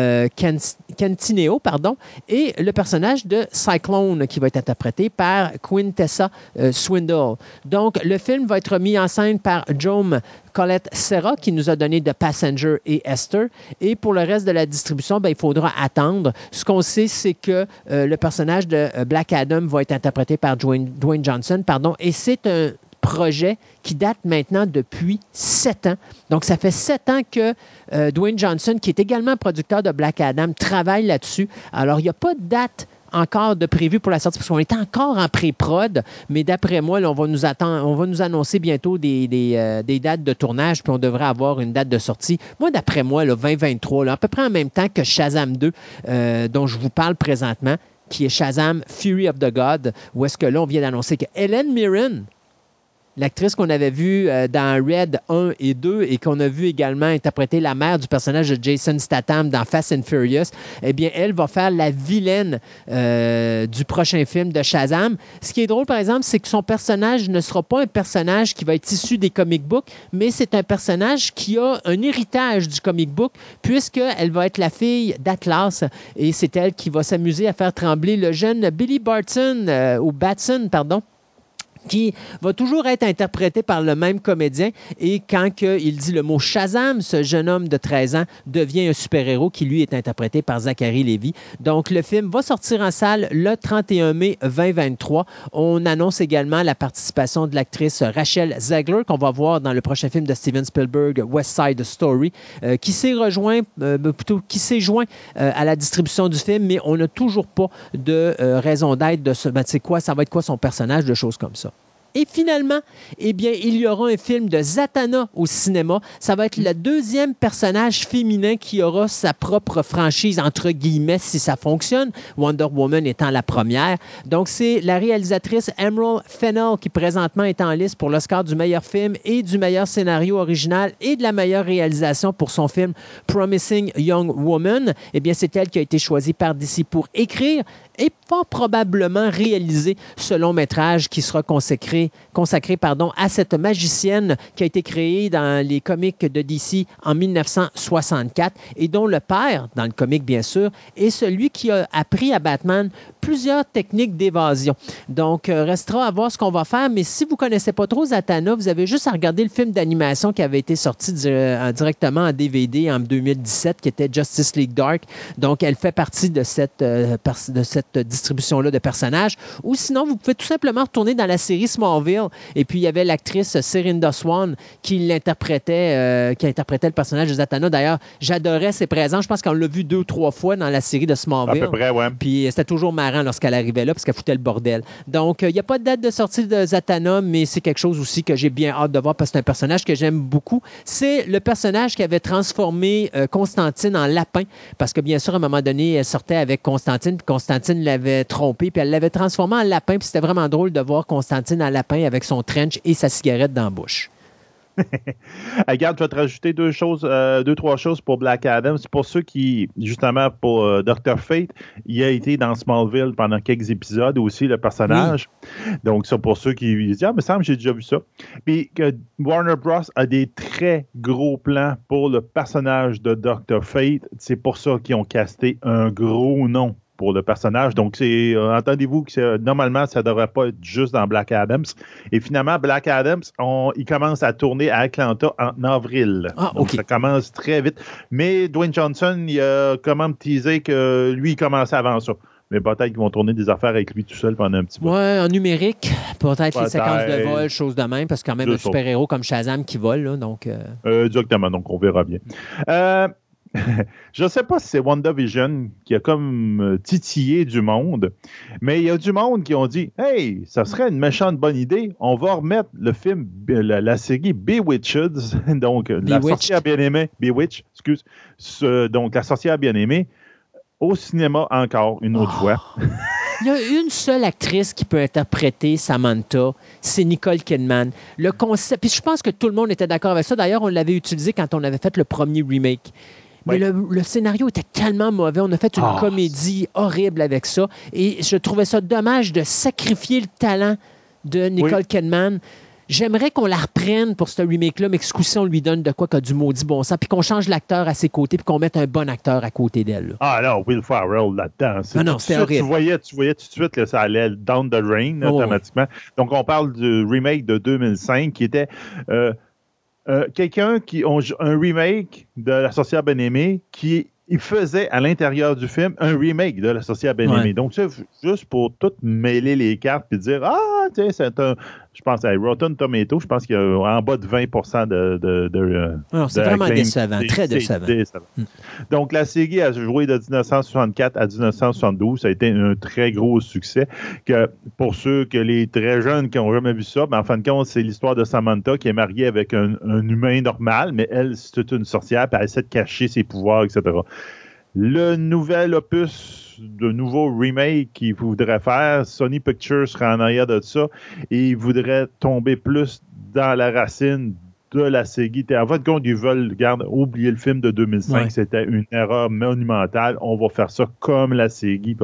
Centineo, et le personnage de Cyclone, qui va être interprété par Quintessa Swindle. Donc, le film va être mis en scène par Joan Colette Serra, qui nous a donné The Passenger et Esther. Et pour le reste de la distribution, il faudra attendre. Ce qu'on sait, c'est que le personnage de Black Adam va être interprété par Dwayne Johnson, et c'est un projet qui date maintenant depuis 7 ans. Donc, ça fait 7 ans que Dwayne Johnson, qui est également producteur de Black Adam, travaille là-dessus. Alors, il n'y a pas de date encore de prévu pour la sortie, parce qu'on est encore en pré-prod, mais d'après moi, là, on va nous annoncer bientôt des dates de tournage, puis on devrait avoir une date de sortie. Moi, d'après moi, là, 2023, là, à peu près en même temps que Shazam 2, dont je vous parle présentement, qui est Shazam Fury of the God, où est-ce que là, on vient d'annoncer que Helen Mirren, l'actrice qu'on avait vue dans Red 1 et 2 et qu'on a vu également interpréter la mère du personnage de Jason Statham dans Fast and Furious, eh bien, elle va faire la vilaine du prochain film de Shazam. Ce qui est drôle, par exemple, c'est que son personnage ne sera pas un personnage qui va être issu des comic books, mais c'est un personnage qui a un héritage du comic book, puisqu'elle va être la fille d'Atlas et c'est elle qui va s'amuser à faire trembler le jeune Billy Batson, qui va toujours être interprété par le même comédien. Et quand il dit le mot Shazam, ce jeune homme de 13 ans devient un super-héros qui, lui, est interprété par Zachary Levi. Donc, le film va sortir en salle le 31 mai 2023. On annonce également la participation de l'actrice Rachel Zegler, qu'on va voir dans le prochain film de Steven Spielberg, West Side Story, qui s'est joint à la distribution du film, mais on n'a toujours pas de raison d'être de ça va être quoi son personnage, de choses comme ça. Et finalement, eh bien, il y aura un film de Zatanna au cinéma. Ça va être le deuxième personnage féminin qui aura sa propre franchise, entre guillemets, si ça fonctionne, Wonder Woman étant la première. Donc, c'est la réalisatrice Emerald Fennell qui présentement est en liste pour l'Oscar du meilleur film et du meilleur scénario original et de la meilleure réalisation pour son film Promising Young Woman. Eh bien, c'est elle qui a été choisie par DC pour écrire et fort probablement réaliser ce long-métrage qui sera consacré à cette magicienne qui a été créée dans les comics de DC en 1964 et dont le père, dans le comic bien sûr, est celui qui a appris à Batman plusieurs techniques d'évasion. Donc, restera à voir ce qu'on va faire, mais si vous ne connaissez pas trop Zatanna, vous avez juste à regarder le film d'animation qui avait été sorti directement en DVD en 2017, qui était Justice League Dark. Donc, elle fait partie de cette distribution-là de personnages. Ou sinon, vous pouvez tout simplement retourner dans la série Smallville. Et puis, il y avait l'actrice Serinda Swan qui interprétait le personnage de Zatanna. D'ailleurs, j'adorais ses présences. Je pense qu'on l'a vu 2 ou 3 fois dans la série de Smallville. À peu près, ouais. Puis, c'était toujours marrant lorsqu'elle arrivait là parce qu'elle foutait le bordel. Donc, il n'y a pas de date de sortie de Zatanna, mais c'est quelque chose aussi que j'ai bien hâte de voir parce que c'est un personnage que j'aime beaucoup. C'est le personnage qui avait transformé Constantine en lapin parce que, bien sûr, à un moment donné, elle sortait avec Constantine, puis Constantine l'avait trompé, puis elle l'avait transformé en lapin, puis c'était vraiment drôle de voir Constantine en lapin avec son trench et sa cigarette dans la bouche. Regarde, je vais te rajouter 2-3 choses pour Black Adam. C'est pour ceux qui, justement, pour Dr. Fate, il a été dans Smallville pendant quelques épisodes aussi, le personnage. Oui. Donc, c'est pour ceux qui disent « Ah, il me semble que j'ai déjà vu ça. » Puis que Warner Bros. A des très gros plans pour le personnage de Dr. Fate. C'est pour ça qu'ils ont casté un gros nom pour le personnage. Donc, entendez-vous que normalement, ça ne devrait pas être juste dans Black Adams. Et finalement, Black Adams, il commence à tourner à Atlanta en avril. Donc, ça commence très vite. Mais Dwayne Johnson, il a quand même teasé que lui, il commençait avant ça. Mais peut-être qu'ils vont tourner des affaires avec lui tout seul pendant un petit peu. Oui, en numérique. Peut-être les séquences de vol, choses de même, parce que quand même un super-héros comme Shazam qui vole. Là, donc, exactement, donc on verra bien. Je ne sais pas si c'est WandaVision qui a comme titillé du monde, mais il y a du monde qui ont dit « Hey, ça serait une méchante bonne idée, on va remettre le film, la série Bewitched, donc la sorcière bien-aimée, Bewitched, excuse, donc la sorcière bien-aimée, au cinéma encore une autre fois. » Il y a une seule actrice qui peut interpréter Samantha, c'est Nicole Kidman. Le concept, puis je pense que tout le monde était d'accord avec ça. D'ailleurs, on l'avait utilisé quand on avait fait le premier remake. Mais le scénario était tellement mauvais. On a fait une comédie horrible avec ça. Et je trouvais ça dommage de sacrifier le talent de Nicole Kidman. J'aimerais qu'on la reprenne pour ce remake-là, mais que ce coup-ci, on lui donne de quoi qu'a du maudit bon sens, puis qu'on change l'acteur à ses côtés, puis qu'on mette un bon acteur à côté d'elle. Là. Ah non, Will Ferrell là-dedans. Non, c'était horrible. Tu voyais tout de suite que ça allait down the drain automatiquement. Donc, on parle du remake de 2005 qui était quelqu'un qui a un remake de La sorcière bien-aimée qui il faisait à l'intérieur du film un remake de La sorcière bien-aimée. Ouais. Donc, c'est juste pour tout mêler les cartes et dire tu sais, c'est un. Je pense à Rotten Tomato, je pense qu'il y a en bas de 20% de non, c'est vraiment décevant, très décevant. Donc, la série a joué de 1964 à 1972. Ça a été un très gros succès. Que pour ceux que les très jeunes qui n'ont jamais vu ça, en fin de compte, c'est l'histoire de Samantha qui est mariée avec un humain normal, mais elle, c'est une sorcière, puis elle essaie de cacher ses pouvoirs, etc. Le nouvel opus, de nouveau remake qu'ils voudraient faire, Sony Pictures sera en arrière de ça et ils voudraient tomber plus dans la racine de la série. En fin de compte, ils veulent, oublier le film de 2005, c'était une erreur monumentale. On va faire ça comme la série, puis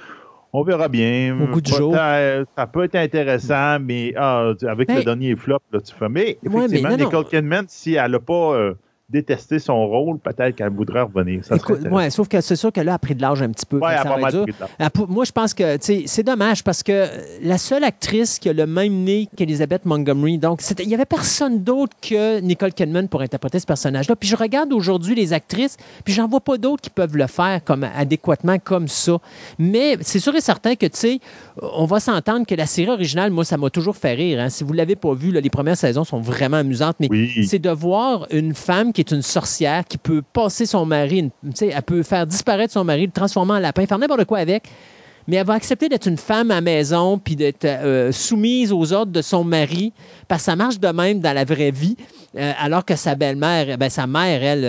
on verra bien. Au goût du jour. Ça peut être intéressant, mais avec le dernier flop, là, tu fais. Mais effectivement, Nicole Kidman, si elle n'a pas détester son rôle, peut-être qu'elle voudrait revenir. Sauf que c'est sûr que là, elle a pris de l'âge un petit peu. Oui, elle va dur. Moi, je pense que c'est dommage parce que la seule actrice qui a le même nez qu'Elizabeth Montgomery, donc il n'y avait personne d'autre que Nicole Kidman pour interpréter ce personnage-là. Puis je regarde aujourd'hui les actrices, puis j'en vois pas d'autres qui peuvent le faire adéquatement comme ça. Mais c'est sûr et certain que, tu sais, on va s'entendre que la série originale, moi, ça m'a toujours fait rire. Hein. Si vous ne l'avez pas vu, là, les premières saisons sont vraiment amusantes, mais c'est de voir une femme qui est une sorcière, qui peut passer son mari, elle peut faire disparaître son mari, le transformer en lapin, faire n'importe quoi avec, mais elle va accepter d'être une femme à la maison puis d'être soumise aux ordres de son mari, parce que ça marche de même dans la vraie vie, alors que sa belle-mère, sa mère, elle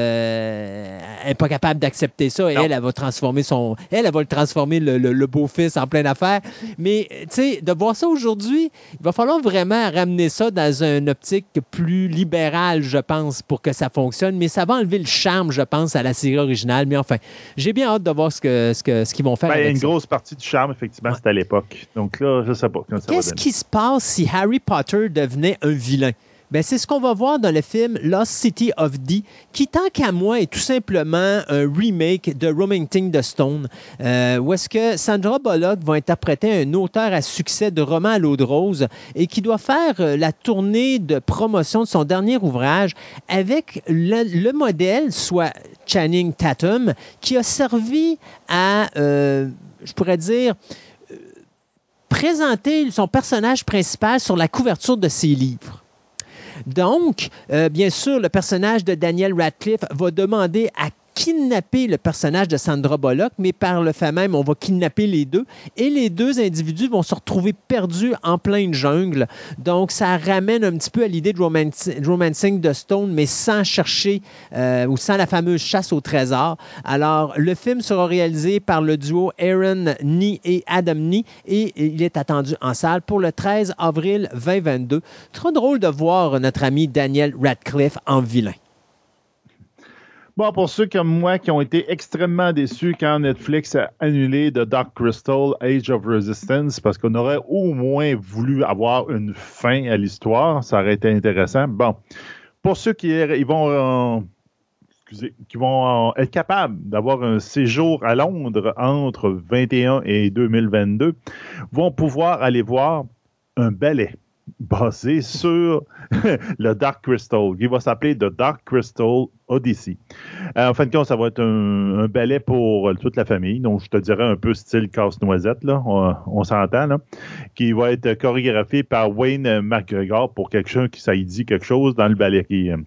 n'est pas capable d'accepter ça. Elle va transformer elle va le transformer le beau-fils en pleine affaire. Mais, tu sais, de voir ça aujourd'hui, il va falloir vraiment ramener ça dans une optique plus libérale, je pense, pour que ça fonctionne. Mais ça va enlever le charme, je pense, à la série originale. Mais enfin, j'ai bien hâte de voir ce qu'ils vont faire avec ça. Il y a une grosse partie du charme, effectivement, c'était à l'époque. Donc là, je ne sais pas. Qu'est-ce qui se passe si Harry Potter devenait un vilain? Ben, c'est ce qu'on va voir dans le film Lost City of D, qui, tant qu'à moi, est tout simplement un remake de Romancing the Stone, où est-ce que Sandra Bullock va interpréter un auteur à succès de romans à l'eau de rose et qui doit faire la tournée de promotion de son dernier ouvrage avec le modèle, soit Channing Tatum, qui a servi à, je pourrais dire, présenter son personnage principal sur la couverture de ses livres. Donc, bien sûr, le personnage de Daniel Radcliffe va demander à kidnapper le personnage de Sandra Bullock, mais par le fait même, on va kidnapper les deux. Et les deux individus vont se retrouver perdus en pleine jungle. Donc, ça ramène un petit peu à l'idée de Romancing the Stone, mais sans chercher ou sans la fameuse chasse au trésor. Alors, le film sera réalisé par le duo Aaron Nee et Adam Nee et il est attendu en salle pour le 13 avril 2022. Trop drôle de voir notre ami Daniel Radcliffe en vilain. Bon, pour ceux comme moi qui ont été extrêmement déçus quand Netflix a annulé The Dark Crystal Age of Resistance parce qu'on aurait au moins voulu avoir une fin à l'histoire, ça aurait été intéressant. Bon, pour ceux qui vont qui vont être capables d'avoir un séjour à Londres entre 2021 et 2022 vont pouvoir aller voir un ballet basé sur le Dark Crystal, qui va s'appeler The Dark Crystal Odyssey. En fin de compte, ça va être un ballet pour toute la famille, donc je te dirais un peu style Casse-Noisette, là, on s'entend, là, qui va être chorégraphié par Wayne McGregor pour quelqu'un qui ça y dit quelque chose dans le ballet.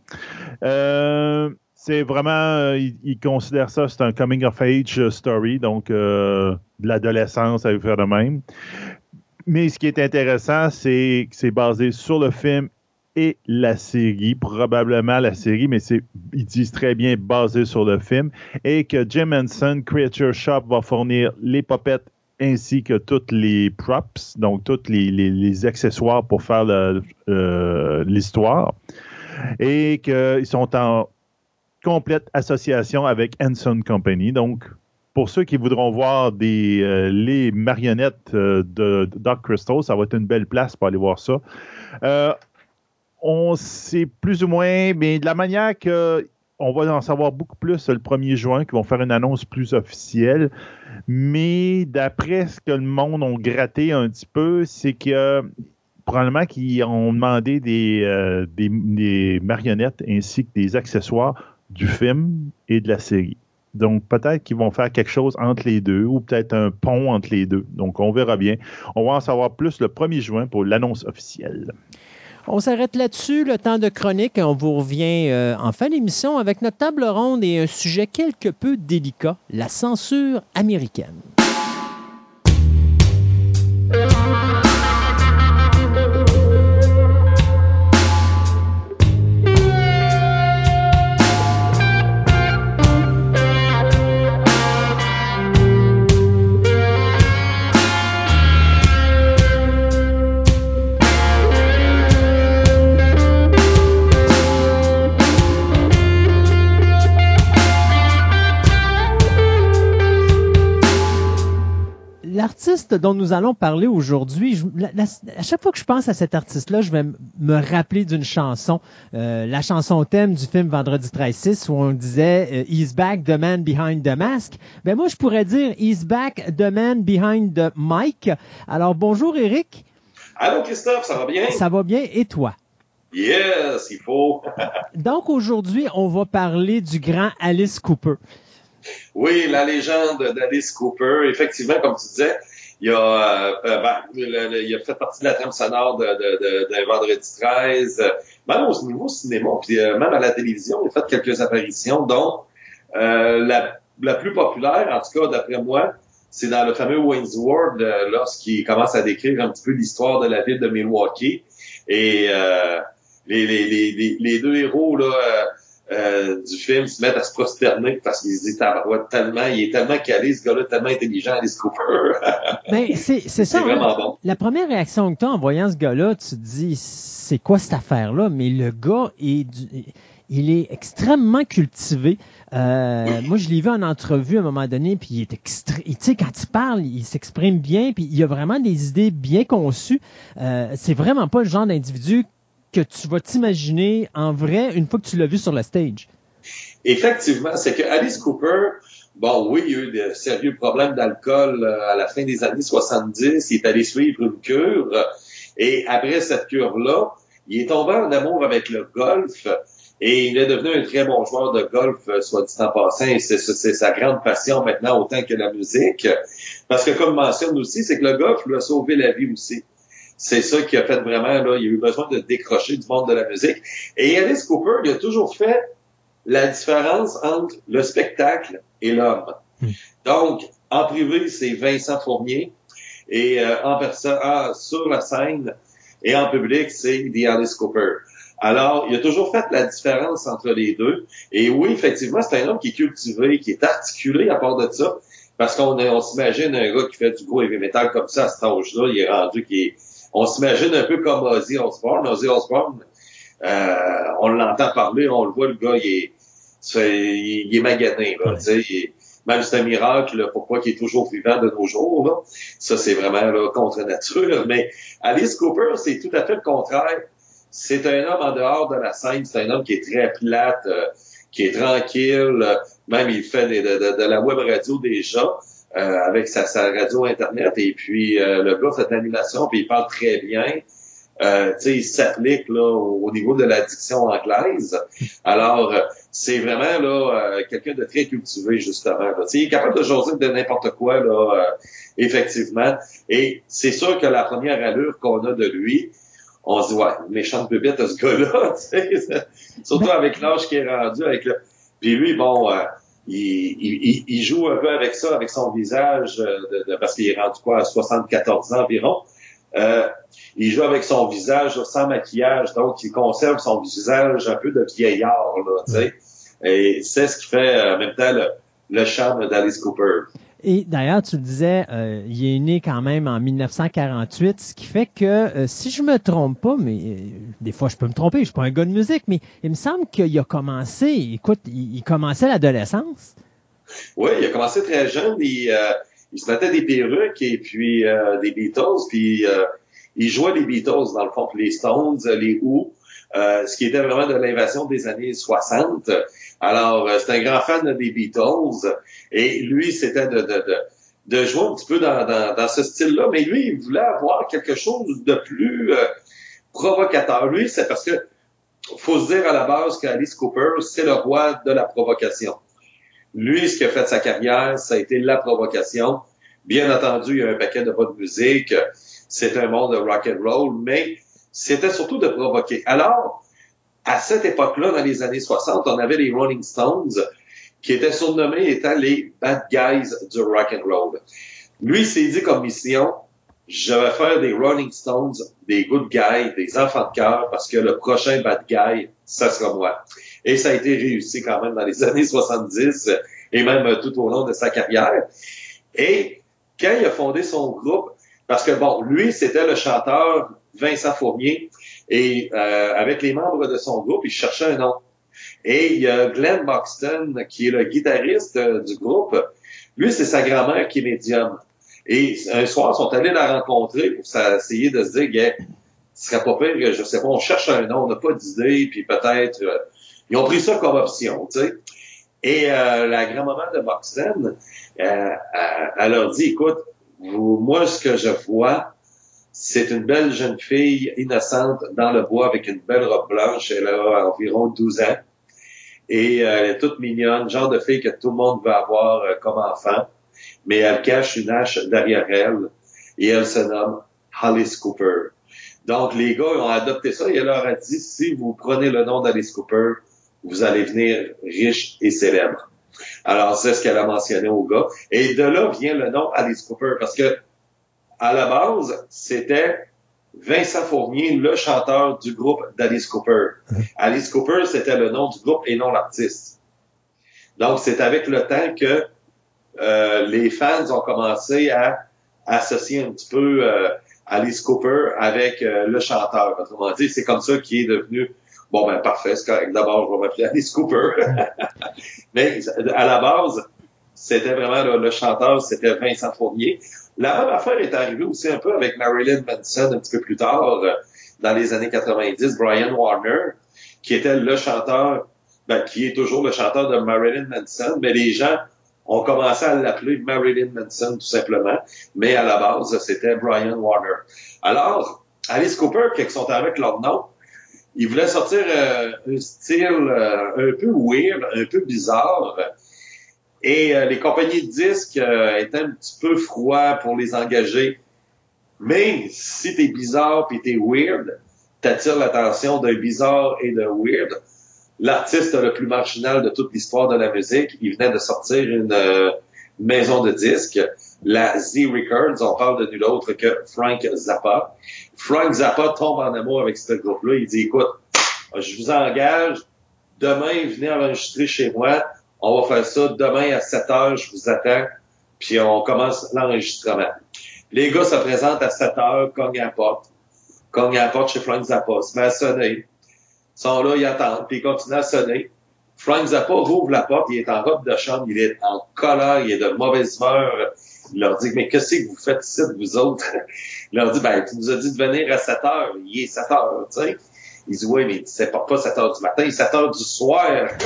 C'est vraiment, il considère ça, c'est un coming-of-age story, donc de l'adolescence, ça veut faire de même. Mais ce qui est intéressant, c'est que c'est basé sur le film et la série, probablement la série, mais ils disent très bien basé sur le film, et que Jim Henson Creature Shop va fournir les popettes ainsi que toutes les props, donc tous les accessoires pour faire l'histoire, et qu'ils sont en complète association avec Henson Company, donc pour ceux qui voudront voir les marionnettes de Dark Crystal, ça va être une belle place pour aller voir ça. On sait plus ou moins, mais de la manière qu'on va en savoir beaucoup plus le 1er juin, qu'ils vont faire une annonce plus officielle. Mais d'après ce que le monde a gratté un petit peu, c'est que probablement qu'ils ont demandé des marionnettes ainsi que des accessoires du film et de la série. Donc, peut-être qu'ils vont faire quelque chose entre les deux ou peut-être un pont entre les deux. Donc, on verra bien. On va en savoir plus le 1er juin pour l'annonce officielle. On s'arrête là-dessus, le temps de chronique. On vous revient en fin d'émission avec notre table ronde et un sujet quelque peu délicat, la censure américaine. L'artiste dont nous allons parler aujourd'hui, à chaque fois que je pense à cet artiste-là, je vais me rappeler d'une chanson, la chanson thème du film Vendredi 13/6 où on disait « He's back, the man behind the mask ». Ben moi, je pourrais dire « He's back, the man behind the mic ». Alors, bonjour Éric. Allô Christophe, ça va bien? Ça va bien, et toi? Yes, il faut. Donc aujourd'hui, on va parler du grand Alice Cooper. Oui, la légende d'Alice Cooper. Effectivement, comme tu disais, il a fait partie de la trame sonore de Vendredi 13, même au niveau cinéma, puis même à la télévision, il a fait quelques apparitions, dont la plus populaire, en tout cas d'après moi, c'est dans le fameux Wayne's World, lorsqu'il commence à décrire un petit peu l'histoire de la ville de Milwaukee. Et les deux héros là du film se mettent à se prosterner parce qu'ils se disent il est tellement calé, ce gars-là, tellement intelligent, Alice Cooper. Ben, c'est ça. C'est vraiment bon. La première réaction que tu as en voyant ce gars-là, tu te dis, c'est quoi cette affaire-là? Mais le gars il est extrêmement cultivé. Moi, je l'ai vu en entrevue à un moment donné, puis il est tu sais, quand il parle, il s'exprime bien, puis il a vraiment des idées bien conçues. C'est vraiment pas le genre d'individu que tu vas t'imaginer en vrai une fois que tu l'as vu sur la stage. Effectivement, c'est que Alice Cooper, bon, oui, il y a eu de sérieux problèmes d'alcool à la fin des années 70. Il est allé suivre une cure. Et après cette cure-là, il est tombé en amour avec le golf. Et il est devenu un très bon joueur de golf, soit dit en passant. Et c'est sa grande passion maintenant, autant que la musique. Parce que, comme mentionne aussi, c'est que le golf lui a sauvé la vie aussi. C'est ça qui a fait vraiment, là, il a eu besoin de décrocher du monde de la musique. Et Alice Cooper, il a toujours fait la différence entre le spectacle et l'homme. Donc, en privé, c'est Vincent Fournier. Et en personne, sur la scène et en public, c'est The Alice Cooper. Alors, il a toujours fait la différence entre les deux. Et oui, effectivement, c'est un homme qui est cultivé, qui est articulé à part de ça. Parce qu'on s'imagine un gars qui fait du gros heavy metal comme ça à cet âge-là, il est rendu on s'imagine un peu comme Ozzy Osbourne. Ozzy Osbourne, on l'entend parler, on le voit, le gars, il est magané, là, tu sais. Même c'est un miracle, là, pourquoi qu'il est toujours vivant de nos jours, là. Ça, c'est vraiment, là, contre nature. Mais Alice Cooper, c'est tout à fait le contraire. C'est un homme en dehors de la scène, c'est un homme qui est très plate, qui est tranquille. Même, il fait de la web radio déjà, avec sa radio Internet. Et puis, le gars fait de l'animation, puis il parle très bien. Il s'applique là au niveau de la diction anglaise. Alors, c'est vraiment là quelqu'un de très cultivé, justement. Là. Il est capable de jaser de n'importe quoi, là, effectivement. Et c'est sûr que la première allure qu'on a de lui, on se dit, ouais, méchante bébête à ce gars-là, surtout avec l'âge qu'il est rendu. Puis lui, bon, il joue un peu avec ça, avec son visage, parce qu'il est rendu à 74 ans environ. Il joue avec son visage sans maquillage, donc il conserve son visage un peu de vieillard, là, tu sais. Et c'est ce qui fait en même temps le charme d'Alice Cooper. Et d'ailleurs, tu le disais, il est né quand même en 1948, ce qui fait que, si je me trompe pas, mais des fois je peux me tromper, je suis pas un gars de musique, mais il me semble qu'il a commencé, écoute, il commençait l'adolescence. Oui, il a commencé très jeune, il se mettait des perruques et puis des Beatles, puis il jouait les Beatles dans le fond, puis les Stones, les Who, ce qui était vraiment de l'invasion des années 60. Alors, c'est un grand fan des Beatles, et lui, c'était de jouer un petit peu dans ce style-là, mais lui, il voulait avoir quelque chose de plus provocateur. Lui, c'est parce que faut se dire à la base qu'Alice Cooper, c'est le roi de la provocation. Lui, ce qui a fait de sa carrière, ça a été la provocation. Bien entendu, il y a un paquet de bonne musique. C'est un monde de rock and roll, mais c'était surtout de provoquer. Alors, à cette époque-là, dans les années 60, on avait les Rolling Stones, qui étaient surnommés étant les bad guys du rock and roll. Lui, s'est dit comme mission, je vais faire des Rolling Stones, des good guys, des enfants de cœur, parce que le prochain bad guy, ça sera moi. Et ça a été réussi quand même dans les années 70 et même tout au long de sa carrière. Et quand il a fondé son groupe, parce que bon, lui, c'était le chanteur Vincent Fournier, et avec les membres de son groupe, il cherchait un nom. Et il y a Glenn Buxton, qui est le guitariste du groupe. Lui, c'est sa grand-mère qui est médium. Et un soir, ils sont allés la rencontrer pour essayer de se dire, ce serait pas pire que, je sais pas, on cherche un nom, on n'a pas d'idée, puis peut-être... ils ont pris ça comme option, tu sais. Et la grand-maman de Buxton, elle leur dit, écoute, moi, ce que je vois, c'est une belle jeune fille innocente dans le bois avec une belle robe blanche. Elle a environ 12 ans. Et elle est toute mignonne, genre de fille que tout le monde veut avoir comme enfant. Mais elle cache une hache derrière elle. Et elle se nomme Alice Cooper. Donc, les gars ont adopté ça et elle leur a dit, si vous prenez le nom d'Alice Cooper, vous allez venir riche et célèbre. Alors, c'est ce qu'elle a mentionné aux gars. Et de là vient le nom Alice Cooper, parce que à la base, c'était Vincent Fournier, le chanteur du groupe d'Alice Cooper. Alice Cooper, c'était le nom du groupe et non l'artiste. Donc, c'est avec le temps que les fans ont commencé à associer un petit peu Alice Cooper avec le chanteur. Autrement dit, c'est comme ça qu'il est devenu... Bon, ben parfait, c'est correct. D'abord, je vais m'appeler Alice Cooper. Mais à la base, c'était vraiment le chanteur, c'était Vincent Fournier. La même affaire est arrivée aussi un peu avec Marilyn Manson un petit peu plus tard, dans les années 90, Brian Warner, qui était le chanteur, qui est toujours le chanteur de Marilyn Manson, mais les gens ont commencé à l'appeler Marilyn Manson tout simplement, mais à la base, c'était Brian Warner. Alors, Alice Cooper, quand ils sont avec leur nom, ils voulaient sortir un style un peu weird, un peu bizarre. Et les compagnies de disques étaient un petit peu froids pour les engager. Mais si t'es bizarre pis t'es weird, t'attires l'attention d'un bizarre et d'un weird. L'artiste le plus marginal de toute l'histoire de la musique, il venait de sortir une maison de disques, la Z Records. On parle de nul autre que Frank Zappa. Frank Zappa tombe en amour avec ce groupe-là. Il dit, écoute, je vous engage, demain, venez enregistrer chez moi. On va faire ça demain à 7h, je vous attends, puis on commence l'enregistrement. Les gars se présentent à 7h, cognent à la porte chez Frank Zappa, se met à sonner. Ils sont là, ils attendent, puis ils continuent à sonner. Frank Zappa rouvre la porte, il est en robe de chambre, il est en colère, il est de mauvaise humeur. Il leur dit, mais qu'est-ce que vous faites ici, vous autres? Il leur dit, tu nous as dit de venir à 7h, il est 7h, tu sais. Il dit, oui, mais c'est pas 7 heures du matin, 7 heures du soir.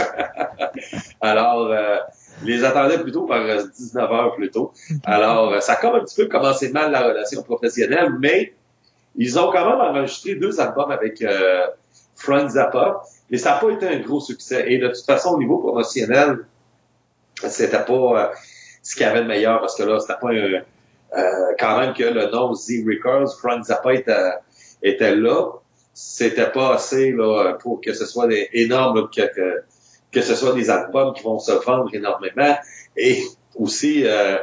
Alors, il les attendait plutôt par 19 heures plus tôt. Alors, ça a comme un petit peu commencé mal la relation professionnelle, mais ils ont quand même enregistré 2 albums avec Frank Zappa, mais ça n'a pas été un gros succès. Et de toute façon, au niveau promotionnel, c'était pas ce qu'il y avait de meilleur, parce que là, c'était pas quand même que le nom Z Records, Frank Zappa était là. C'était pas assez là pour que ce soit énorme, que ce soit des albums qui vont se vendre énormément. Et aussi,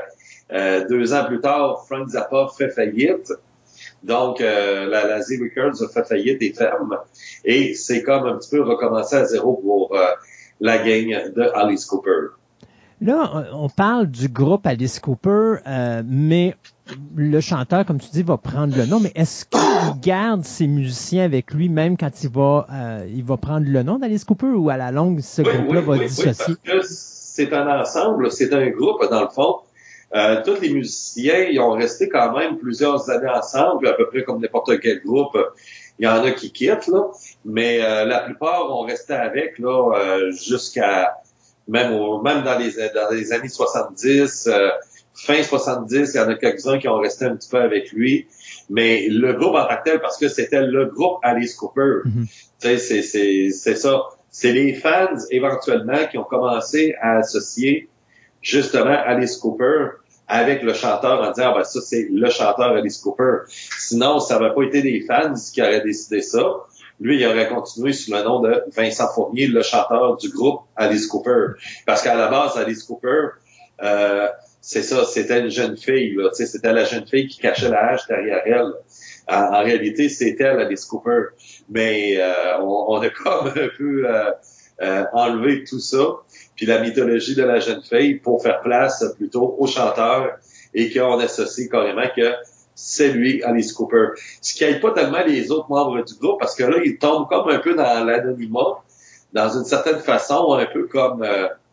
2 ans plus tard, Frank Zappa fait faillite. Donc, la Z Records a fait faillite et ferme. Et c'est comme un petit peu recommencer à zéro pour la gang de Alice Cooper. Là, on parle du groupe Alice Cooper, mais le chanteur, comme tu dis, va prendre le nom. Mais est-ce qu'il garde ses musiciens avec lui, même quand il va prendre le nom d'Alice Cooper, ou à la longue, ce groupe-là va dissocier? Oui, parce que c'est un ensemble, c'est un groupe, dans le fond. Tous les musiciens, ils ont resté quand même plusieurs années ensemble, à peu près comme n'importe quel groupe. Il y en a qui quittent, là, mais la plupart ont resté avec là jusqu'à même dans les années 70, fin 70, il y en a quelques-uns qui ont resté un petit peu avec lui. Mais le groupe en tant que tel, parce que c'était le groupe Alice Cooper, tu sais, c'est ça. C'est les fans éventuellement qui ont commencé à associer justement Alice Cooper avec le chanteur en disant, ça c'est le chanteur Alice Cooper. Sinon, ça n'aurait pas été des fans qui auraient décidé ça. Lui, il aurait continué sous le nom de Vincent Fournier, le chanteur du groupe Alice Cooper. Parce qu'à la base, Alice Cooper, c'est ça, c'était une jeune fille, là, tu sais, c'était la jeune fille qui cachait la hache derrière elle. En réalité, c'était elle, Alice Cooper. Mais on a comme un peu enlevé tout ça, puis la mythologie de la jeune fille pour faire place plutôt au chanteur et qu'on associe carrément que c'est lui, Alice Cooper. Ce qui aide pas tellement les autres membres du groupe, parce que là, ils tombent comme un peu dans l'anonymat, dans une certaine façon, un peu comme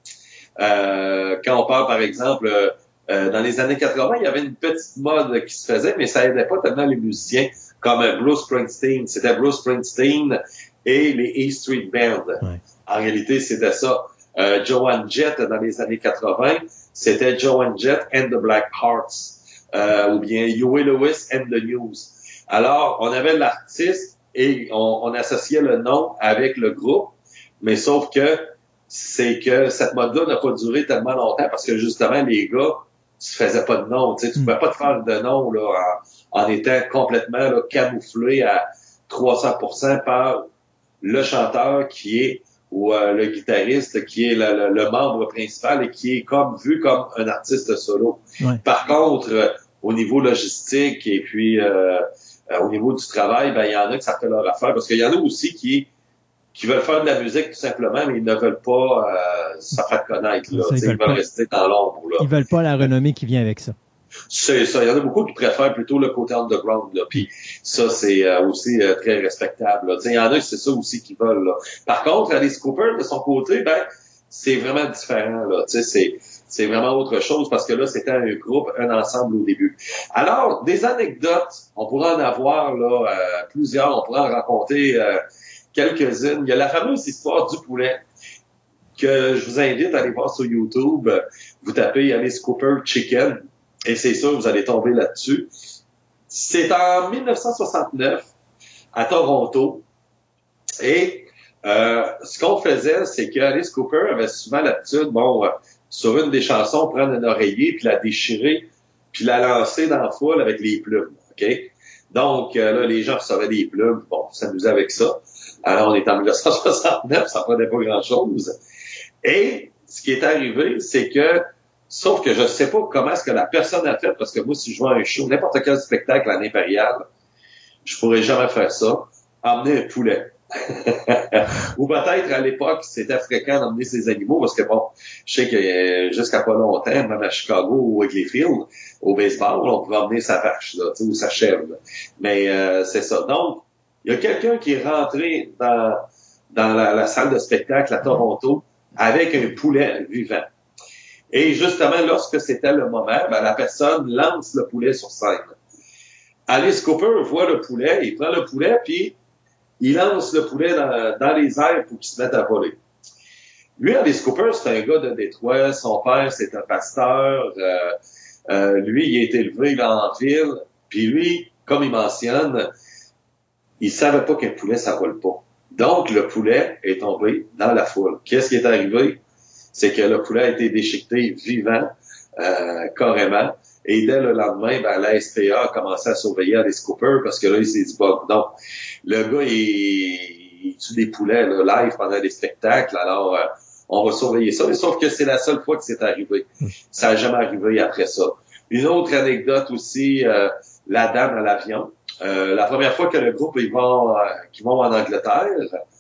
quand on parle, par exemple, dans les années 80, il y avait une petite mode qui se faisait, mais ça aidait pas tellement les musiciens, comme Bruce Springsteen. C'était Bruce Springsteen et les E Street Band. Ouais. En réalité, c'était ça. Joan Jett, dans les années 80, c'était Joan Jett and the Black Hearts. Ou bien Huey Lewis and the News. Alors, on avait l'artiste et on associait le nom avec le groupe, mais sauf que c'est que cette mode-là n'a pas duré tellement longtemps parce que justement, les gars se faisaient pas de nom. Tu sais, tu pouvais pas te faire de nom là, en étant complètement là, camouflé à 300% par le chanteur qui est ou le guitariste qui est le membre principal et qui est vu comme un artiste solo. Ouais. Par contre, au niveau logistique et puis au niveau du travail, il y en a que ça fait leur affaire parce qu'il y en a aussi qui veulent faire de la musique tout simplement, mais ils ne veulent pas se faire connaître. Là, ils veulent rester dans l'ombre. Là. Ils veulent pas la renommée qui vient avec ça. C'est ça. Il y en a beaucoup qui préfèrent plutôt le côté underground. Là. Puis ça, c'est aussi très respectable. Là. Il y en a, c'est ça aussi qu'ils veulent. Là. Par contre, Alice Cooper, de son côté, c'est vraiment différent. Là. C'est vraiment autre chose parce que là, c'était un groupe, un ensemble au début. Alors, des anecdotes, on pourrait en avoir là plusieurs. On pourrait en raconter quelques-unes. Il y a la fameuse histoire du poulet que je vous invite à aller voir sur YouTube. Vous tapez Alice Cooper Chicken. Et c'est sûr, vous allez tomber là-dessus. C'est en 1969, à Toronto. Et ce qu'on faisait, c'est qu'Alice Cooper avait souvent l'habitude, sur une des chansons, prendre un oreiller, puis la déchirer, puis la lancer dans la foule avec les plumes. OK? Donc, là, les gens recevaient des plumes. Bon, on s'amusait avec ça. Alors, on est en 1969, ça prenait pas grand-chose. Et ce qui est arrivé, c'est que sauf que je ne sais pas comment est-ce que la personne a fait, parce que moi, si je vois un show, n'importe quel spectacle à l'Impérial, je pourrais jamais faire ça, emmener un poulet. Ou peut-être, à l'époque, c'était fréquent d'emmener ces animaux, parce que bon, je sais que jusqu'à pas longtemps, même à Chicago ou à Glayfield, au baseball, on pouvait emmener sa vache, là, ou sa chèvre. Là. Mais c'est ça. Donc, il y a quelqu'un qui est rentré dans la salle de spectacle à Toronto avec un poulet vivant. Et justement, lorsque c'était le moment, la personne lance le poulet sur scène. Alice Cooper voit le poulet, il prend le poulet, puis il lance le poulet dans les airs pour qu'il se mette à voler. Lui, Alice Cooper, c'est un gars de Détroit. Son père, c'est un pasteur. Lui, il a été élevé là, en ville. Puis lui, comme il mentionne, il savait pas qu'un poulet, ça vole pas. Donc, le poulet est tombé dans la foule. Qu'est-ce qui est arrivé? C'est que le poulet a été déchiqueté vivant, carrément. Et dès le lendemain, la SPA a commencé à surveiller Alice Cooper parce que là, il s'est dit, bon, non, le gars, il tue des poulets là, live pendant des spectacles. Alors, on va surveiller ça. Mais sauf que c'est la seule fois que c'est arrivé. Ça n'a jamais arrivé après ça. Une autre anecdote aussi, la dame à l'avion. La première fois que le groupe qu'ils vont en Angleterre,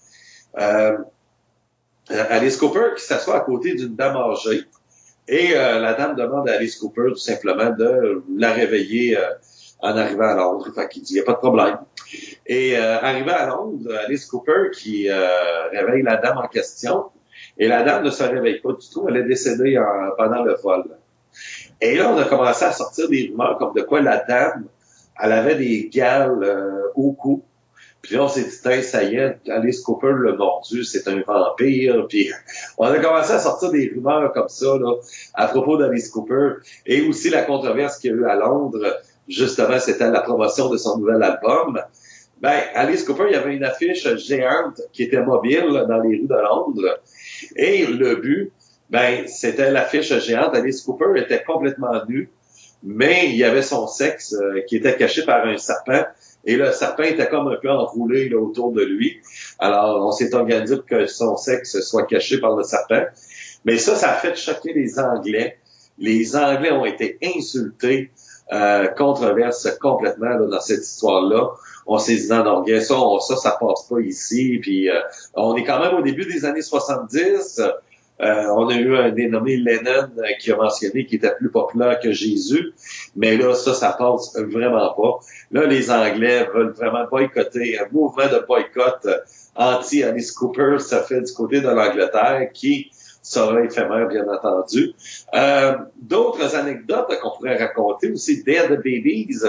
Alice Cooper qui s'assoit à côté d'une dame âgée et la dame demande à Alice Cooper tout simplement de la réveiller en arrivant à Londres. Fait qu'il dit, il n'y a pas de problème. Et arrivé à Londres, Alice Cooper qui réveille la dame en question et la dame ne se réveille pas du tout. Elle est décédée pendant le vol. Et là, on a commencé à sortir des rumeurs comme de quoi la dame, elle avait des gales au cou. Puis là, on s'est dit, ça y est, Alice Cooper l'a mordu, c'est un vampire. Puis on a commencé à sortir des rumeurs comme ça là, à propos d'Alice Cooper. Et aussi la controverse qu'il y a eu à Londres, justement, c'était la promotion de son nouvel album. Alice Cooper, il y avait une affiche géante qui était mobile dans les rues de Londres. Et le but, c'était l'affiche géante. Alice Cooper était complètement nue, mais il y avait son sexe qui était caché par un serpent. Et le serpent était comme un peu enroulé là, autour de lui. Alors, on s'est organisé pour que son sexe soit caché par le serpent. Mais ça a fait choquer les Anglais. Les Anglais ont été insultés, controverse complètement là, dans cette histoire-là. On s'est dit, non, ça passe pas ici. Puis, on est quand même au début des années 70. On a eu un dénommé Lennon qui a mentionné qu'il était plus populaire que Jésus. Mais là, ça passe vraiment pas. Là, les Anglais veulent vraiment boycotter. Un mouvement de boycott anti-Alice Cooper se fait du côté de l'Angleterre qui sera éphémère, bien entendu. D'autres anecdotes qu'on pourrait raconter aussi, Dead Babies,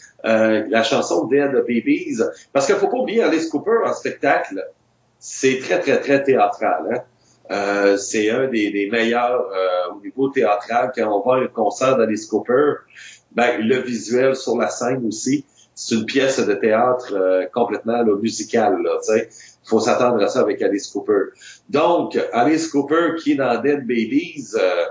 la chanson Dead Babies. Parce qu'il faut pas oublier Alice Cooper en spectacle, c'est très, très, très théâtral, hein. C'est un des meilleurs au niveau théâtral. Quand on voit un concert d'Alice Cooper, le visuel sur la scène aussi, c'est une pièce de théâtre complètement là, musicale. Il faut s'attendre à ça avec Alice Cooper. Donc, Alice Cooper qui, dans Dead Babies,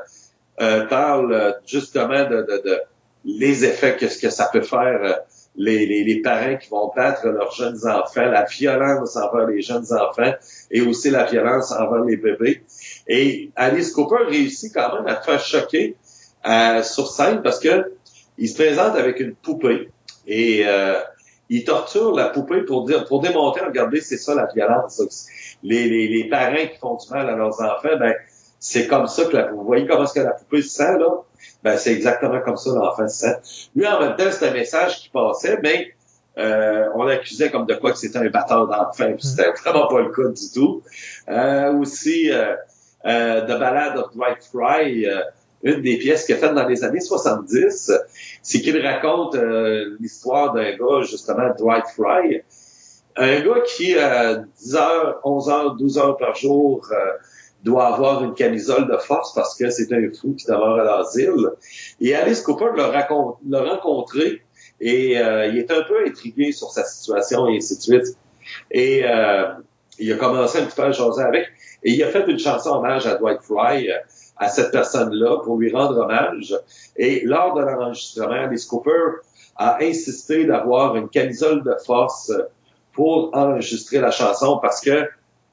parle justement de les effets que ça peut faire les parents qui vont battre leurs jeunes enfants, la violence envers les jeunes enfants et aussi la violence envers les bébés. Et Alice Cooper réussit quand même à faire choquer sur scène parce que il se présente avec une poupée et il torture la poupée pour démontrer, regardez, c'est ça la violence. Les parents qui font du mal à leurs enfants, c'est comme ça que vous voyez comment est-ce que la poupée se sent, là? C'est exactement comme ça l'enfant se sent. Lui, en même temps, c'est un message qui passait, mais on l'accusait comme de quoi que c'était un batteur d'enfant, puis c'était vraiment pas le cas du tout. Aussi, The Ballad of Dwight Fry, une des pièces qu'il a faites dans les années 70, c'est qu'il raconte l'histoire d'un gars, justement, Dwight Fry, un gars qui, 10 heures, 11 heures, 12 heures par jour, doit avoir une camisole de force parce que c'est un fou qui demeure à l'asile. Et Alice Cooper l'a rencontré et il est un peu intrigué sur sa situation et ainsi de suite. Et il a commencé un petit peu à jaser avec et il a fait une chanson hommage à Dwight Fry, à cette personne-là, pour lui rendre hommage. Et lors de l'enregistrement, Alice Cooper a insisté d'avoir une camisole de force pour enregistrer la chanson parce que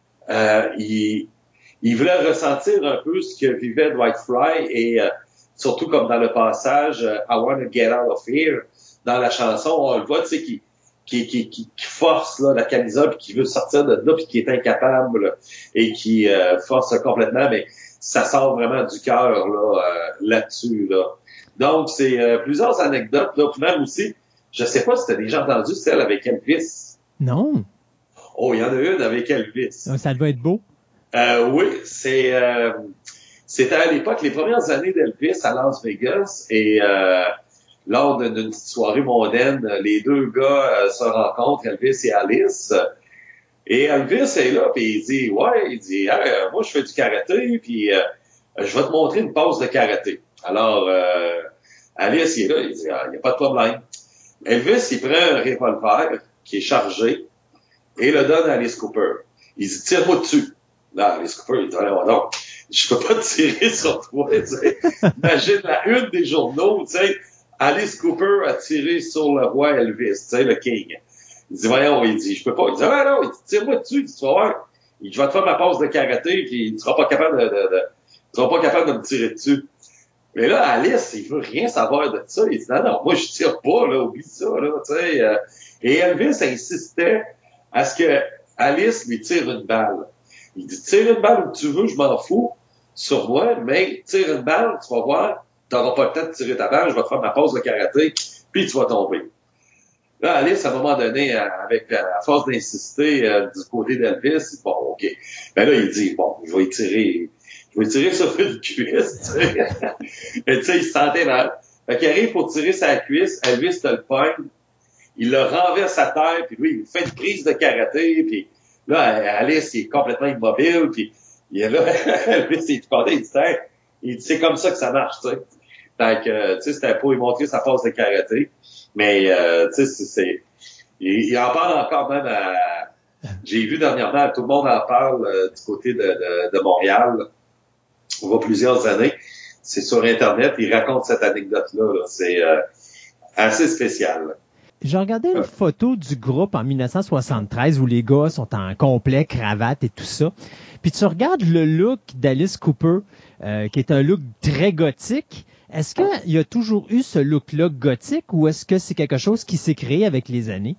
il voulait ressentir un peu ce que vivait Dwight Fry et surtout comme dans le passage I Wanna Get Out of Here, dans la chanson, on le voit, tu sais, qui force là, la camisole puis qui veut sortir de là puis qui est incapable là, et qui force complètement, mais ça sort vraiment du cœur là-dessus. Là. Donc, c'est plusieurs anecdotes. Là, puis même aussi, je sais pas si tu as déjà entendu celle avec Elvis. Non. Oh, il y en a une avec Elvis. Ça doit être beau. Oui, c'était à l'époque, les premières années d'Elvis à Las Vegas et lors d'une petite soirée mondaine, les deux gars se rencontrent, Elvis et Alice. Et Elvis est là, puis il dit, moi, je fais du karaté, puis je vais te montrer une pose de karaté. Alors, Alice, il est là, il dit, il n'y a pas de problème. Elvis, il prend un revolver qui est chargé et le donne à Alice Cooper. Il dit, tire-moi dessus. Là, Alice Cooper, il dit, non, je peux pas tirer sur toi, tu sais. Imagine la une des journaux, tu sais, Alice Cooper a tiré sur le roi Elvis, tu sais, le king. Il dit, voyons, il dit, je peux pas. Il dit, non, il dit, tire-moi dessus, il dit, tu vas voir. Il dit, je vais te faire ma passe de karaté, puis tu seras pas capable de me tirer dessus. Mais là, Alice, il veut rien savoir de ça. Il dit, non, moi, je tire pas, là, oublie ça, là, tu sais. Et Elvis insistait à ce que Alice lui tire une balle. Il dit, tire une balle où tu veux, je m'en fous, sur moi, mais tire une balle, tu vas voir, t'auras pas le temps de tirer ta balle, je vais te faire ma pause de karaté, puis tu vas tomber. Là, Alice, à un moment donné, à force d'insister du côté d'Elvis, il dit, bon, OK. Ben là, il dit, bon, je vais tirer sur une cuisse, tu sais. Mais tu sais, il se sentait mal. Fait qu'il arrive pour tirer sa cuisse, Elvis te le pogne, il le renverse à terre, puis lui, il fait une prise de karaté, puis là, Alice, il est complètement immobile, puis il est là, Elvis, il est tout content, il dit, c'est comme ça que ça marche, tu sais. Fait que, tu sais, c'était pour lui montrer sa force de karaté. Mais, tu sais, il en parle encore même j'ai vu dernièrement, tout le monde en parle du côté de Montréal. On voit plusieurs années. C'est sur Internet. Il raconte cette anecdote-là. Là. C'est assez spécial. J'ai regardé une photo du groupe en 1973 où les gars sont en complet, cravate et tout ça. Puis tu regardes le look d'Alice Cooper, qui est un look très gothique. Est-ce qu'il y a toujours eu ce look-là gothique ou est-ce que c'est quelque chose qui s'est créé avec les années?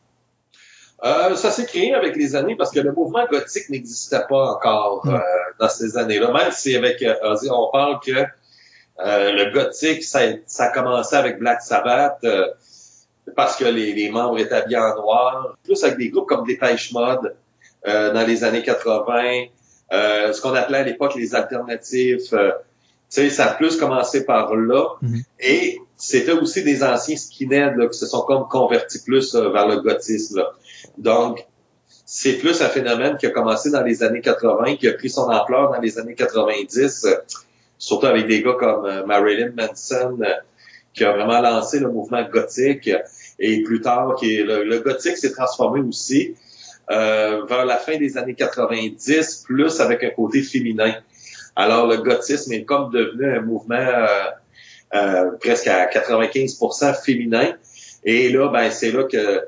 Ça s'est créé avec les années parce que le mouvement gothique n'existait pas encore dans ces années-là. Même si avec Ozzy, on parle que le gothique, ça a commencé avec Black Sabbath parce que les membres étaient habillés en noir. Plus avec des groupes comme Depeche Mode dans les années 80, ce qu'on appelait à l'époque les alternatifs. Tu sais, ça a plus commencé par là. Et c'était aussi des anciens skinheads là, qui se sont comme convertis plus vers le gothisme. Là. Donc, c'est plus un phénomène qui a commencé dans les années 80, qui a pris son ampleur dans les années 90, surtout avec des gars comme Marilyn Manson, qui a vraiment lancé le mouvement gothique. Et plus tard, le gothique s'est transformé aussi vers la fin des années 90, plus avec un côté féminin. Alors, le gothisme est comme devenu un mouvement presque à 95% féminin. Et là, ben, c'est là que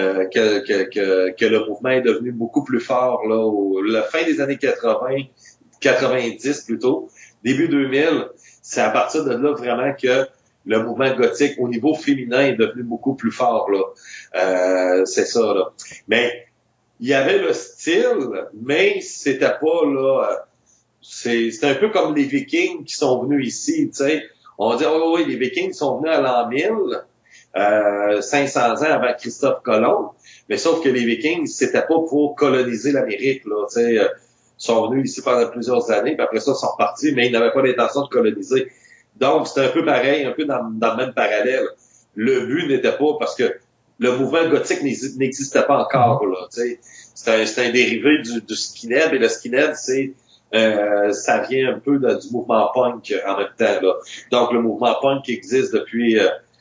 le mouvement est devenu beaucoup plus fort. Là, la fin des années 90 plutôt, début 2000, c'est à partir de là vraiment que le mouvement gothique au niveau féminin est devenu beaucoup plus fort. Là, c'est ça. Là. Mais il y avait le style, mais c'était pas là. C'est un peu comme les Vikings qui sont venus ici, tu sais. On dit, oh oui, les Vikings sont venus à l'an 1000, 500 ans avant Christophe Colomb. Mais sauf que les Vikings, c'était pas pour coloniser l'Amérique, là, tu sais. Ils sont venus ici pendant plusieurs années, puis après ça, ils sont repartis, mais ils n'avaient pas l'intention de coloniser. Donc, c'était un peu pareil, un peu dans le même parallèle. Le but n'était pas, parce que le mouvement gothique n'existait pas encore, là, tu sais. C'est un dérivé du skinhead, et le skinhead, c'est ça vient un peu du mouvement punk en même temps. Là. Donc, le mouvement punk existe depuis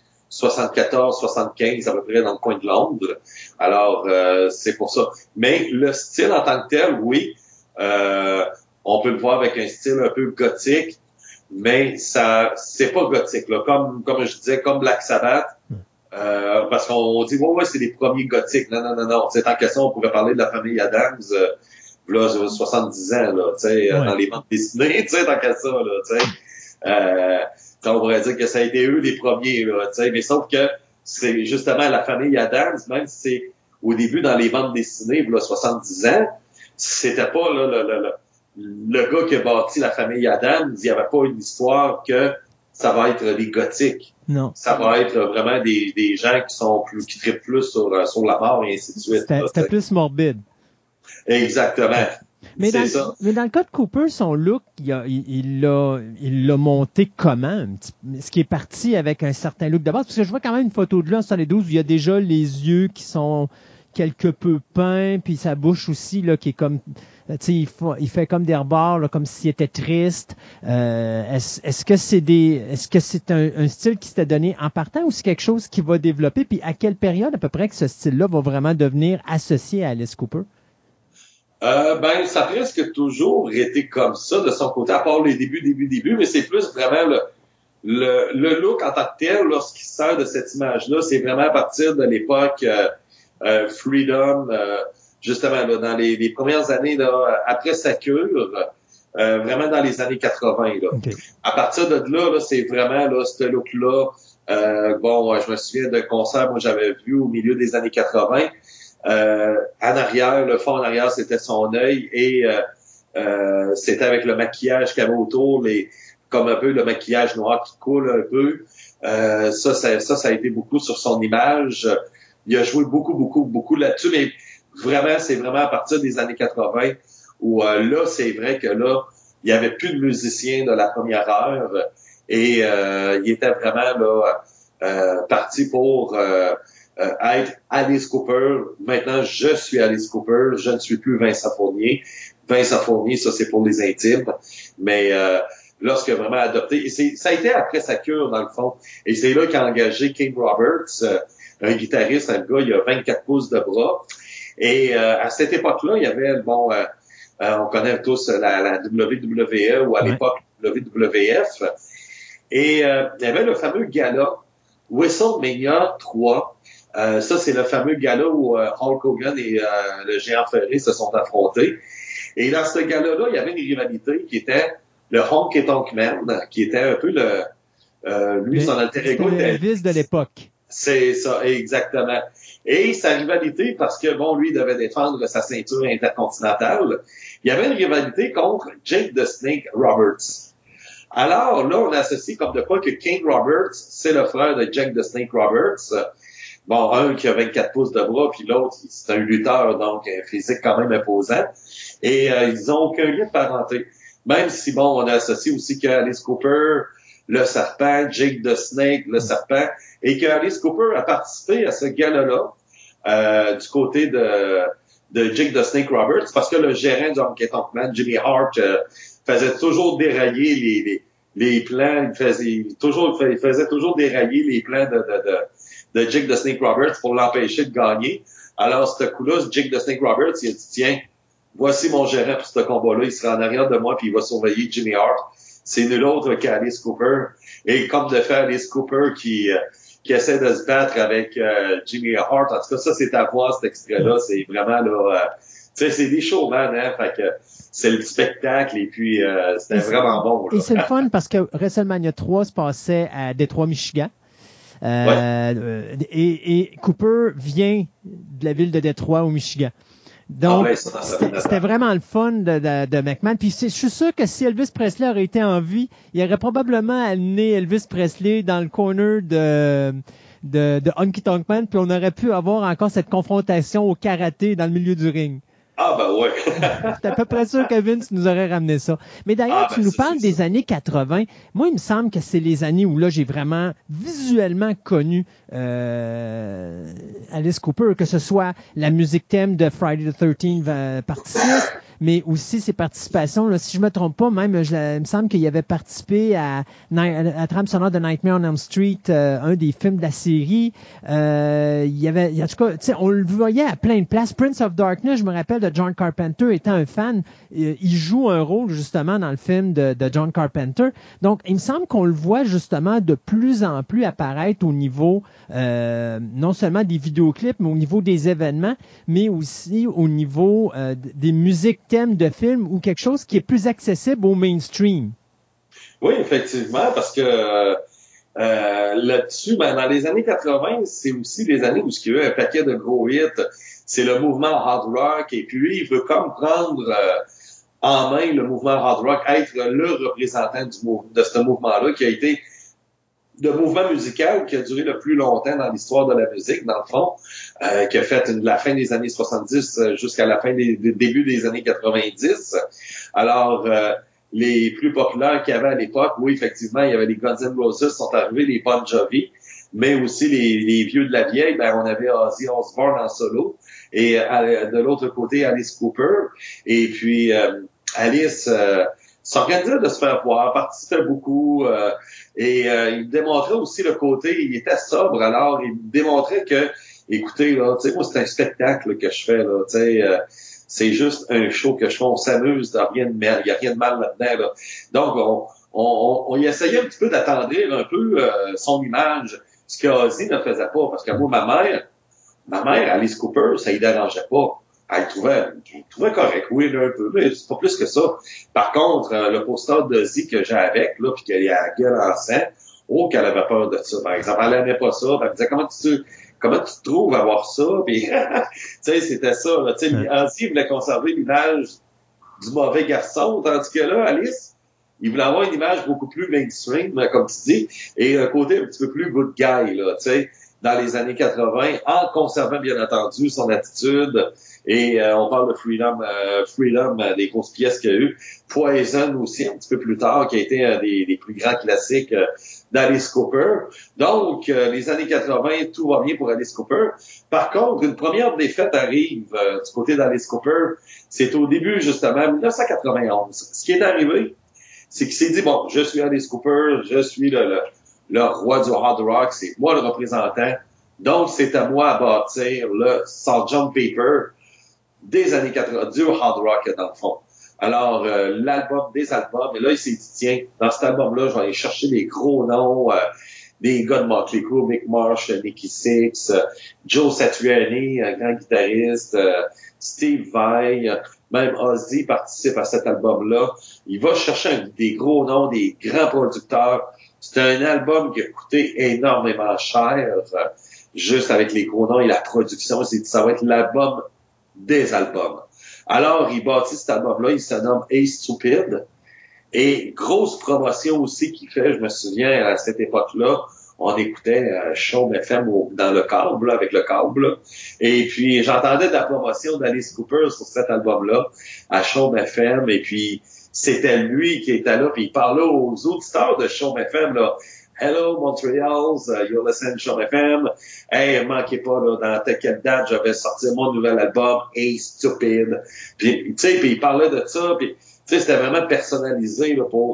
74-75, à peu près dans le coin de Londres. Alors, c'est pour ça. Mais le style en tant que tel, oui, on peut le voir avec un style un peu gothique, mais ça, c'est pas gothique. Là. Comme je disais, comme Black Sabbath, parce qu'on dit, ouais, c'est les premiers gothiques. Non. C'est en question, on pourrait parler de la famille Adams, là, 70 ans, là, tu sais, dans les bandes dessinées, tu sais, tant qu'à ça, là, tu sais. On pourrait dire que ça a été eux les premiers, là, tu sais, mais sauf que c'est justement la famille Adams, même si c'est au début dans les bandes dessinées, là, 70 ans, c'était pas, là, le gars qui a bâti la famille Adams, il y avait pas une histoire que ça va être des gothiques. Non. Ça va être vraiment des gens qui trippent plus sur la mort et ainsi de suite. C'était plus morbide. Exactement. Mais dans le cas de Cooper, son look, il l'a monté comment? Ce qui est parti avec un certain look de base, parce que je vois quand même une photo de lui en 72 où il y a déjà les yeux qui sont quelque peu peint, puis sa bouche aussi, là, qui est comme, tu sais, il fait comme des rebords, là, comme s'il était triste. Est-ce que c'est un style qui s'était donné en partant ou c'est quelque chose qui va développer? Puis à quelle période à peu près que ce style-là va vraiment devenir associé à Alice Cooper? Ben, ça a presque toujours été comme ça de son côté, à part les débuts, mais c'est plus vraiment le look en tant que tel, lorsqu'il sert de cette image-là, c'est vraiment à partir de l'époque Freedom, justement, là, dans les premières années, là, après sa cure, vraiment dans les années 80, là. Okay. À partir de là, c'est vraiment, là, ce look-là, je me souviens d'un concert, moi, j'avais vu au milieu des années 80, en arrière, le fond en arrière, c'était son œil et c'était avec le maquillage qu'il y avait autour, comme un peu le maquillage noir qui coule un peu. Ça a été beaucoup sur son image. Il a joué beaucoup là-dessus, mais vraiment, c'est vraiment à partir des années 80 où là, c'est vrai que là, il y avait plus de musiciens de la première heure et il était vraiment là parti pour être Alice Cooper. Maintenant, je suis Alice Cooper, je ne suis plus Vincent Fournier. Vincent Fournier, ça c'est pour les intimes, mais lorsque vraiment adopté, et ça a été après sa cure dans le fond, et c'est là qu'il a engagé King Roberts, un guitariste, un gars, il a 24 pouces de bras, et à cette époque-là, il y avait, on connaît tous la WWE ou à l'époque WWF, et il y avait le fameux gala WrestleMania 3. Ça, c'est le fameux gala où Hulk Hogan et le géant Ferré se sont affrontés. Et dans ce gala-là, il y avait une rivalité qui était le Honky et Tonk Man, qui était un peu son alter ego. C'était Elvis de l'époque. C'est ça, exactement. Et sa rivalité, parce que, lui, il devait défendre sa ceinture intercontinentale, il y avait une rivalité contre Jake the Snake Roberts. Alors, là, on associe comme de quoi que King Roberts, c'est le frère de Jake the Snake Roberts. Un qui a 24 pouces de bras, puis l'autre, c'est un lutteur, donc un physique quand même imposant. Et ils n'ont aucun lien de parenté. Même si, on associe aussi qu'Alice Cooper, le serpent, Jake the Snake, le serpent, et qu'Alice Cooper a participé à ce gala-là du côté de Jake the Snake Roberts, parce que le gérant du Honky Tonk Man, Jimmy Hart, faisait toujours dérailler les plans, il faisait toujours dérailler les plans de Jake the Snake Roberts pour l'empêcher de gagner. Alors, ce coup-là, Jake the Snake Roberts, il a dit, tiens, voici mon gérant pour ce combat-là, il sera en arrière de moi puis il va surveiller Jimmy Hart. C'est nul autre qu'Alice Cooper. Et comme de fait Alice Cooper qui essaie de se battre avec Jimmy Hart. En tout cas, ça, c'est à voir, cet extrait-là. C'est vraiment, là, tu sais, c'est des showman, hein. Fait que c'est le spectacle et puis c'était vraiment bon. Là. Et c'est le fun parce que WrestleMania 3 se passait à Détroit, Michigan. Et Cooper vient de la ville de Détroit au Michigan. Donc, c'était vraiment le fun de McMahon. Puis je suis sûr que si Elvis Presley aurait été en vie, il aurait probablement amené Elvis Presley dans le corner de Honky Tonk Man, puis on aurait pu avoir encore cette confrontation au karaté dans le milieu du ring. Ah, ben ouais. C'est à peu près sûr que Vince nous aurait ramené ça. Mais d'ailleurs, tu nous parles des années 80. Moi, il me semble que c'est les années où là, j'ai vraiment visuellement connu Alice Cooper, que ce soit la musique thème de Friday the 13th partie 6, mais aussi ses participations. Là, si je me trompe pas, même, il me semble qu'il avait participé à trame sonore de Nightmare on Elm Street, un des films de la série. Il y avait, en tout cas, tu sais, on le voyait à plein de places. Prince of Darkness, je me rappelle de John Carpenter, étant un fan, il joue un rôle justement dans le film de John Carpenter. Donc, il me semble qu'on le voit justement de plus en plus apparaître au niveau non seulement des vidéoclips, mais au niveau des événements, mais aussi au niveau des musiques thèmes de films ou quelque chose qui est plus accessible au mainstream. Oui, effectivement, parce que là-dessus, dans les années 80, c'est aussi les années où il y a eu un paquet de gros hits. C'est le mouvement hard rock, et puis lui, il veut comme prendre en main le mouvement hard rock, être le représentant de ce mouvement-là, qui a été le mouvement musical qui a duré le plus longtemps dans l'histoire de la musique, dans le fond, qui a fait de la fin des années 70 jusqu'à la fin des début des années 90. Alors, les plus populaires qu'il y avait à l'époque, oui, effectivement, il y avait les Guns N' Roses sont arrivés, les Bon Jovi, mais aussi les vieux de la vieille, ben on avait Ozzy Osbourne en solo, et de l'autre côté, Alice Cooper. Et puis, Alice s'organisait de se faire voir, participait beaucoup, et il démontrait aussi le côté, il était sobre, alors il démontrait que, écoutez, là, tu sais, moi, c'est un spectacle que je fais, là, tu sais, c'est juste un show que je fais, on s'amuse, il n'y a rien de mal là-dedans, là. Donc, on y essayait un petit peu d'attendrir un peu son image, ce que Ozzy ne faisait pas, parce que moi, ma mère, Alice Cooper, ça y dérangeait pas. Elle trouvait correct, oui, là, un peu, mais c'est pas plus que ça. Par contre, le poster d'Ozzy que j'ai avec, là, puis qu'il y a la gueule en sang, oh, qu'elle avait peur de ça, par exemple. Elle aimait pas ça, elle me disait, comment tu te trouves à voir ça? Puis, tu sais, c'était ça, là, tu sais, Ozzy voulait conserver l'image du mauvais garçon, tandis que là, Alice, il voulait avoir une image beaucoup plus mainstream, comme tu dis, et un côté un petit peu plus good guy, là, tu sais, dans les années 80, en conservant, bien entendu, son attitude. Et on parle de Freedom, des grosses pièces qu'il y a eu. Poison aussi, un petit peu plus tard, qui a été un des plus grands classiques d'Alice Cooper. Donc, les années 80, tout va bien pour Alice Cooper. Par contre, une première défaite arrive du côté d'Alice Cooper. C'est au début, justement, 1991. Ce qui est arrivé, c'est qu'il s'est dit, bon, je suis Alice Cooper, je suis le roi du hard rock, c'est moi le représentant. Donc, c'est à moi à bâtir le Sgt. Pepper des années 80, du hard rock, dans le fond. Alors, l'album des albums, et là, il s'est dit, tiens, dans cet album-là, je vais aller chercher des gros noms, des gars de Motley Crue, Mick Marsh, Nicky Six, Joe Satriani, un grand guitariste, Steve Vai, même Ozzy participe à cet album-là. Il va chercher des gros noms, des grands producteurs. C'est un album qui a coûté énormément cher, juste avec les gros noms et la production. Ça va être l'album des albums. Alors, il bâtit cet album-là, il se nomme Hey Stupid. Et grosse promotion aussi qu'il fait, je me souviens, à cette époque-là, on écoutait Chaume FM dans le câble, là, avec le câble. Là. Et puis, j'entendais de la promotion d'Alice Cooper sur cet album-là, à Chaume FM. Et puis, c'était lui qui était là, puis il parlait aux auditeurs de Chaume FM, là. Hello, Montreal, you're listening to Chaume FM. Hey, manquez pas, là, dans quelle date, je vais sortir mon nouvel album, Hey Stupid. Puis, tu sais, puis il parlait de ça, puis, tu sais, c'était vraiment personnalisé, là, pour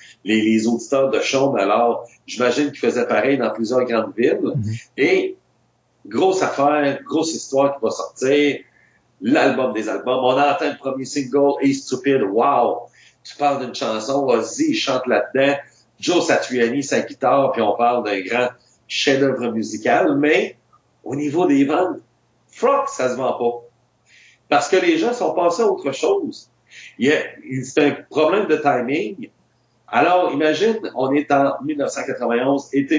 les auditeurs de Chaume. Alors, j'imagine qu'il faisait pareil dans plusieurs grandes villes. Mm-hmm. Et, grosse affaire, grosse histoire qui va sortir, l'album des albums. On entend le premier single, Hey Stupid, wow! Tu parles d'une chanson, Ozzy, il chante là-dedans, Joe Satriani, sa guitare, puis on parle d'un grand chef-d'œuvre musical, mais au niveau des ventes, fuck, ça se vend pas. Parce que les gens sont passés à autre chose. C'est un problème de timing. Alors, imagine, on est en 1991, été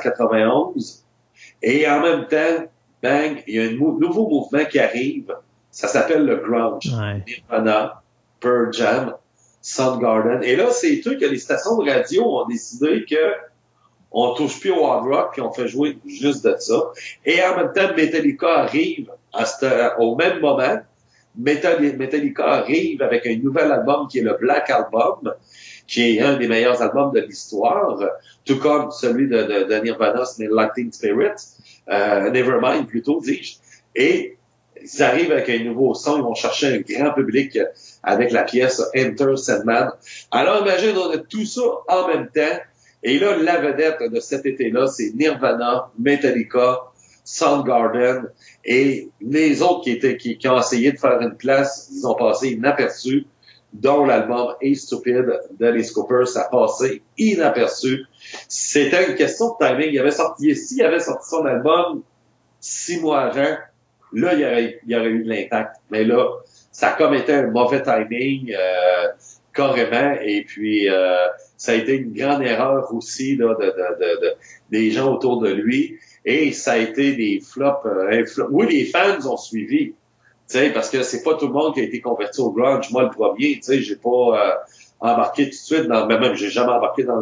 1991, et en même temps, bang, il y a un nouveau mouvement qui arrive. Ça s'appelle le grunge. Ouais. Nirvana, Pearl Jam, Soundgarden. Et là, c'est eux que les stations de radio ont décidé que on touche plus au hard rock puis on fait jouer juste de ça. Et en même temps, Metallica arrive au même moment. Metallica arrive avec un nouvel album qui est le Black Album, qui est un des meilleurs albums de l'histoire, tout comme celui de Nirvana, c'est Lightning Spirit, Nevermind plutôt, dis-je. Et ils arrivent avec un nouveau son, ils vont chercher un grand public avec la pièce Enter Sandman. Alors imagine, on a tout ça en même temps. Et là, la vedette de cet été-là, c'est Nirvana, Metallica, Soundgarden et les autres qui ont essayé de faire une place, ils ont passé inaperçus, dont l'album Hey Stupid d'Alice Cooper, ça a passé inaperçu. C'était une question de timing. Il avait sorti son album 6 mois avant, là, il y aurait eu de l'impact. Mais là, ça a comme été un mauvais timing, carrément. Et puis, ça a été une grande erreur aussi là, des gens autour de lui. Et ça a été des flops. Oui, les fans ont suivi. Parce que c'est pas tout le monde qui a été converti au grunge. Moi, le premier, j'ai pas embarqué tout de suite même j'ai jamais embarqué dans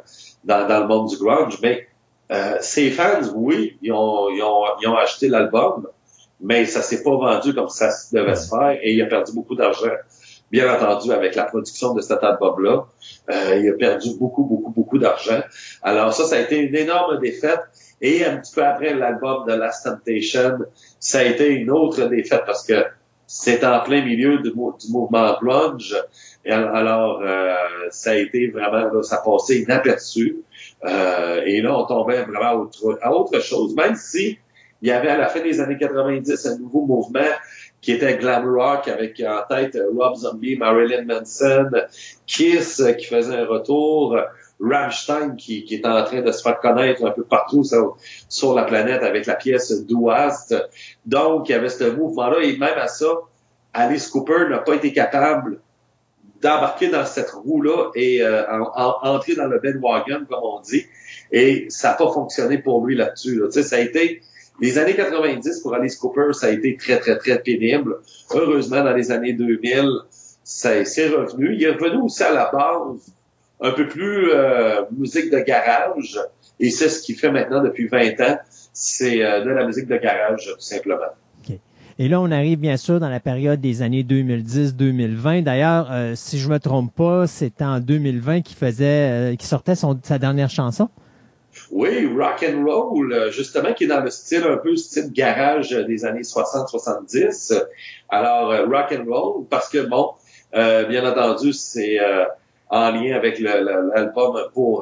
le monde du grunge. Mais ces fans, oui, ils ont acheté l'album. Mais ça s'est pas vendu comme ça devait se faire et il a perdu beaucoup d'argent. bien entendu, avec la production de cet album-là, il a perdu beaucoup d'argent. Alors ça a été une énorme défaite. Et un petit peu après l'album de Last Temptation, ça a été une autre défaite parce que c'est en plein milieu du mouvement grunge. Et alors, ça a été vraiment, là, ça passait inaperçu. Et là, on tombait vraiment à autre chose. Même si il y avait à la fin des années 90 un nouveau mouvement qui était glam rock avec en tête Rob Zombie, Marilyn Manson, Kiss qui faisait un retour, Rammstein qui est en train de se faire connaître un peu partout sur la planète avec la pièce Do Hast. Donc, il y avait ce mouvement-là et même à ça, Alice Cooper n'a pas été capable d'embarquer dans cette roue-là et entrer dans le bandwagon, comme on dit. Et ça n'a pas fonctionné pour lui là-dessus. Là. Tu sais, ça a été... Les années 90 pour Alice Cooper, ça a été très, très, très pénible. Heureusement, dans les années 2000, c'est revenu. Il est revenu aussi à la base un peu plus musique de garage. Et c'est ce qu'il fait maintenant depuis 20 ans. C'est de la musique de garage, tout simplement. Okay. Et là, on arrive bien sûr dans la période des années 2010-2020. D'ailleurs, si je me trompe pas, c'était en 2020 qu'il sortait sa dernière chanson. Oui, Rock and Roll, justement, qui est dans le style un peu style garage des années 60-70. Alors, Rock and Roll, parce que bon, bien entendu, c'est en lien avec l'album pour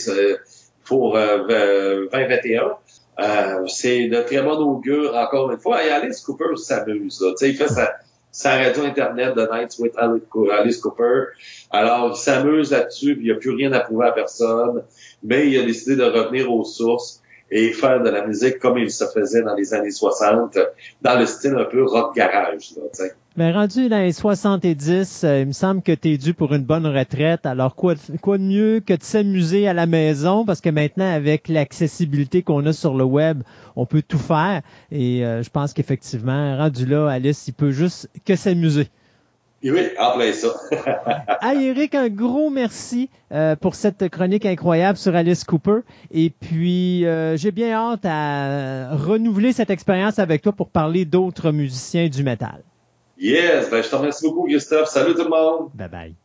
2021. C'est de très bon augure, encore une fois. Et Alice Cooper s'amuse, là. Tu sais, il fait sa radio Internet de Nights with Alice Cooper. Alors, il s'amuse là-dessus, puis il n'y a plus rien à prouver à personne. Mais il a décidé de revenir aux sources et faire de la musique comme il se faisait dans les années 60, dans le style un peu rock garage, là, tu sais. Mais rendu dans les 70, il me semble que tu es dû pour une bonne retraite. Alors, quoi de mieux que de s'amuser à la maison? Parce que maintenant, avec l'accessibilité qu'on a sur le web, on peut tout faire. Et je pense qu'effectivement, rendu là, Alice, il peut juste que s'amuser. Oui, en plein ça. Hey, Eric, un gros merci pour cette chronique incroyable sur Alice Cooper. Et puis, j'ai bien hâte à renouveler cette expérience avec toi pour parler d'autres musiciens du métal. Yes, je te remercie beaucoup, Christophe. Salut tout le monde. Bye bye.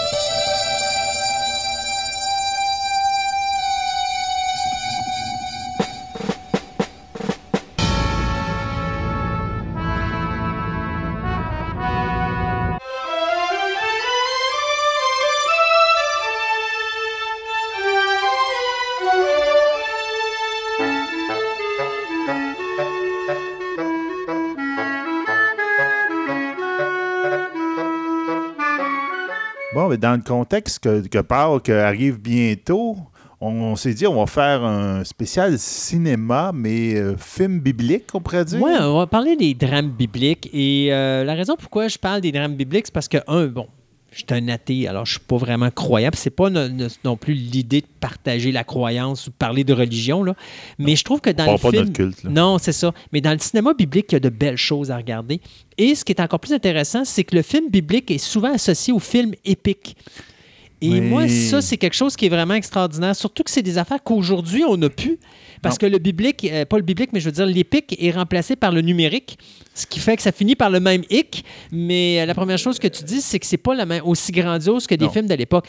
Bon, dans le contexte que Pâques arrive bientôt, on s'est dit on va faire un spécial cinéma, mais film biblique, on pourrait dire. Oui, on va parler des drames bibliques. Et la raison pourquoi je parle des drames bibliques, c'est parce que, je suis un athée, alors je ne suis pas vraiment croyant. C'est pas non plus l'idée de partager la croyance ou de parler de religion, là. Mais je trouve que dans le film... Notre culte, là. Non, c'est ça. Mais dans le cinéma biblique, il y a de belles choses à regarder. Et ce qui est encore plus intéressant, c'est que le film biblique est souvent associé au film épique. Et moi, ça, c'est quelque chose qui est vraiment extraordinaire. Surtout que c'est des affaires qu'aujourd'hui, on n'a plus. Parce que le biblique, pas le biblique, mais je veux dire, l'épique est remplacé par le numérique, ce qui fait que ça finit par le même hic. Mais la première chose que tu dis, c'est que c'est pas aussi grandiose que des films de l'époque.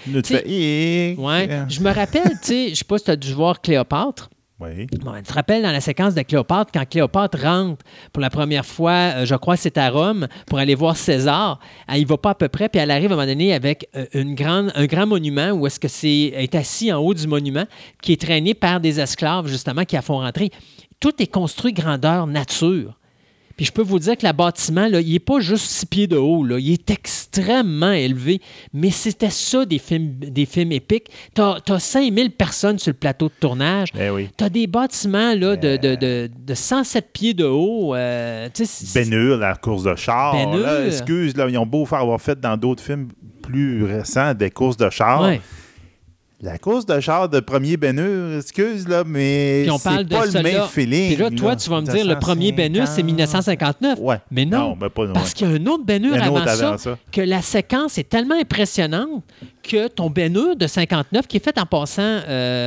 Je me rappelle, je sais pas si tu as dû voir Cléopâtre. Oui. Bon, tu te rappelles dans la séquence de Cléopâtre, quand Cléopâtre rentre pour la première fois, je crois que c'est à Rome, pour aller voir César, elle y va pas à peu près, puis elle arrive à un moment donné avec un grand monument où est-ce que est assis en haut du monument, qui est traîné par des esclaves, justement, qui la font rentrer. Tout est construit grandeur nature. Puis je peux vous dire que le bâtiment, là, il n'est pas juste 6 pieds de haut, là, il est extrêmement élevé. Mais c'était ça des films épiques. Tu as 5000 personnes sur le plateau de tournage. Oui. Tu as des bâtiments là, de 107 pieds de haut. Ben-Hur, la course de char. Ben-Hur. Là, excuse, là, ils ont beau avoir fait dans d'autres films plus récents des courses de char. Ouais. La course de char de premier Ben-Hur, excuse, là, mais c'est pas le même feeling. Puis là, toi, tu vas me dire, le premier Ben-Hur, c'est 1959. Ouais. Mais non, parce qu'il y a un autre Ben-Hur avant ça, que la séquence est tellement impressionnante que ton Ben-Hur de 59, qui est fait en passant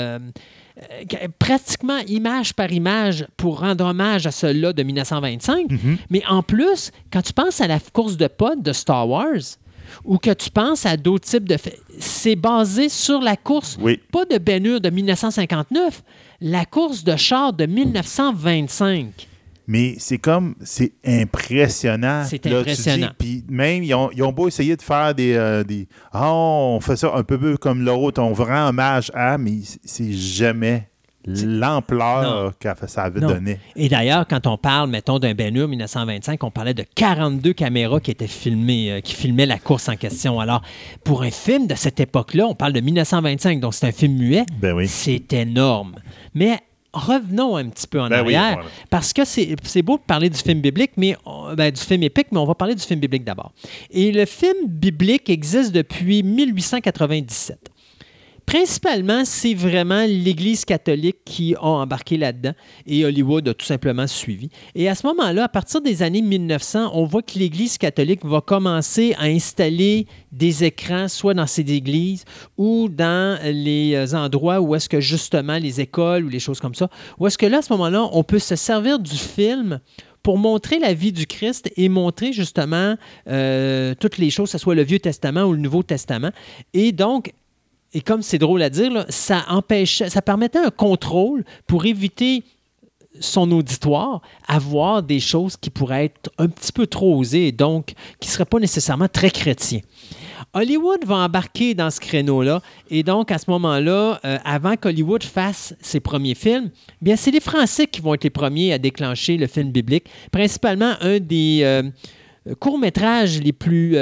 pratiquement image par image pour rendre hommage à celui-là de 1925, mais en plus, quand tu penses à la course de pod de Star Wars, ou que tu penses à d'autres types de films, c'est basé sur la course, pas de Ben-Hur de 1959, la course de char de 1925. Mais c'est impressionnant. C'est impressionnant. Puis même, ils ont beau essayer de faire on fait ça un peu comme l'autre, on vous rend hommage à, mais c'est jamais l'ampleur que ça avait donné. Et d'ailleurs, quand on parle, mettons, d'un Ben-Hur 1925, on parlait de 42 caméras qui étaient filmées, qui filmaient la course en question. Alors, pour un film de cette époque-là, on parle de 1925, donc c'est un film muet, c'est énorme. Mais revenons un petit peu en arrière, parce que c'est beau de parler du film biblique, mais du film épique, mais on va parler du film biblique d'abord. Et le film biblique existe depuis 1897. Principalement, c'est vraiment l'Église catholique qui a embarqué là-dedans et Hollywood a tout simplement suivi. Et à ce moment-là, à partir des années 1900, on voit que l'Église catholique va commencer à installer des écrans, soit dans ces églises ou dans les endroits où est-ce que justement les écoles ou les choses comme ça, où est-ce que là, à ce moment-là, on peut se servir du film pour montrer la vie du Christ et montrer justement toutes les choses, que ce soit le Vieux Testament ou le Nouveau Testament. Et donc, et comme c'est drôle à dire, là, ça permettait un contrôle pour éviter son auditoire à voir des choses qui pourraient être un petit peu trop osées et donc qui ne seraient pas nécessairement très chrétiens. Hollywood va embarquer dans ce créneau-là et donc à ce moment-là, avant qu'Hollywood fasse ses premiers films, bien c'est les Français qui vont être les premiers à déclencher le film biblique, principalement un des courts-métrages les plus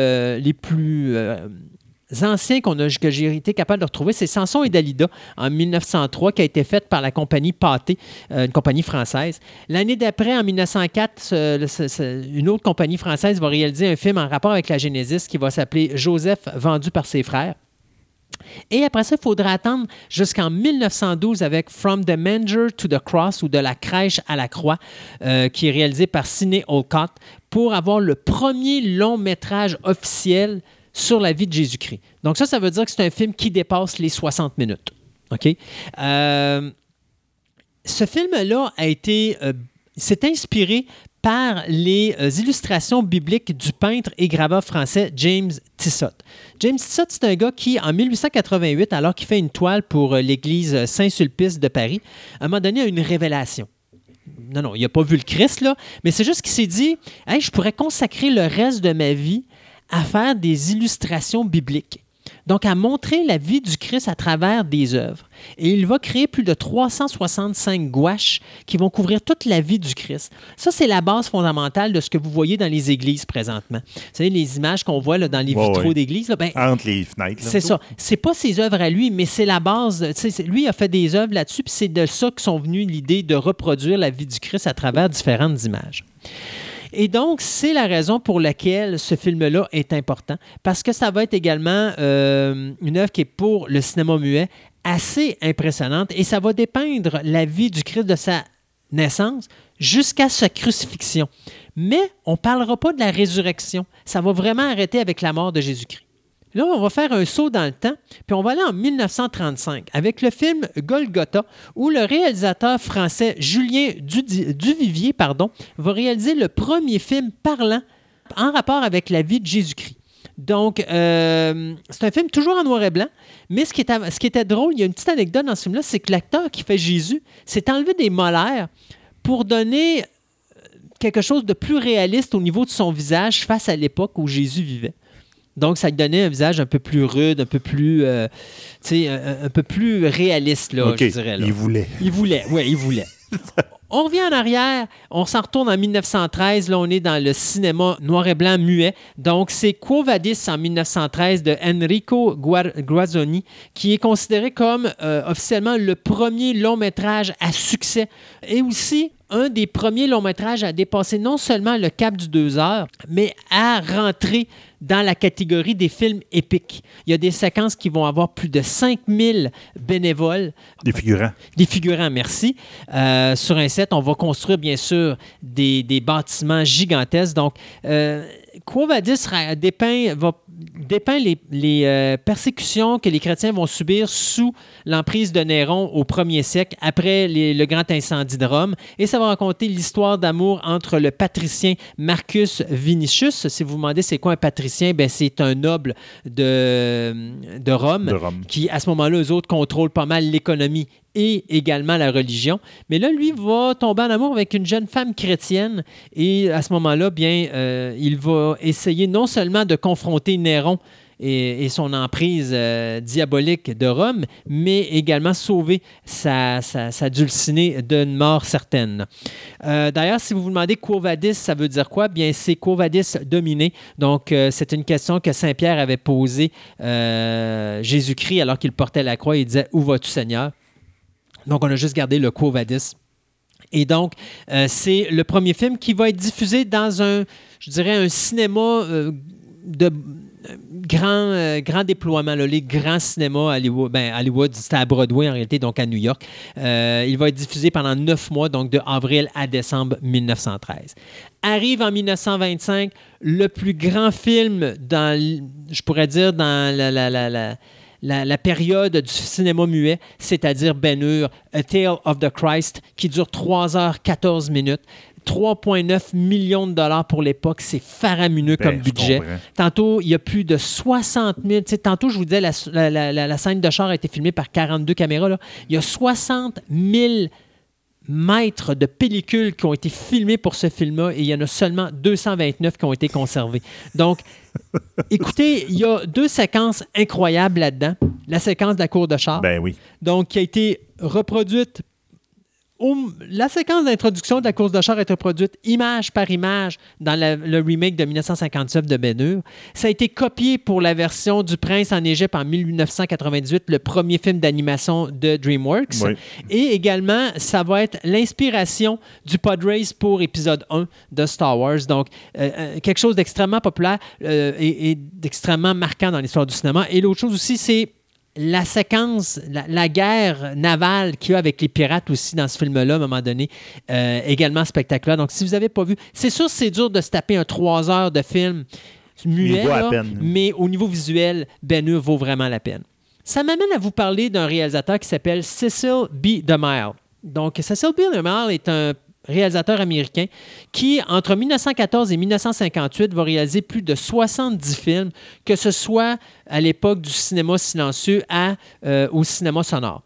anciens que j'ai été capable de retrouver, c'est Samson et Dalida en 1903 qui a été faite par la compagnie Pathé, une compagnie française. L'année d'après, en 1904, une autre compagnie française va réaliser un film en rapport avec la Genèse qui va s'appeler Joseph vendu par ses frères. Et après ça, il faudra attendre jusqu'en 1912 avec From the Manger to the Cross ou De la crèche à la croix, qui est réalisé par Sidney Olcott, pour avoir le premier long métrage officiel sur la vie de Jésus-Christ. Donc ça veut dire que c'est un film qui dépasse les 60 minutes. OK? Ce film-là s'est inspiré par les illustrations bibliques du peintre et graveur français James Tissot. James Tissot, c'est un gars qui, en 1888, alors qu'il fait une toile pour l'église Saint-Sulpice de Paris, à un moment donné, a une révélation. Non, il n'a pas vu le Christ, là, mais c'est juste qu'il s'est dit « Hey, je pourrais consacrer le reste de ma vie à faire des illustrations bibliques. » Donc, à montrer la vie du Christ à travers des œuvres. Et il va créer plus de 365 gouaches qui vont couvrir toute la vie du Christ. Ça, c'est la base fondamentale de ce que vous voyez dans les églises présentement. Vous savez, les images qu'on voit là, dans les vitraux d'église. Là, entre les fenêtres. C'est ça. C'est pas ses œuvres à lui, mais c'est la base. Lui a fait des œuvres là-dessus, puis c'est de ça que sont venues l'idée de reproduire la vie du Christ à travers différentes images. Et donc, c'est la raison pour laquelle ce film-là est important, parce que ça va être également une œuvre qui est pour le cinéma muet assez impressionnante et ça va dépeindre la vie du Christ de sa naissance jusqu'à sa crucifixion. Mais on ne parlera pas de la résurrection. Ça va vraiment arrêter avec la mort de Jésus-Christ. Là, on va faire un saut dans le temps, puis on va aller en 1935 avec le film Golgotha, où le réalisateur français Julien Duvivier va réaliser le premier film parlant en rapport avec la vie de Jésus-Christ. Donc, c'est un film toujours en noir et blanc, mais ce qui était drôle, il y a une petite anecdote dans ce film-là, c'est que l'acteur qui fait Jésus s'est enlevé des molaires pour donner quelque chose de plus réaliste au niveau de son visage face à l'époque où Jésus vivait. Donc, ça lui donnait un visage un peu plus rude, un peu plus, un peu plus réaliste, là, je dirais. Là. Il voulait. Il voulait. On revient en arrière, on s'en retourne en 1913. Là, on est dans le cinéma noir et blanc muet. Donc, c'est Quo Vadis en 1913 de Enrico Guazzoni, qui est considéré comme officiellement le premier long-métrage à succès et aussi un des premiers longs-métrages à dépasser non seulement le cap du 2 heures, mais à rentrer dans la catégorie des films épiques. Il y a des séquences qui vont avoir plus de 5000 bénévoles. Des figurants. Des figurants, merci. Sur un set, on va construire, bien sûr, des bâtiments gigantesques. Donc, Quo Vadis va dépeint les persécutions que les chrétiens vont subir sous l'emprise de Néron au 1er siècle, après le grand incendie de Rome. Et ça va raconter l'histoire d'amour entre le patricien Marcus Vinicius. Si vous vous demandez c'est quoi un patricien, ben c'est un noble de Rome, qui, à ce moment-là, eux autres contrôlent pas mal l'économie et également la religion. Mais là, lui va tomber en amour avec une jeune femme chrétienne et à ce moment-là, bien, il va essayer non seulement de confronter Néron et son emprise diabolique de Rome, mais également sauver sa dulcinée d'une mort certaine. D'ailleurs, si vous vous demandez Quo Vadis, ça veut dire quoi? Bien, c'est Quo Vadis Domine. Donc, c'est une question que Saint Pierre avait posée Jésus-Christ alors qu'il portait la croix. Il disait « Où vas-tu, Seigneur? » Donc, on a juste gardé le Quo Vadis. Et donc, c'est le premier film qui va être diffusé dans un cinéma de grand déploiement, là, les grands cinémas Hollywood, c'était à Broadway en réalité, donc à New York. Il va être diffusé pendant 9 mois, donc de avril à décembre 1913. Arrive en 1925 le plus grand film dans la période du cinéma muet, c'est-à-dire Ben-Hur, A Tale of the Christ, qui dure 3h14 minutes. 3,9 millions de dollars pour l'époque, c'est faramineux comme budget. Tantôt, il y a plus de 60 000. Tantôt, je vous disais, la scène de char a été filmée par 42 caméras. Là. Il y a 60 000 mètres de pellicules qui ont été filmés pour ce film-là et il y en a seulement 229 qui ont été conservés. Donc, écoutez, il y a 2 séquences incroyables là-dedans. La séquence de la cour de char, donc qui a été reproduite. La séquence d'introduction de la course de char a été reproduite image par image dans le remake de 1957 de Ben-Hur. Ça a été copié pour la version du Prince en Égypte en 1998, le premier film d'animation de DreamWorks. Oui. Et également, ça va être l'inspiration du Pod Race pour épisode 1 de Star Wars. Donc, quelque chose d'extrêmement populaire et d'extrêmement marquant dans l'histoire du cinéma. Et l'autre chose aussi, c'est la séquence, la guerre navale qu'il y a avec les pirates aussi dans ce film-là, à un moment donné, également spectaculaire. Donc, si vous n'avez pas vu, c'est sûr que c'est dur de se taper un 3 heures de film muet, mais au niveau visuel, Ben-Hur vaut vraiment la peine. Ça m'amène à vous parler d'un réalisateur qui s'appelle Cecil B. DeMille. Donc, Cecil B. DeMille est un réalisateur américain qui, entre 1914 et 1958, va réaliser plus de 70 films, que ce soit à l'époque du cinéma silencieux au cinéma sonore.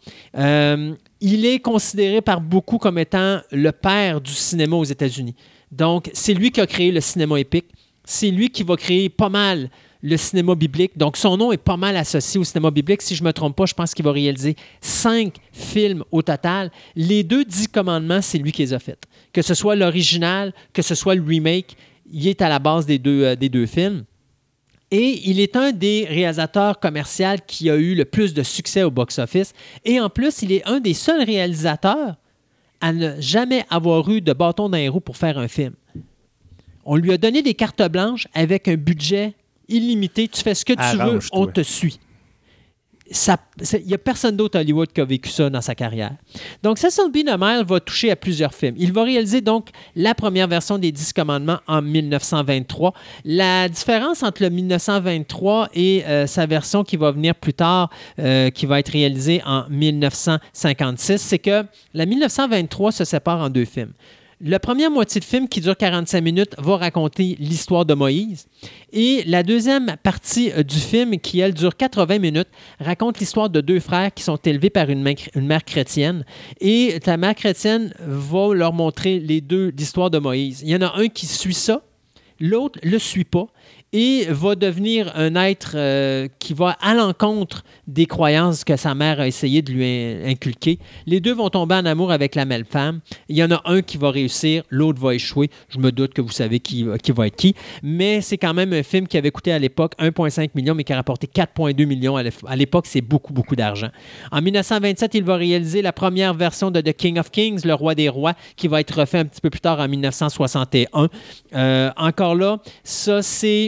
Il est considéré par beaucoup comme étant le père du cinéma aux États-Unis. Donc, c'est lui qui a créé le cinéma épique. C'est lui qui va créer pas mal le cinéma biblique. Donc, son nom est pas mal associé au cinéma biblique. Si je ne me trompe pas, je pense qu'il va réaliser 5 films au total. Les 2 10 commandements, c'est lui qui les a faits. Que ce soit l'original, que ce soit le remake, il est à la base des deux films. Et il est un des réalisateurs commerciaux qui a eu le plus de succès au box-office. Et en plus, il est un des seuls réalisateurs à ne jamais avoir eu de bâton dans les roues pour faire un film. On lui a donné des cartes blanches avec un budget illimité. Tu fais ce que tu veux, on te suit. Il n'y a personne d'autre à Hollywood qui a vécu ça dans sa carrière. Donc, Cecil B. DeMille va toucher à plusieurs films. Il va réaliser donc la première version des 10 commandements en 1923. La différence entre le 1923 et sa version qui va venir plus tard, qui va être réalisée en 1956, c'est que la 1923 se sépare en 2 films. La première moitié de film, qui dure 45 minutes, va raconter l'histoire de Moïse. Et la deuxième partie du film, qui, elle, dure 80 minutes, raconte l'histoire de 2 frères qui sont élevés par une mère chrétienne. Et la mère chrétienne va leur montrer l'histoire de Moïse. Il y en a un qui suit ça, l'autre ne le suit pas et va devenir un être qui va à l'encontre des croyances que sa mère a essayé de lui inculquer. Les 2 vont tomber en amour avec la même femme. Il y en a un qui va réussir, l'autre va échouer. Je me doute que vous savez qui va être qui. Mais c'est quand même un film qui avait coûté à l'époque 1,5 million, mais qui a rapporté 4,2 millions. À l'époque, c'est beaucoup, beaucoup d'argent. En 1927, il va réaliser la première version de The King of Kings, Le Roi des Rois, qui va être refait un petit peu plus tard en 1961. Encore là, ça, c'est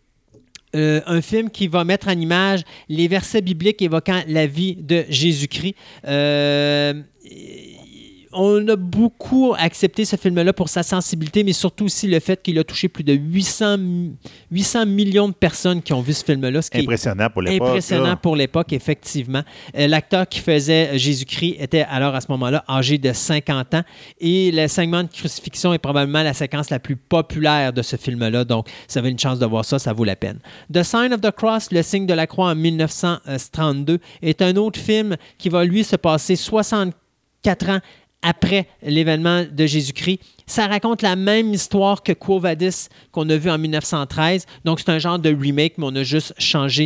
un film qui va mettre en image les versets bibliques évoquant la vie de Jésus-Christ. on a beaucoup accepté ce film-là pour sa sensibilité, mais surtout aussi le fait qu'il a touché plus de 800 millions de personnes qui ont vu ce film-là. Ce qui impressionnant pour l'époque. Impressionnant pour l'époque, effectivement. L'acteur qui faisait Jésus-Christ était alors à ce moment-là âgé de 50 ans et le segment de crucifixion est probablement la séquence la plus populaire de ce film-là. Donc, si vous avez une chance de voir ça, ça vaut la peine. The Sign of the Cross, le signe de la croix en 1932, est un autre film qui va, lui, se passer 64 ans après l'événement de Jésus-Christ. Ça raconte la même histoire que Quo Vadis qu'on a vu en 1913. Donc, c'est un genre de remake, mais on a juste changé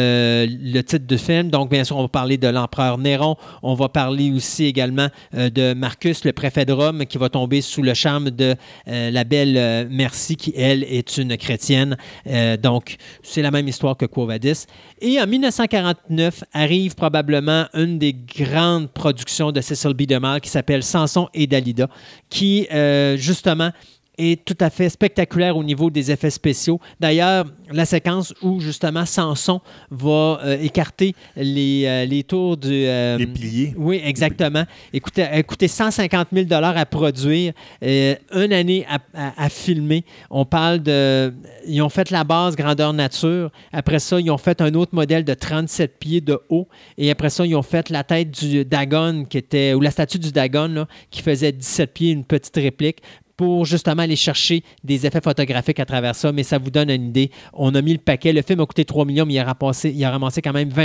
le titre du film. Donc, bien sûr, on va parler de l'empereur Néron. On va parler aussi également de Marcus, le préfet de Rome, qui va tomber sous le charme de la belle Merci, qui, elle, est une chrétienne. Donc, c'est la même histoire que Quo Vadis. Et en 1949, arrive probablement une des grandes productions de Cecil B. DeMille qui s'appelle Samson et Dalida, qui justement, est tout à fait spectaculaire au niveau des effets spéciaux. D'ailleurs, la séquence où, justement, Samson va écarter les tours du... les piliers. Oui, exactement. Écoutez 150 000 $ à produire, une année à filmer. On parle de... Ils ont fait la base grandeur nature. Après ça, ils ont fait un autre modèle de 37 pieds de haut. Et après ça, ils ont fait la tête du Dagon, ou la statue du Dagon, là, qui faisait 17 pieds, une petite réplique, pour justement aller chercher des effets photographiques à travers ça, mais ça vous donne une idée. On a mis le paquet. Le film a coûté 3 millions, mais il a ramassé quand même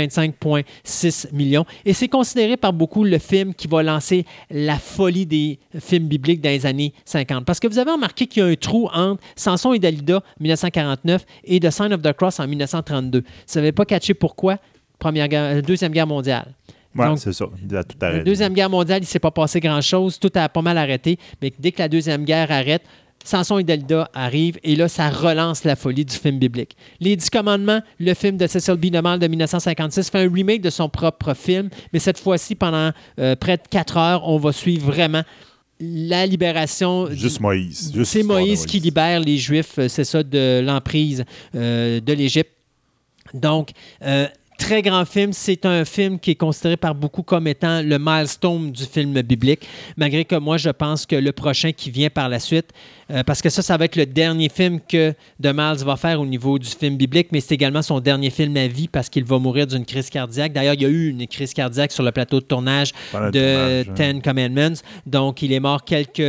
25,6 millions. Et c'est considéré par beaucoup le film qui va lancer la folie des films bibliques dans les années 50. Parce que vous avez remarqué qu'il y a un trou entre Samson et Dalida, 1949, et The Sign of the Cross en 1932. Vous ne savez pas catcher pourquoi? Deuxième Guerre mondiale. Oui, donc, c'est ça. Il a tout arrêté. La Deuxième Guerre mondiale, il ne s'est pas passé grand-chose. Tout a pas mal arrêté. Mais dès que la Deuxième Guerre arrête, Samson et Dalida arrivent et là, ça relance la folie du film biblique. Les 10 commandements, le film de Cecil B. DeMille de 1956, fait un remake de son propre film, mais cette fois-ci, pendant près de 4 heures, on va suivre vraiment la libération. Juste Moïse. C'est Moïse qui libère les Juifs, c'est ça, de l'emprise de l'Égypte. Donc, très grand film. C'est un film qui est considéré par beaucoup comme étant le milestone du film biblique, malgré que moi, je pense que le prochain qui vient par la suite, parce que ça va être le dernier film que DeMille va faire au niveau du film biblique, mais c'est également son dernier film à vie parce qu'il va mourir d'une crise cardiaque. D'ailleurs, il y a eu une crise cardiaque sur le plateau de tournage de Ten Commandments. Donc, il est mort quelques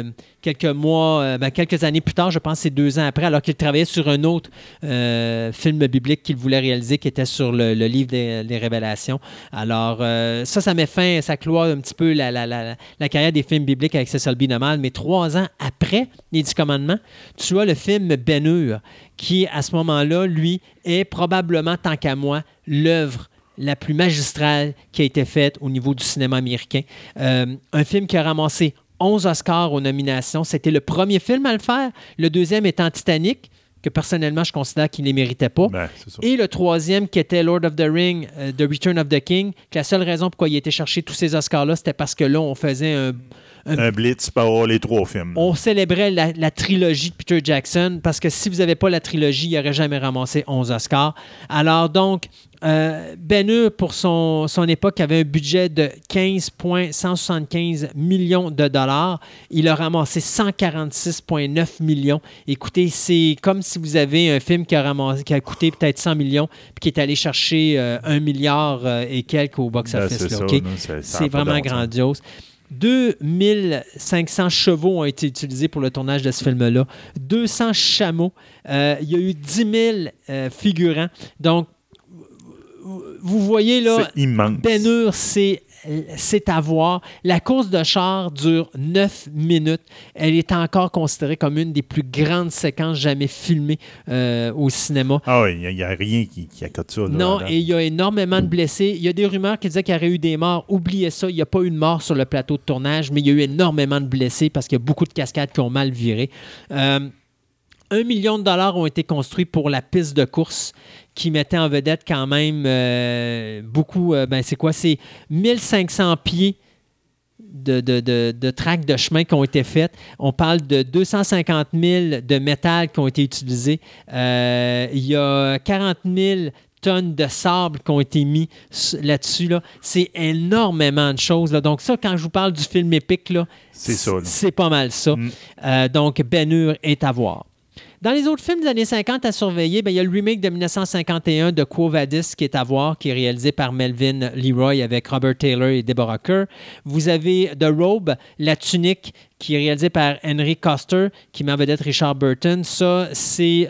années plus tard, je pense que c'est 2 ans après, alors qu'il travaillait sur un autre film biblique qu'il voulait réaliser, qui était sur le livre des Révélations. Alors, ça met fin, ça cloit un petit peu la carrière des films bibliques avec Cecil B. DeMille, mais 3 ans après les 10 commandements, tu as le film Ben-Hur, qui, à ce moment-là, lui, est probablement, tant qu'à moi, l'œuvre la plus magistrale qui a été faite au niveau du cinéma américain. Un film qui a ramassé 11 Oscars aux nominations. C'était le premier film à le faire. Le deuxième étant Titanic, que personnellement, je considère qu'il ne les méritait pas. Et le troisième, qui était Lord of the Ring, The Return of the King, que la seule raison pourquoi il a été chercher tous ces Oscars-là, c'était parce que là, on faisait un blitz par les 3 films. On célébrait la trilogie de Peter Jackson, parce que si vous n'avez pas la trilogie, il n'aurait jamais ramassé 11 Oscars. Alors donc, Ben-Hur, pour son époque, avait un budget de 15,175 millions de dollars. Il a ramassé 146,9 millions. Écoutez, c'est comme si vous avez un film qui a coûté peut-être 100 millions puis qui est allé chercher 1 milliard et quelques au box-office. C'est vraiment grandiose. 2500 chevaux ont été utilisés pour le tournage de ce film-là. 200 chameaux. Il y a eu 10 000 figurants. Donc, vous voyez là, Ben-Hur, c'est à voir. La course de char dure 9 minutes. Elle est encore considérée comme une des plus grandes séquences jamais filmées au cinéma. Ah oui, il n'y a rien qui accote ça. Là, non, et il y a énormément de blessés. Il y a des rumeurs qui disaient qu'il y aurait eu des morts. Oubliez ça, il n'y a pas eu de mort sur le plateau de tournage, mais il y a eu énormément de blessés parce qu'il y a beaucoup de cascades qui ont mal viré. 1 million de dollars ont été construits pour la piste de course qui mettait en vedette quand même beaucoup. C'est quoi? C'est 1500 pieds de tracts de chemin qui ont été faits. On parle de 250 000 de métal qui ont été utilisés. Il y a 40 000 tonnes de sable qui ont été mis là-dessus. Là. C'est énormément de choses. Là. Donc ça, quand je vous parle du film épique, là, c'est pas mal ça. Donc Ben-Hur est à voir. Dans les autres films des années 50 à surveiller, il y a le remake de 1951 de Quo Vadis qui est à voir, qui est réalisé par Melvin Leroy avec Robert Taylor et Deborah Kerr. Vous avez The Robe, La Tunique, qui est réalisé par Henry Koster, qui met en vedette Richard Burton. Ça, c'est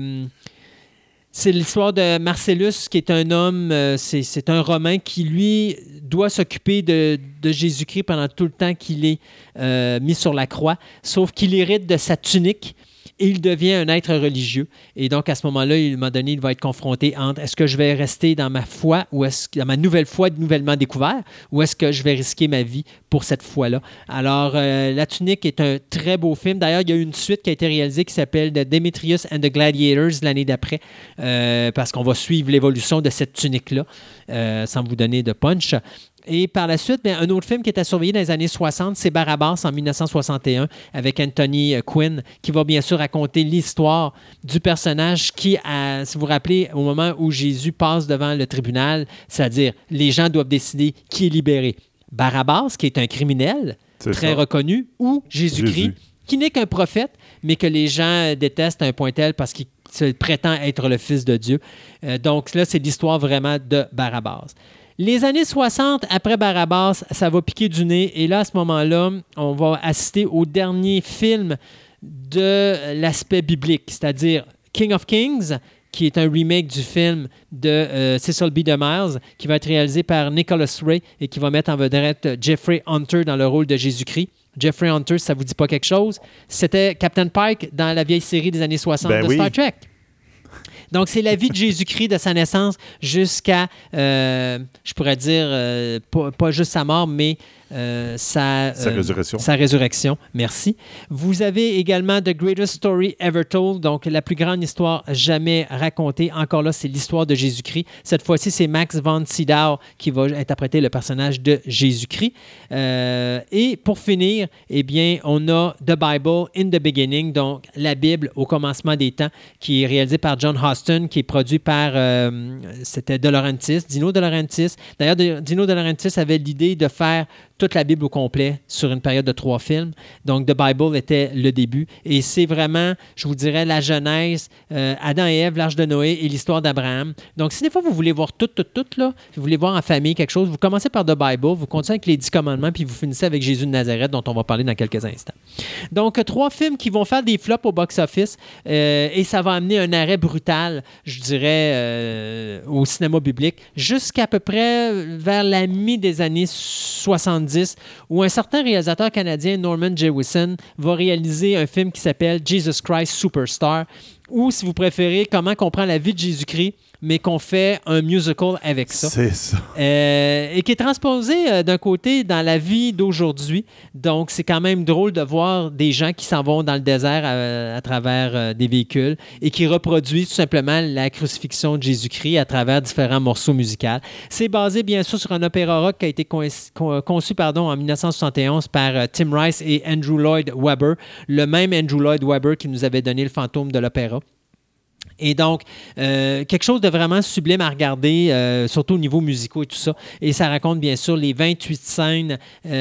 l'histoire de Marcellus, qui est un homme, c'est un Romain qui, lui, doit s'occuper de Jésus-Christ pendant tout le temps qu'il est mis sur la croix, sauf qu'il hérite de sa tunique. Et il devient un être religieux. Et donc, à ce moment-là, à un moment donné, il va être confronté entre est-ce que je vais rester dans ma foi ou dans ma nouvelle foi nouvellement découverte ou est-ce que je vais risquer ma vie pour cette foi-là? Alors, La Tunique est un très beau film. D'ailleurs, il y a eu une suite qui a été réalisée qui s'appelle The Demetrius and the Gladiators l'année d'après parce qu'on va suivre l'évolution de cette tunique-là sans vous donner de punch. Et par la suite, un autre film qui est à surveiller dans les années 60, c'est Barabbas en 1961 avec Anthony Quinn, qui va bien sûr raconter l'histoire du personnage qui, si vous vous rappelez, au moment où Jésus passe devant le tribunal, c'est-à-dire les gens doivent décider qui est libéré. Barabbas, qui est un criminel très reconnu, ou Jésus-Christ, qui n'est qu'un prophète, mais que les gens détestent à un point tel parce qu'il prétend être le Fils de Dieu. Donc là, c'est l'histoire vraiment de Barabbas. Les années 60, après Barabbas, ça va piquer du nez. Et là, à ce moment-là, on va assister au dernier film de l'aspect biblique, c'est-à-dire King of Kings, qui est un remake du film de Cecil B. DeMille, qui va être réalisé par Nicholas Ray et qui va mettre en vedette Jeffrey Hunter dans le rôle de Jésus-Christ. Jeffrey Hunter, ça ne vous dit pas quelque chose? C'était Captain Pike dans la vieille série des années 60 de Star Trek. Donc, c'est la vie de Jésus-Christ de sa naissance jusqu'à, je pourrais dire, pas juste sa mort, mais sa résurrection. Sa résurrection, merci. Vous avez également The Greatest Story Ever Told, donc la plus grande histoire jamais racontée. Encore là, c'est l'histoire de Jésus-Christ. Cette fois-ci, c'est Max von Sydow qui va interpréter le personnage de Jésus-Christ. Et pour finir, eh bien, on a The Bible in the Beginning, donc la Bible au commencement des temps, qui est réalisé par John Huston, qui est produit par, c'était De Laurentiis, Dino De Laurentiis. D'ailleurs, Dino De Laurentiis avait l'idée de faire toute la Bible au complet sur une période de 3 films. Donc, The Bible était le début. Et c'est vraiment, je vous dirais, la Genèse, Adam et Ève, l'Arche de Noé et l'histoire d'Abraham. Donc, si des fois, vous voulez voir tout, là, vous voulez voir en famille quelque chose, vous commencez par The Bible, vous continuez avec les 10 commandements, puis vous finissez avec Jésus de Nazareth, dont on va parler dans quelques instants. Donc, 3 films qui vont faire des flops au box-office et ça va amener un arrêt brutal, je dirais, au cinéma biblique, jusqu'à peu près vers la mi des années 70, où un certain réalisateur canadien, Norman Jewison, va réaliser un film qui s'appelle Jesus Christ Superstar, ou, si vous préférez, comment on prend la vie de Jésus-Christ, mais qu'on fait un musical avec ça. C'est ça. Et qui est transposé d'un côté dans la vie d'aujourd'hui. Donc, c'est quand même drôle de voir des gens qui s'en vont dans le désert à travers des véhicules et qui reproduisent tout simplement la crucifixion de Jésus-Christ à travers différents morceaux musicaux. C'est basé, bien sûr, sur un opéra rock qui a été conçu en 1971 par Tim Rice et Andrew Lloyd Webber, le même Andrew Lloyd Webber qui nous avait donné le fantôme de l'opéra. Et donc, quelque chose de vraiment sublime à regarder, surtout au niveau musicaux et tout ça. Et ça raconte bien sûr les 28 scènes.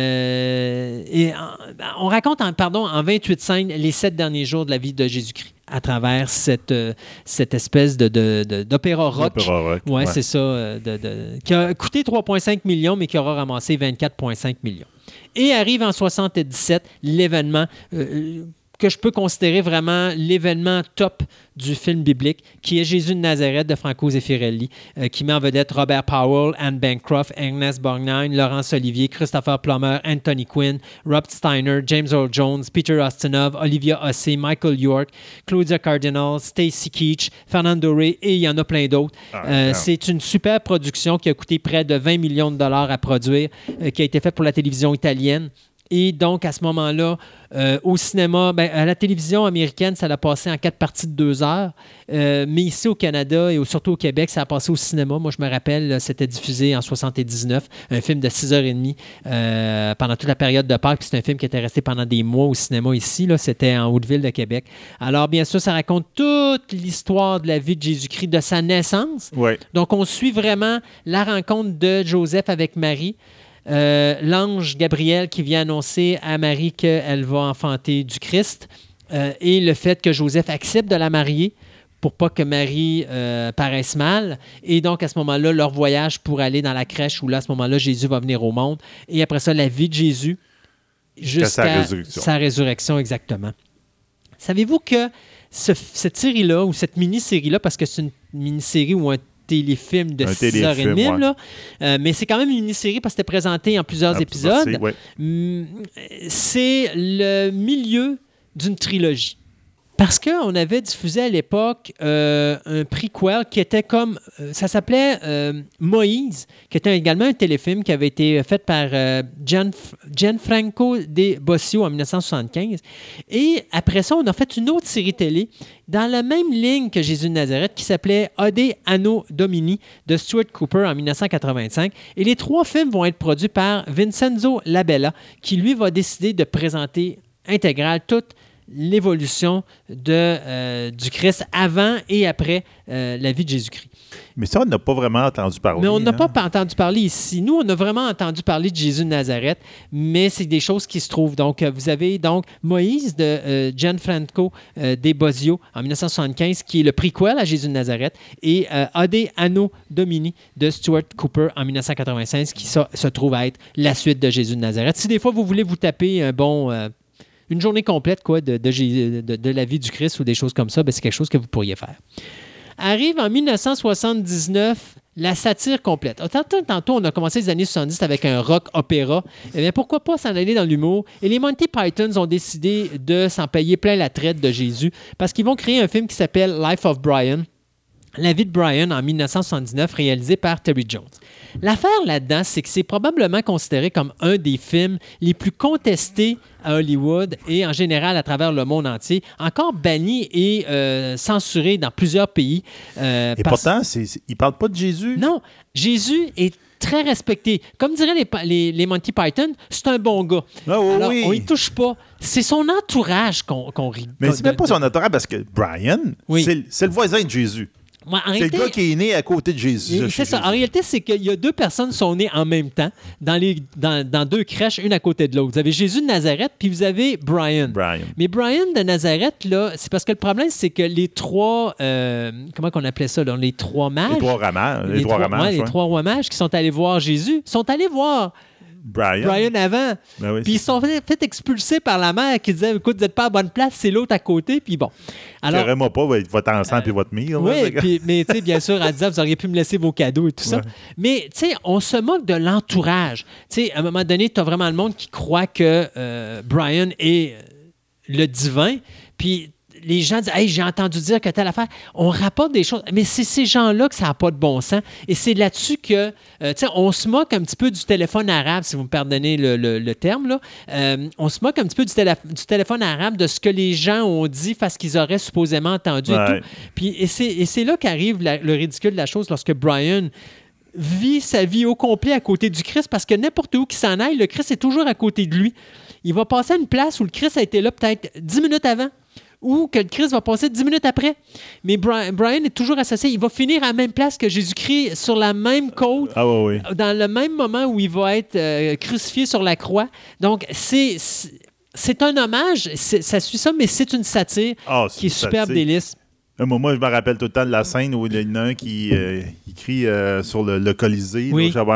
On raconte en 28 scènes les 7 derniers jours de la vie de Jésus-Christ à travers cette espèce d'opéra rock. Oui, c'est ça. Qui a coûté 3,5 millions, mais qui aura ramassé 24,5 millions. Et arrive en 1977 l'événement que je peux considérer vraiment l'événement top du film biblique, qui est Jésus de Nazareth de Franco Zeffirelli, qui met en vedette Robert Powell, Anne Bancroft, Agnes Borgnine, Laurence Olivier, Christopher Plummer, Anthony Quinn, Rob Steiner, James Earl Jones, Peter Ustinov, Olivia Hussey, Michael York, Claudia Cardinal, Stacy Keach, Fernando Rey, et il y en a plein d'autres. C'est une super production qui a coûté près de 20 millions de dollars à produire, qui a été faite pour la télévision italienne. Et donc, à ce moment-là, au cinéma, à la télévision américaine, ça l'a passé en 4 parties de 2 heures. Mais ici, au Canada et surtout au Québec, ça a passé au cinéma. Moi, je me rappelle, là, c'était diffusé en 79, un film de 6h30 pendant toute la période de Pâques. Puis c'est un film qui était resté pendant des mois au cinéma ici. Là, c'était en Haute-Ville de Québec. Alors, bien sûr, ça raconte toute l'histoire de la vie de Jésus-Christ, de sa naissance. Ouais. Donc, on suit vraiment la rencontre de Joseph avec Marie. L'ange Gabriel qui vient annoncer à Marie qu'elle va enfanter du Christ et le fait que Joseph accepte de la marier pour pas que Marie paraisse mal. Et donc, à ce moment-là, leur voyage pour aller dans la crèche où là, à ce moment-là, Jésus va venir au monde. Et après ça, la vie de Jésus jusqu'à sa résurrection, exactement. Savez-vous que cette série-là, ou cette mini-série-là, parce que c'est une mini-série ou un téléfilm de 6h30, là. Mais c'est quand même une mini-série parce que c'était présenté en plusieurs épisodes. C'est le milieu d'une trilogie. Parce qu'on avait diffusé à l'époque un prequel qui était comme... ça s'appelait Moïse, qui était également un téléfilm qui avait été fait par Gianfranco De Bosio en 1975. Et après ça, on a fait une autre série télé dans la même ligne que Jésus de Nazareth qui s'appelait Ode Anno Domini de Stuart Cooper en 1985. Et les 3 films vont être produits par Vincenzo Labella qui, lui, va décider de présenter intégrale toute l'évolution du Christ avant et après la vie de Jésus-Christ. Mais ça, on n'a pas vraiment entendu parler. Mais on n'a pas entendu parler ici. Nous, on a vraiment entendu parler de Jésus de Nazareth, mais c'est des choses qui se trouvent. Donc, vous avez donc Moïse de Gianfranco De Bosio en 1975, qui est le prequel à Jésus de Nazareth, et Ode Anno Domini de Stuart Cooper en 1996, qui se trouve à être la suite de Jésus de Nazareth. Si des fois, vous voulez vous taper une journée complète de la vie du Christ ou des choses comme ça, c'est quelque chose que vous pourriez faire. Arrive en 1979 la satire complète. Tantôt, on a commencé les années 70 avec un rock opéra. Eh bien, pourquoi pas s'en aller dans l'humour? Et les Monty Pythons ont décidé de s'en payer plein la traite de Jésus parce qu'ils vont créer un film qui s'appelle Life of Brian. La vie de Brian en 1979, réalisé par Terry Jones. L'affaire là-dedans, c'est que c'est probablement considéré comme un des films les plus contestés à Hollywood et en général à travers le monde entier, encore banni et censuré dans plusieurs pays. Et pourtant, il ne parle pas de Jésus. Non, Jésus est très respecté. Comme diraient les Monty Python, c'est un bon gars. Alors, on y touche pas. C'est son entourage qu'on rit. Mais c'est même pas son entourage parce que Brian, c'est le voisin de Jésus. Ouais, c'est le gars qui est né à côté de Jésus. C'est ça. En réalité, c'est qu'il y a 2 personnes qui sont nées en même temps dans 2 crèches, une à côté de l'autre. Vous avez Jésus de Nazareth, puis vous avez Brian. Mais Brian de Nazareth, là, c'est parce que le problème, c'est que les 3... comment qu'on appelait ça? Là, les 3 mages? Les 3 mages. Les 3 rois mages qui sont allés voir Jésus sont allés voir Brian avant. Puis ils sont fait expulser par la mère qui disait, écoute, vous n'êtes pas à bonne place, c'est l'autre à côté. Puis bon. Alors, carrément pas, votre ensemble et votre mire. Oui, mais tu sais, bien sûr, elle disait, vous auriez pu me laisser vos cadeaux et tout ça. Mais tu sais, on se moque de l'entourage. Tu sais, à un moment donné, tu as vraiment le monde qui croit que Brian est le divin. Puis les gens disent « Hey, j'ai entendu dire que telle affaire. » On rapporte des choses. Mais c'est ces gens-là que ça n'a pas de bon sens. Et c'est là-dessus que, on se moque un petit peu du téléphone arabe, si vous me pardonnez le terme. Là. On se moque un petit peu du téléphone arabe, de ce que les gens ont dit face qu'ils auraient supposément entendu et tout. Puis, et c'est là qu'arrive le ridicule de la chose lorsque Brian vit sa vie au complet à côté du Christ, parce que n'importe où qu'il s'en aille, le Christ est toujours à côté de lui. Il va passer à une place où le Christ a été là peut-être 10 minutes avant, ou que le Christ va passer 10 minutes après. Mais Brian est toujours associé. Il va finir à la même place que Jésus-Christ, sur la même côte, dans le même moment où il va être crucifié sur la croix. Donc, c'est un hommage, ça suit ça, mais c'est une satire qui est superbe délice. Moi, je me rappelle tout le temps de la scène où il y en a un qui crie sur le Colisée. Oui. Là,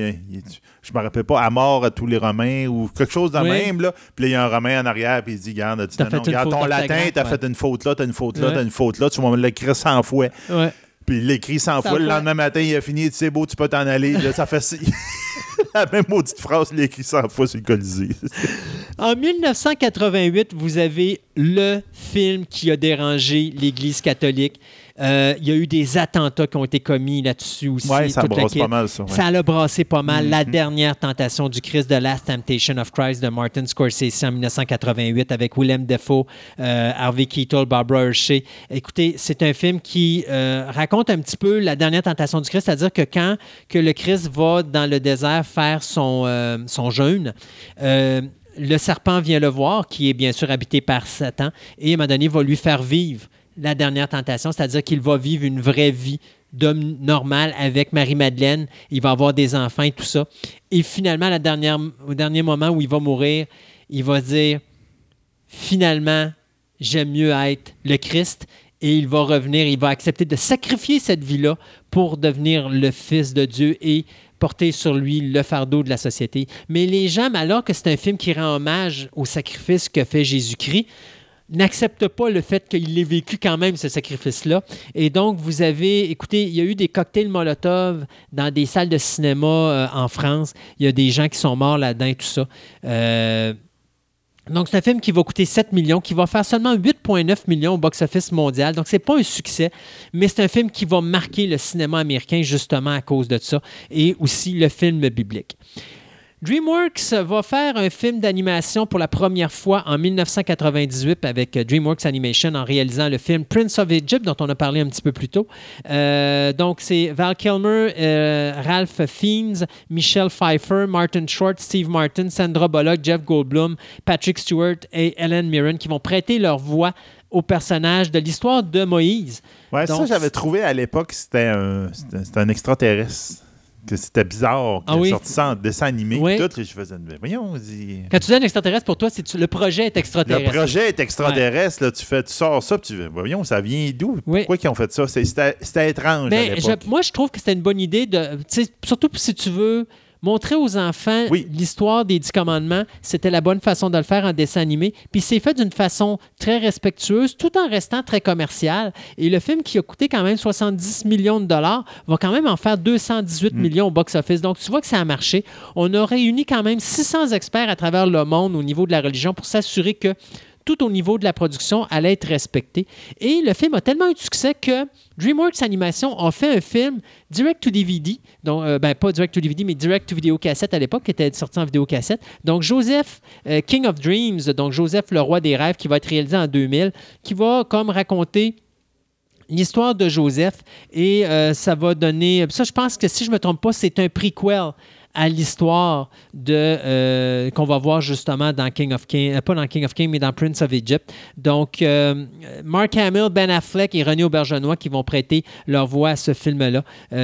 je me rappelle pas, à mort à tous les Romains ou quelque chose de même. Là. Puis là, il y a un Romain en arrière, puis il dit, regarde, ton latin, t'as fait une faute là, t'as une faute là, t'as une faute là, tu vas me l'écrire 100 fois. Ouais. Puis il l'écrit 100 fois. Le lendemain matin, il a fini, c'est beau, tu peux t'en aller. Là, ça fait la même maudite phrase, il l'écrit 100 fois sur le Colisée. En 1988, vous avez le film qui a dérangé l'Église catholique. Il y a eu des attentats qui ont été commis là-dessus aussi. Oui, ça brasse pas mal, ça. Ouais. Ça l'a brassé pas mal. La dernière tentation du Christ, The Last Temptation of Christ de Martin Scorsese en 1988 avec Willem Dafoe, Harvey Keitel, Barbara Hershey. Écoutez, c'est un film qui raconte un petit peu la dernière tentation du Christ, c'est-à-dire que quand que le Christ va dans le désert faire son jeûne, le serpent vient le voir, qui est bien sûr habité par Satan, et à un moment donné, va lui faire vivre la dernière tentation, c'est-à-dire qu'il va vivre une vraie vie d'homme normal avec Marie-Madeleine. Il va avoir des enfants et tout ça. Et finalement, au dernier moment où il va mourir, il va dire « Finalement, j'aime mieux être le Christ ». Et il va revenir, il va accepter de sacrifier cette vie-là pour devenir le Fils de Dieu et porter sur lui le fardeau de la société. Mais les gens, alors que c'est un film qui rend hommage au sacrifice que fait Jésus-Christ, n'acceptent pas le fait qu'il ait vécu quand même ce sacrifice-là. Et donc, vous avez, écoutez, il y a eu des cocktails Molotov dans des salles de cinéma en France. Il y a des gens qui sont morts là-dedans et tout ça. Donc, c'est un film qui va coûter 7 millions, qui va faire seulement 8,9 millions au box-office mondial. Donc, c'est pas un succès, mais c'est un film qui va marquer le cinéma américain justement à cause de ça et aussi le film biblique. DreamWorks va faire un film d'animation pour la première fois en 1998 avec DreamWorks Animation en réalisant le film Prince of Egypt dont on a parlé un petit peu plus tôt. Donc, c'est Val Kilmer, Ralph Fiennes, Michelle Pfeiffer, Martin Short, Steve Martin, Sandra Bullock, Jeff Goldblum, Patrick Stewart et Helen Mirren qui vont prêter leur voix au personnage de l'histoire de Moïse. Ouais, donc, ça, j'avais trouvé à l'époque, c'était un extraterrestre. Que c'était bizarre qu'il ait sorti ça en dessin animé. Oui. Tout, je faisais voyons, quand tu dis un extraterrestre, pour toi, le projet est extraterrestre. Le projet est extraterrestre. Ouais. Là, tu sors ça, puis tu dis, voyons, ça vient d'où? Oui. Pourquoi ils ont fait ça? C'était étrange à l'époque. Moi, je trouve que c'était une bonne idée, surtout si tu veux montrer aux enfants l'histoire des 10 commandements, c'était la bonne façon de le faire en dessin animé. Puis c'est fait d'une façon très respectueuse, tout en restant très commercial. Et le film qui a coûté quand même 70 millions de dollars va quand même en faire 218 millions au box-office. Donc, tu vois que ça a marché. On a réuni quand même 600 experts à travers le monde au niveau de la religion pour s'assurer que tout au niveau de la production allait être respecté. Et le film a tellement eu de succès que DreamWorks Animation a fait un film direct-to-DVD, donc, pas direct-to-DVD, mais direct-to-vidéocassette à l'époque, qui était sorti en vidéocassette. Donc, Joseph, King of Dreams, donc Joseph, le roi des rêves, qui va être réalisé en 2000, qui va comme raconter l'histoire de Joseph. Et ça va donner... Ça, je pense que si je ne me trompe pas, c'est un prequel à l'histoire qu'on va voir justement dans King of Kings, pas dans King of Kings, mais dans Prince of Egypt. Donc, Mark Hamill, Ben Affleck et René Auberjonois qui vont prêter leur voix à ce film-là.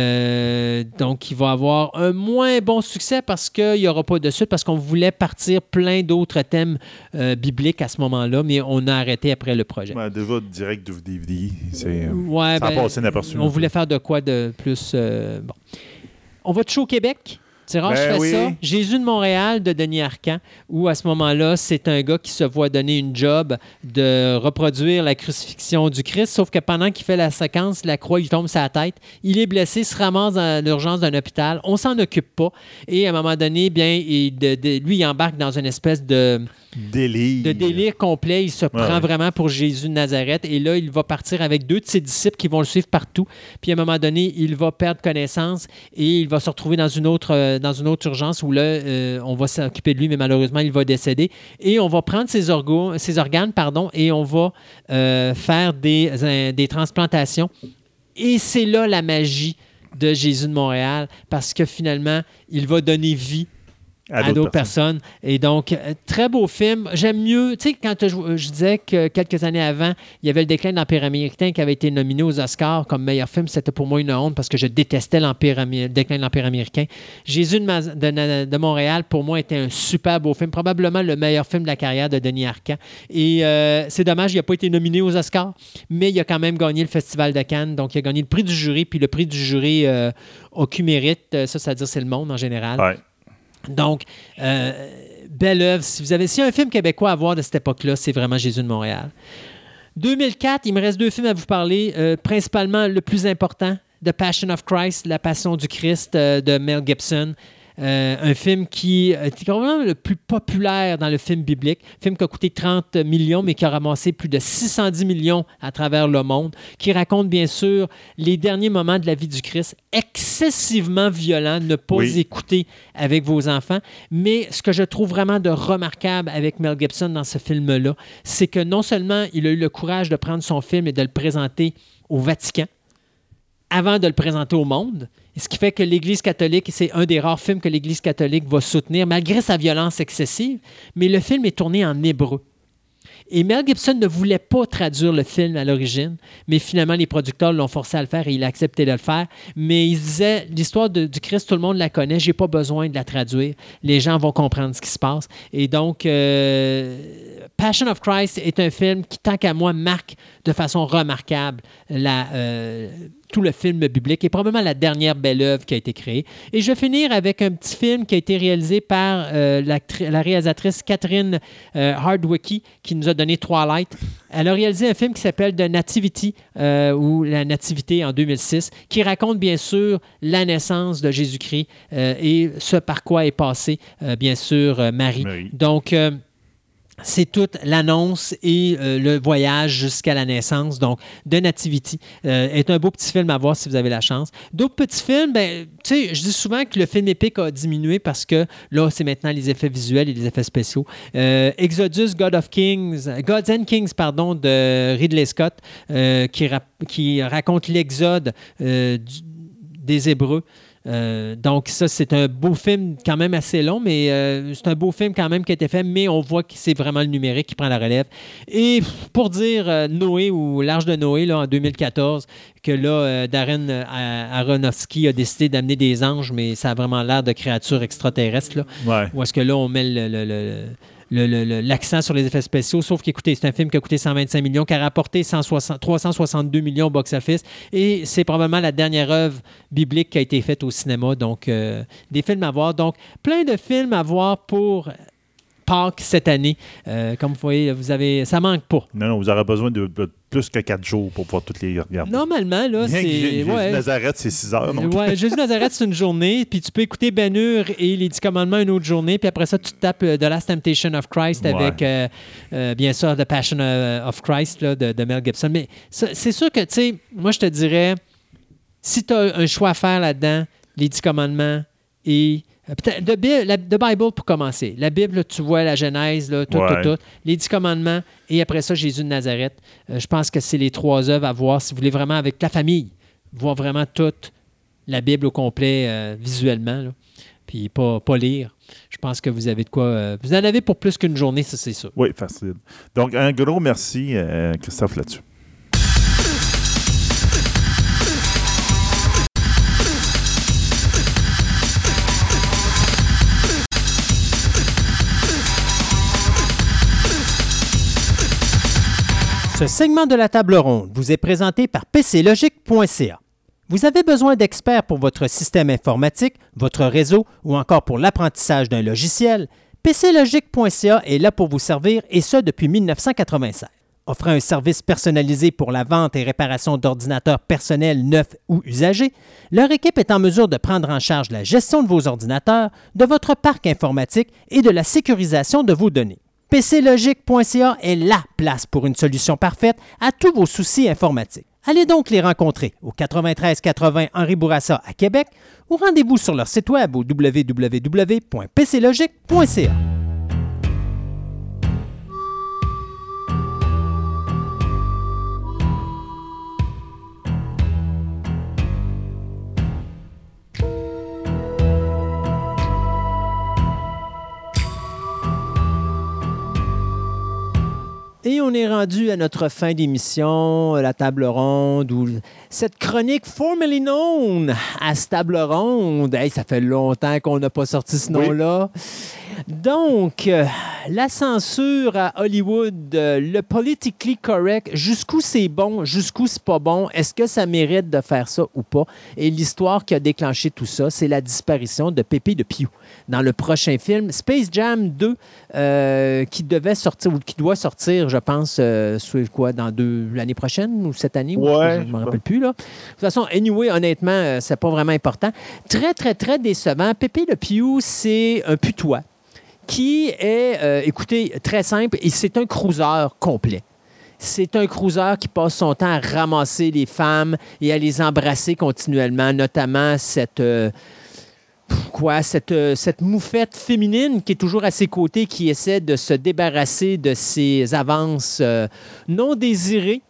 Donc, il va avoir un moins bon succès parce qu'il n'y aura pas de suite, parce qu'on voulait partir plein d'autres thèmes bibliques à ce moment-là, mais on a arrêté après le projet. Ouais, déjà, direct du DVD, ça a passé n'aperçu. On voulait faire de quoi de plus... bon. On va toucher au Québec. C'est rare que je fais ça. Jésus de Montréal de Denis Arcand, où à ce moment-là, c'est un gars qui se voit donner une job de reproduire la crucifixion du Christ, sauf que pendant qu'il fait la séquence, la croix lui tombe sur la tête. Il est blessé, se ramasse dans l'urgence d'un hôpital. On s'en occupe pas. Et à un moment donné, bien, lui, il embarque dans une espèce de délire complet. Il se prend vraiment pour Jésus de Nazareth. Et là, il va partir avec 2 de ses disciples qui vont le suivre partout. Puis à un moment donné, il va perdre connaissance et il va se retrouver dans une autre urgence où là, on va s'occuper de lui, mais malheureusement, il va décéder. Et on va prendre ses organes, et on va faire des transplantations. Et c'est là la magie de Jésus de Montréal, parce que finalement, il va donner vie à d'autres personnes. Et donc, très beau film. J'aime mieux, tu sais, quand je disais que quelques années avant, il y avait le déclin de l'Empire américain qui avait été nominé aux Oscars comme meilleur film. C'était pour moi une honte parce que je détestais le déclin de l'Empire américain. Jésus de Montréal, pour moi, était un super beau film. Probablement le meilleur film de la carrière de Denis Arcand. Et c'est dommage, il n'a pas été nominé aux Oscars, mais il a quand même gagné le Festival de Cannes. Donc, il a gagné le prix du jury, puis le prix du jury Ocumérite, ça, c'est-à-dire c'est le monde en général. Ouais. Donc, belle œuvre. Si il y a un film québécois à voir de cette époque-là, c'est vraiment Jésus de Montréal. 2004, il me reste 2 films à vous parler. Principalement, le plus important, The Passion of Christ, La Passion du Christ de Mel Gibson. un film qui est probablement le plus populaire dans le film biblique. Un film qui a coûté 30 millions, mais qui a ramassé plus de 610 millions à travers le monde, qui raconte bien sûr les derniers moments de la vie du Christ, excessivement violent, ne pas écouter avec vos enfants. Mais ce que je trouve vraiment de remarquable avec Mel Gibson dans ce film-là, c'est que non seulement il a eu le courage de prendre son film et de le présenter au Vatican, avant de le présenter au monde, ce qui fait que l'Église catholique, c'est un des rares films que l'Église catholique va soutenir, malgré sa violence excessive, mais le film est tourné en hébreu. Et Mel Gibson ne voulait pas traduire le film à l'origine, mais finalement, les producteurs l'ont forcé à le faire et il a accepté de le faire. Mais il disait, l'histoire du Christ, tout le monde la connaît, je n'ai pas besoin de la traduire. Les gens vont comprendre ce qui se passe. Et donc, Passion of Christ est un film qui, tant qu'à moi, marque de façon remarquable tout le film biblique et probablement la dernière belle œuvre qui a été créée. Et je vais finir avec un petit film qui a été réalisé par la réalisatrice Catherine Hardwicke, qui nous a donné Twilight. Elle a réalisé un film qui s'appelle The Nativity, ou La Nativité en 2006, qui raconte bien sûr la naissance de Jésus-Christ et ce par quoi est passé, bien sûr, Marie. Donc, c'est toute l'annonce et le voyage jusqu'à la naissance. Donc, The Nativity est un beau petit film à voir si vous avez la chance. D'autres petits films, ben, tu sais, je dis souvent que le film épique a diminué parce que là, c'est maintenant les effets visuels et les effets spéciaux. Exodus, Gods and Kings, de Ridley Scott, qui raconte l'exode des Hébreux. Donc ça, c'est un beau film quand même assez long, mais c'est un beau film quand même qui a été fait, mais on voit que c'est vraiment le numérique qui prend la relève. Et pour dire Noé ou l'Arche de Noé là, en 2014, que là, Darren Aronofsky a décidé d'amener des anges, mais ça a vraiment l'air de créatures extraterrestres. Là. Ouais. Où est-ce que là, on met l'accent sur les effets spéciaux, sauf qu'écoutez, c'est un film qui a coûté 125 millions, qui a rapporté 362 millions au box-office, et c'est probablement la dernière œuvre biblique qui a été faite au cinéma, donc des films à voir. Donc, plein de films à voir pour Pâques cette année. Comme vous voyez, ça manque pas. Non, vous aurez besoin de plus que 4 jours pour pouvoir toutes les regarder. Normalement, là, c'est... Jésus Nazareth, c'est 6 heures. Oui, Jésus Nazareth, c'est une journée, puis tu peux écouter Ben-Hur et les 10 commandements une autre journée, puis après ça, tu te tapes The Last Temptation of Christ avec, bien sûr, The Passion of Christ là, de Mel Gibson. Mais c'est sûr que, tu sais, moi, je te dirais, si tu as un choix à faire là-dedans, les 10 commandements et... peut-être The Bible pour commencer. La Bible, là, tu vois la Genèse, là, tout. Les 10 commandements et après ça, Jésus de Nazareth. Je pense que c'est les 3 œuvres à voir si vous voulez vraiment avec la famille, voir vraiment toute la Bible au complet visuellement. Là. Puis pas lire. Je pense que vous avez de quoi... vous en avez pour plus qu'une journée, ça c'est sûr. Oui, facile. Donc, un gros merci, Christophe, là-dessus. Ce segment de la table ronde vous est présenté par PCLogic.ca. Vous avez besoin d'experts pour votre système informatique, votre réseau ou encore pour l'apprentissage d'un logiciel? PCLogic.ca est là pour vous servir et ce depuis 1996. Offrant un service personnalisé pour la vente et réparation d'ordinateurs personnels neufs ou usagés, leur équipe est en mesure de prendre en charge la gestion de vos ordinateurs, de votre parc informatique et de la sécurisation de vos données. PCLogic.ca est la place pour une solution parfaite à tous vos soucis informatiques. Allez donc les rencontrer au 9380 Henri Bourassa à Québec ou rendez-vous sur leur site web au www.pclogic.ca. Et on est rendu à notre fin d'émission, la table ronde, ou cette chronique formerly known as table ronde. Hey, ça fait longtemps qu'on n'a pas sorti ce nom-là. Donc, la censure à Hollywood, le politically correct, jusqu'où c'est bon, jusqu'où c'est pas bon, est-ce que ça mérite de faire ça ou pas? Et l'histoire qui a déclenché tout ça, c'est la disparition de Pepe Le Pew. Dans le prochain film, Space Jam 2, qui devait sortir, ou qui doit sortir, je pense, pense, dans l'année prochaine ou cette année? Ouais, je ne me rappelle plus. Là. De toute façon, anyway, honnêtement, c'est pas vraiment important. Très, très, très décevant. Pépé Le Pew, c'est un putois qui est, écoutez, très simple, et c'est un cruiser complet. C'est un cruiser qui passe son temps à ramasser les femmes et à les embrasser continuellement, notamment cette moufette féminine qui est toujours à ses côtés, qui essaie de se débarrasser de ses avances non désirées.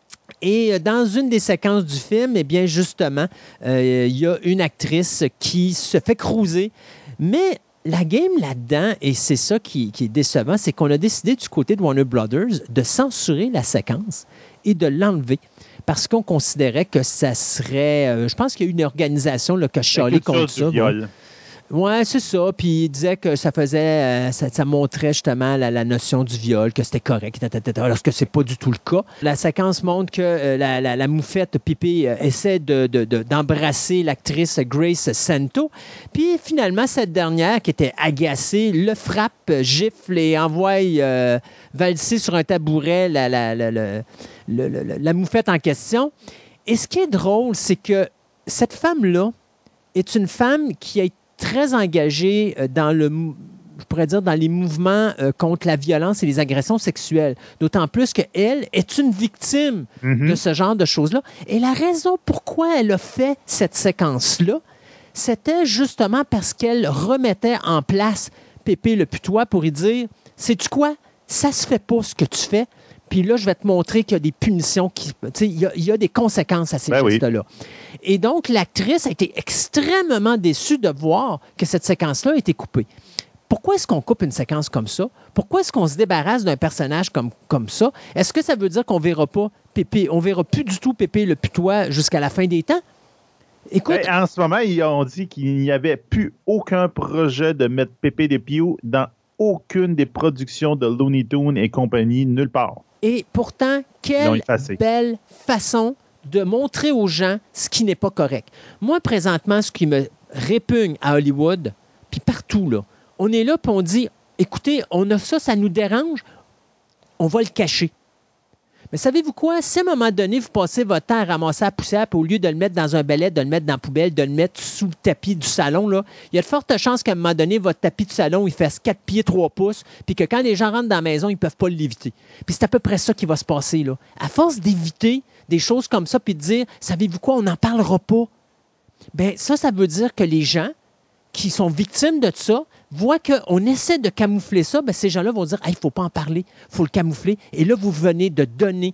Et dans une des séquences du film, eh bien justement, il y a une actrice qui se fait cruiser, mais la game là-dedans, et c'est ça qui est décevant, c'est qu'on a décidé du côté de Warner Brothers de censurer la séquence et de l'enlever parce qu'on considérait que ça serait... je pense qu'il y a une organisation là, qui a chialé contre ça. Oui, c'est ça. Puis il disait que ça faisait, ça montrait justement la notion du viol, que c'était correct, alors que c'est pas du tout le cas. La séquence montre que la moufette Pippi essaie d'embrasser l'actrice Grace Santo. Puis finalement, cette dernière, qui était agacée, le frappe, gifle et envoie valser sur un tabouret la moufette en question. Et ce qui est drôle, c'est que cette femme-là est une femme qui a été très engagée dans les mouvements contre la violence et les agressions sexuelles. D'autant plus qu'elle est une victime de ce genre de choses-là. Et la raison pourquoi elle a fait cette séquence-là, c'était justement parce qu'elle remettait en place Pépé Le Putois pour lui dire « Sais-tu quoi? Ça se fait pas ce que tu fais. Puis là, je vais te montrer qu'il y a des punitions, il y a des conséquences à ces gestes-là. » Et donc, l'actrice a été extrêmement déçue de voir que cette séquence-là a été coupée. Pourquoi est-ce qu'on coupe une séquence comme ça? Pourquoi est-ce qu'on se débarrasse d'un personnage comme ça? Est-ce que ça veut dire qu'on verra plus du tout Pépé Le Putois jusqu'à la fin des temps? Écoute, en ce moment, ils ont dit qu'il n'y avait plus aucun projet de mettre Pépé Le Pew dans aucune des productions de Looney Tunes et compagnie, nulle part. Et pourtant, quelle belle façon de montrer aux gens ce qui n'est pas correct. Moi, présentement, ce qui me répugne à Hollywood, puis partout, là, on est là, puis on dit, écoutez, on a ça, ça nous dérange, on va le cacher. Mais savez-vous quoi? Si à un moment donné, vous passez votre temps à ramasser la poussière, puis au lieu de le mettre dans un balai, de le mettre dans la poubelle, de le mettre sous le tapis du salon, là, il y a de fortes chances qu'à un moment donné, votre tapis de salon, il fasse 4 pieds, 3 pouces, puis que quand les gens rentrent dans la maison, ils ne peuvent pas l'éviter. Puis c'est à peu près ça qui va se passer, là. À force d'éviter des choses comme ça, puis de dire, savez-vous quoi, on n'en parlera pas. Bien, ça veut dire que les gens qui sont victimes de ça voient qu'on essaie de camoufler ça, bien, ces gens-là vont dire « il ne faut pas en parler, il faut le camoufler ». Et là, vous venez de donner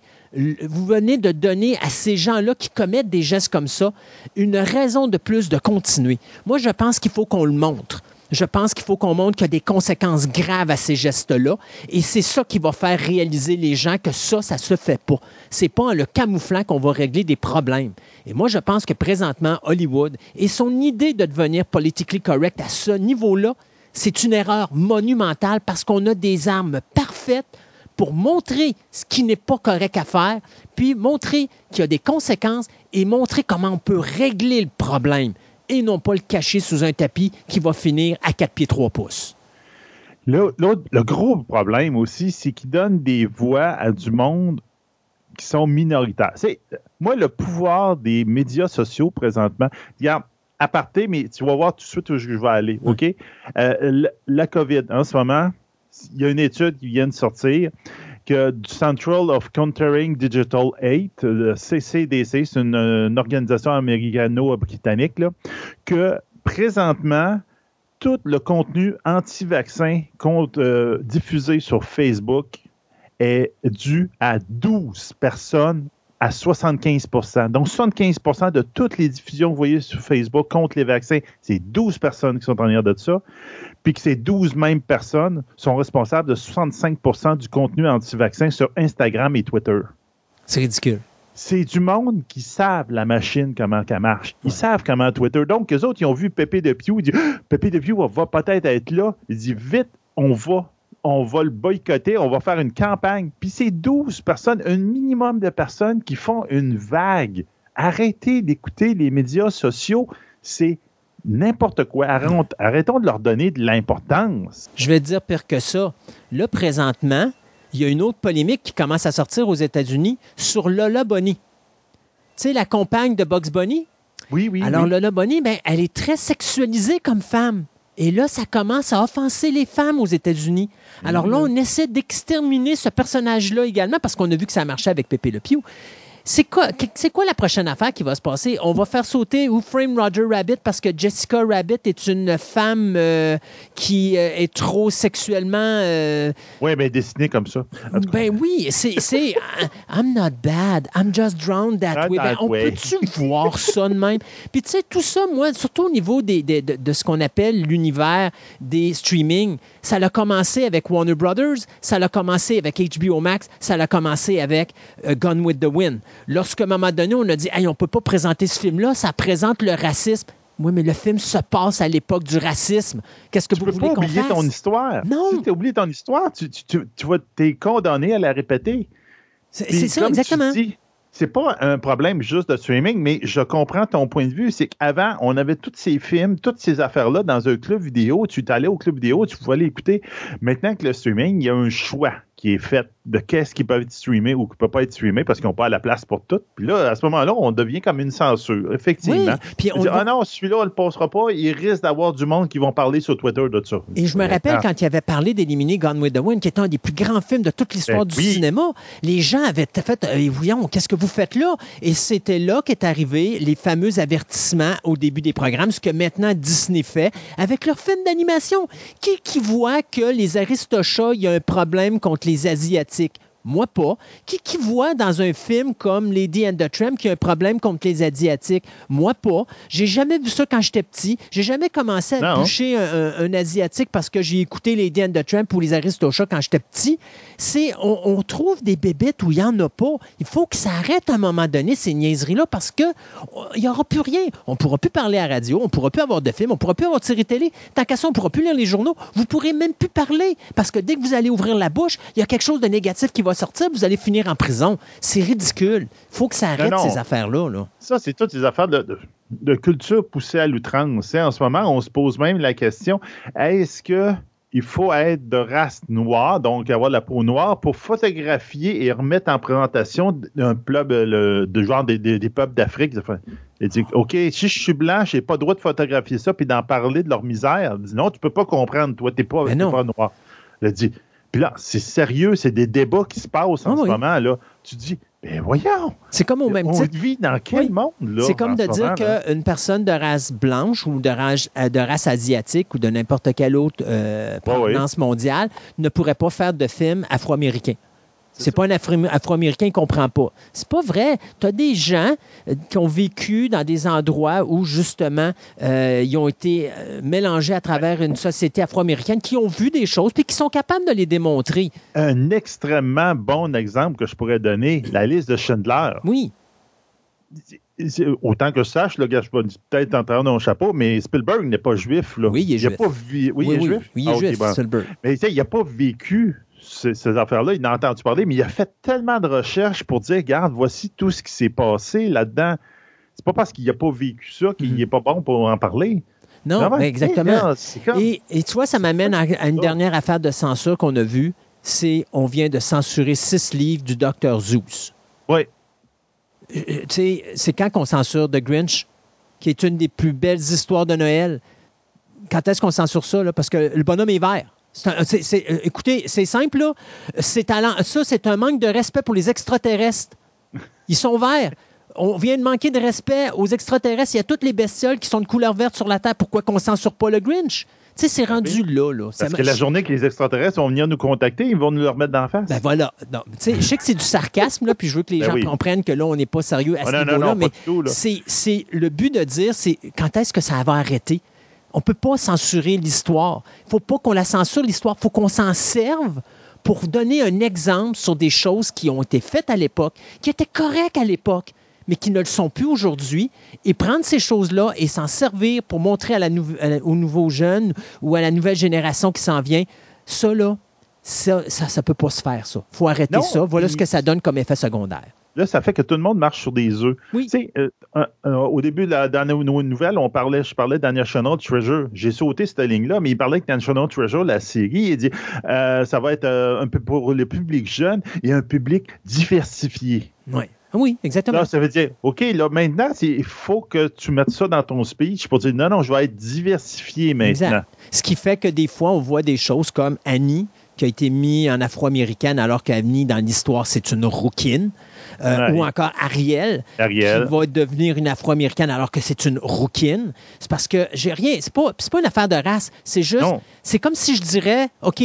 à ces gens-là qui commettent des gestes comme ça une raison de plus de continuer. Moi, je pense qu'il faut qu'on le montre. Je pense qu'il faut qu'on montre qu'il y a des conséquences graves à ces gestes-là. Et c'est ça qui va faire réaliser les gens que ça se fait pas. C'est pas en le camouflant qu'on va régler des problèmes. Et moi, je pense que présentement, Hollywood et son idée de devenir politically correct à ce niveau-là, c'est une erreur monumentale parce qu'on a des armes parfaites pour montrer ce qui n'est pas correct à faire, puis montrer qu'il y a des conséquences et montrer comment on peut régler le problème et non pas le cacher sous un tapis qui va finir à 4 pieds 3 pouces. Le gros problème aussi, c'est qu'il donne des voix à du monde qui sont minoritaires. Moi, le pouvoir des médias sociaux présentement, regarde, aparté, mais tu vas voir tout de suite où je vais aller, OK? La COVID, en ce moment, il y a une étude qui vient de sortir que du Central of Countering Digital Hate, le CCDC, c'est une organisation américano-britannique, là, que présentement, tout le contenu anti-vaccin diffusé sur Facebook est dû à 12 personnes à 75%. Donc, 75% de toutes les diffusions que vous voyez sur Facebook contre les vaccins, c'est 12 personnes qui sont en arrière de ça. Puis que ces 12 mêmes personnes sont responsables de 65% du contenu anti-vaccin sur Instagram et Twitter. C'est ridicule. C'est du monde qui savent la machine, comment elle marche. Ils savent comment Twitter. Donc, eux autres, ils ont vu Pépé Le Pew. Ils disent « Pépé Le Pew va peut-être être là. » Ils disent « Vite, on va le boycotter, on va faire une campagne. » Puis c'est 12 personnes, un minimum de personnes qui font une vague. Arrêtez d'écouter les médias sociaux. C'est n'importe quoi. Arrêtons de leur donner de l'importance. Je vais te dire pire que ça. Là, présentement, il y a une autre polémique qui commence à sortir aux États-Unis sur Lola Bunny. Tu sais, la compagne de Bugs Bunny? Oui. Alors, Lola Bunny, ben, elle est très sexualisée comme femme. Et là, ça commence à offenser les femmes aux États-Unis. Alors là, on essaie d'exterminer ce personnage-là également parce qu'on a vu que ça marchait avec Pepe Le Pew. C'est quoi la prochaine affaire qui va se passer? On va faire sauter Who Framed Roger Rabbit parce que Jessica Rabbit est une femme qui est trop sexuellement... Oui, mais dessinée comme ça. Ben oui, c'est I'm not bad, I'm just drowned that way. Ben, on peut-tu voir ça de même? Puis tu sais, tout ça, moi, surtout au niveau de ce qu'on appelle l'univers des streaming, ça a commencé avec Warner Brothers, ça a commencé avec HBO Max, ça a commencé avec Gone with the Wind. Lorsqu'à un moment donné, on a dit hey, on ne peut pas présenter ce film-là, ça présente le racisme. Oui, mais le film se passe à l'époque du racisme. Qu'est-ce que vous voulez qu'on fasse? Tu peux pas oublier ton histoire. Non. Si tu oublies ton histoire, t'es condamné à la répéter. C'est ça, exactement. C'est pas un problème juste de streaming, mais je comprends ton point de vue. C'est qu'avant, on avait tous ces films, toutes ces affaires-là dans un club vidéo. Tu t'allais au club vidéo, tu pouvais l'écouter. Maintenant que le streaming, il y a un choix qui est fait de qu'est-ce qui peut être streamé ou qui ne peut pas être streamé parce qu'ils n'ont pas la place pour tout. Puis là, à ce moment-là, on devient comme une censure, effectivement. Oui, puis on dit, non, celui-là, on ne le passera pas. Il risque d'avoir du monde qui vont parler sur Twitter de ça. Et je me rappelle quand il avait parlé d'éliminer Gone with the Wind, qui est un des plus grands films de toute l'histoire du cinéma, les gens avaient fait voyons, qu'est-ce que vous faites là? Et c'était là qu'est arrivé les fameux avertissements au début des programmes, ce que maintenant Disney fait avec leur film d'animation. Qui voit que les Aristochats, il y a un problème contre les Asiatiques? Moi, pas. Qui voit dans un film comme Lady and the Tramp qu'il y a un problème contre les Asiatiques? Moi, pas. J'ai jamais vu ça quand j'étais petit. J'ai jamais commencé à toucher un Asiatique parce que j'ai écouté Lady and the Tramp ou les Aristochats quand j'étais petit. On trouve des bébites où il n'y en a pas. Il faut que ça arrête à un moment donné, ces niaiseries-là, parce qu'il n'y aura plus rien. On ne pourra plus parler à la radio, on ne pourra plus avoir de films, on ne pourra plus avoir de séries télé. Tant qu'à ça, on ne pourra plus lire les journaux. Vous ne pourrez même plus parler parce que dès que vous allez ouvrir la bouche, il y a quelque chose de négatif qui va sortir, vous allez finir en prison. C'est ridicule. Il faut que ça arrête ces affaires-là. Là. Ça, c'est toutes ces affaires de culture poussée à l'outrance. En ce moment, on se pose même la question, est-ce qu'il faut être de race noire, donc avoir la peau noire, pour photographier et remettre en présentation un peuple, de genre des peuples d'Afrique? Il dit, OK, si je suis blanc, je n'ai pas le droit de photographier ça puis d'en parler de leur misère. Il dit, non, tu ne peux pas comprendre, toi, tu n'es pas noir. Il dit, puis là, c'est sérieux, c'est des débats qui se passent en ce moment. Là. Tu dis, ben voyons! C'est comme au même titre. On vit dans quel monde, là? C'est comme de dire qu'une personne de race blanche ou de race asiatique ou de n'importe quelle autre provenance mondiale ne pourrait pas faire de film afro-américain. C'est pas un Afro-Américain qui ne comprend pas. C'est pas vrai. Tu as des gens qui ont vécu dans des endroits où, justement, ils ont été mélangés à travers une société afro-américaine, qui ont vu des choses et qui sont capables de les démontrer. Un extrêmement bon exemple que je pourrais donner, la liste de Schindler. Oui. Autant que je sache, le gars, je vais peut-être en train d'un chapeau, mais Spielberg n'est pas juif. Là. Oui, il est juif. Il est juif? Oui, il est juif, Spielberg. Mais il n'a pas vécu ces affaires-là, il en a entendu parler, mais il a fait tellement de recherches pour dire, regarde, voici tout ce qui s'est passé là-dedans. C'est pas parce qu'il n'a pas vécu ça qu'il n'est pas bon pour en parler. Non, exactement. Et tu vois, ça m'amène à une dernière affaire de censure qu'on a vue, on vient de censurer 6 livres du Dr. Seuss. Oui. C'est quand qu'on censure The Grinch, qui est une des plus belles histoires de Noël. Quand est-ce qu'on censure ça? Là? Parce que le bonhomme est vert. Écoutez, c'est simple, là. Ça, c'est un manque de respect pour les extraterrestres. Ils sont verts. On vient de manquer de respect aux extraterrestres. Il y a toutes les bestioles qui sont de couleur verte sur la Terre. Pourquoi qu'on ne censure pas le Grinch? Tu sais, c'est rendu là. Parce que la journée que les extraterrestres vont venir nous contacter, ils vont nous le remettre d'en face. Ben voilà. Je sais que c'est du sarcasme, là, puis je veux que les gens comprennent que là, on n'est pas sérieux à ce niveau-là. Mais c'est le but de dire, c'est quand est-ce que ça va arrêter? On ne peut pas censurer l'histoire. Il ne faut pas qu'on la censure, l'histoire. Il faut qu'on s'en serve pour donner un exemple sur des choses qui ont été faites à l'époque, qui étaient correctes à l'époque, mais qui ne le sont plus aujourd'hui, et prendre ces choses-là et s'en servir pour montrer aux nouveaux jeunes ou à la nouvelle génération qui s'en vient, ça, là, ça ne peut pas se faire, ça. Il faut arrêter ça. Voilà ce que ça donne comme effet secondaire. là, ça fait que tout le monde marche sur des œufs. Oui. Tu sais, au début, dans nos nouvelles, je parlais de National Treasure. J'ai sauté cette ligne-là, mais il parlait que National Treasure, la série, il dit ça va être un peu pour le public jeune et un public diversifié. Oui, exactement. Là, ça veut dire, OK, là, maintenant, il faut que tu mettes ça dans ton speech pour dire, non, je vais être diversifié maintenant. Exact. Ce qui fait que des fois, on voit des choses comme Annie, qui a été mise en afro-américaine, alors qu'Annie, dans l'histoire, c'est une rouquine. Ou encore Ariel, qui va devenir une afro-américaine alors que c'est une rouquine. C'est parce que j'ai rien. C'est pas une affaire de race. C'est juste. Non. C'est comme si je dirais, OK,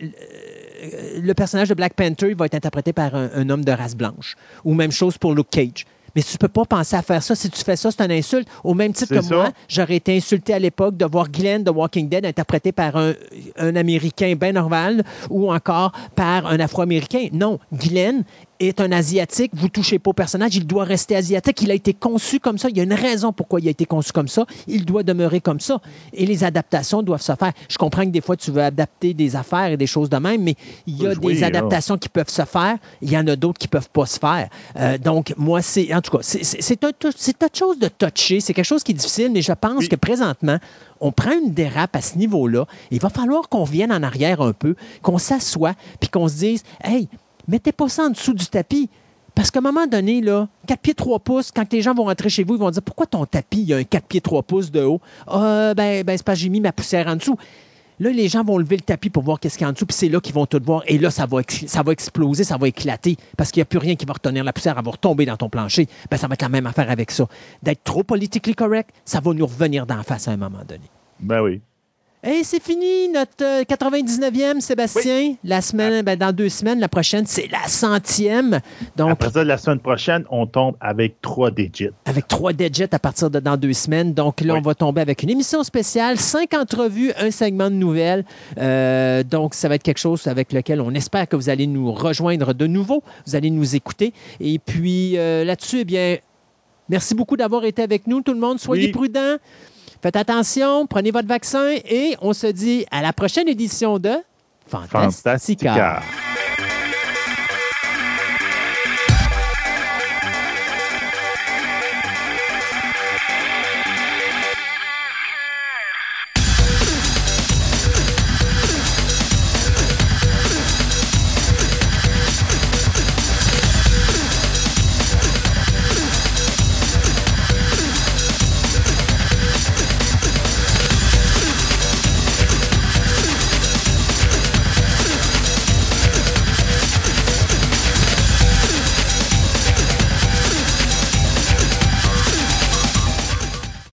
le personnage de Black Panther, il va être interprété par un homme de race blanche. Ou même chose pour Luke Cage. Mais tu ne peux pas penser à faire ça. Si tu fais ça, c'est une insulte. Au même titre que moi, j'aurais été insulté à l'époque de voir Glenn de Walking Dead interprété par un Américain bien normal ou encore par un Afro-Américain. Non, Glenn est un Asiatique. Vous ne touchez pas au personnage. Il doit rester asiatique. Il a été conçu comme ça. Il y a une raison pourquoi il a été conçu comme ça. Il doit demeurer comme ça. Et les adaptations doivent se faire. Je comprends que des fois, tu veux adapter des affaires et des choses de même, mais il y a des adaptations qui peuvent se faire. Il y en a d'autres qui ne peuvent pas se faire. Donc, moi, en tout cas, c'est quelque chose de touché. C'est quelque chose qui est difficile, mais je pense que présentement, on prend une dérape à ce niveau-là. Il va falloir qu'on vienne en arrière un peu, qu'on s'assoie, puis qu'on se dise, hey, mettez pas ça en dessous du tapis. Parce qu'à un moment donné, là, 4 pieds 3 pouces, quand les gens vont rentrer chez vous, ils vont dire, pourquoi ton tapis, il y a un 4 pieds 3 pouces de haut? C'est parce que j'ai mis ma poussière en dessous. Là, les gens vont lever le tapis pour voir qu'est-ce qu'il y a en dessous, puis c'est là qu'ils vont tout voir. Et là, ça va exploser, ça va éclater, parce qu'il n'y a plus rien qui va retenir la poussière, elle va retomber dans ton plancher. Ça va être la même affaire avec ça. D'être trop politically correct, ça va nous revenir d'en face à un moment donné. Ben oui. Et c'est fini, notre 99e, Sébastien. Oui. La semaine, dans 2 semaines, la prochaine, c'est la 100e. Donc, après ça, la semaine prochaine, on tombe avec 3 digits. Avec 3 digits à partir de dans 2 semaines. Donc là, on va tomber avec une émission spéciale, 5 entrevues, un segment de nouvelles. Donc, ça va être quelque chose avec lequel on espère que vous allez nous rejoindre de nouveau. Vous allez nous écouter. Et puis, là-dessus, eh bien, merci beaucoup d'avoir été avec nous, tout le monde. Soyez prudents. Faites attention, prenez votre vaccin et on se dit à la prochaine édition de Fantastica.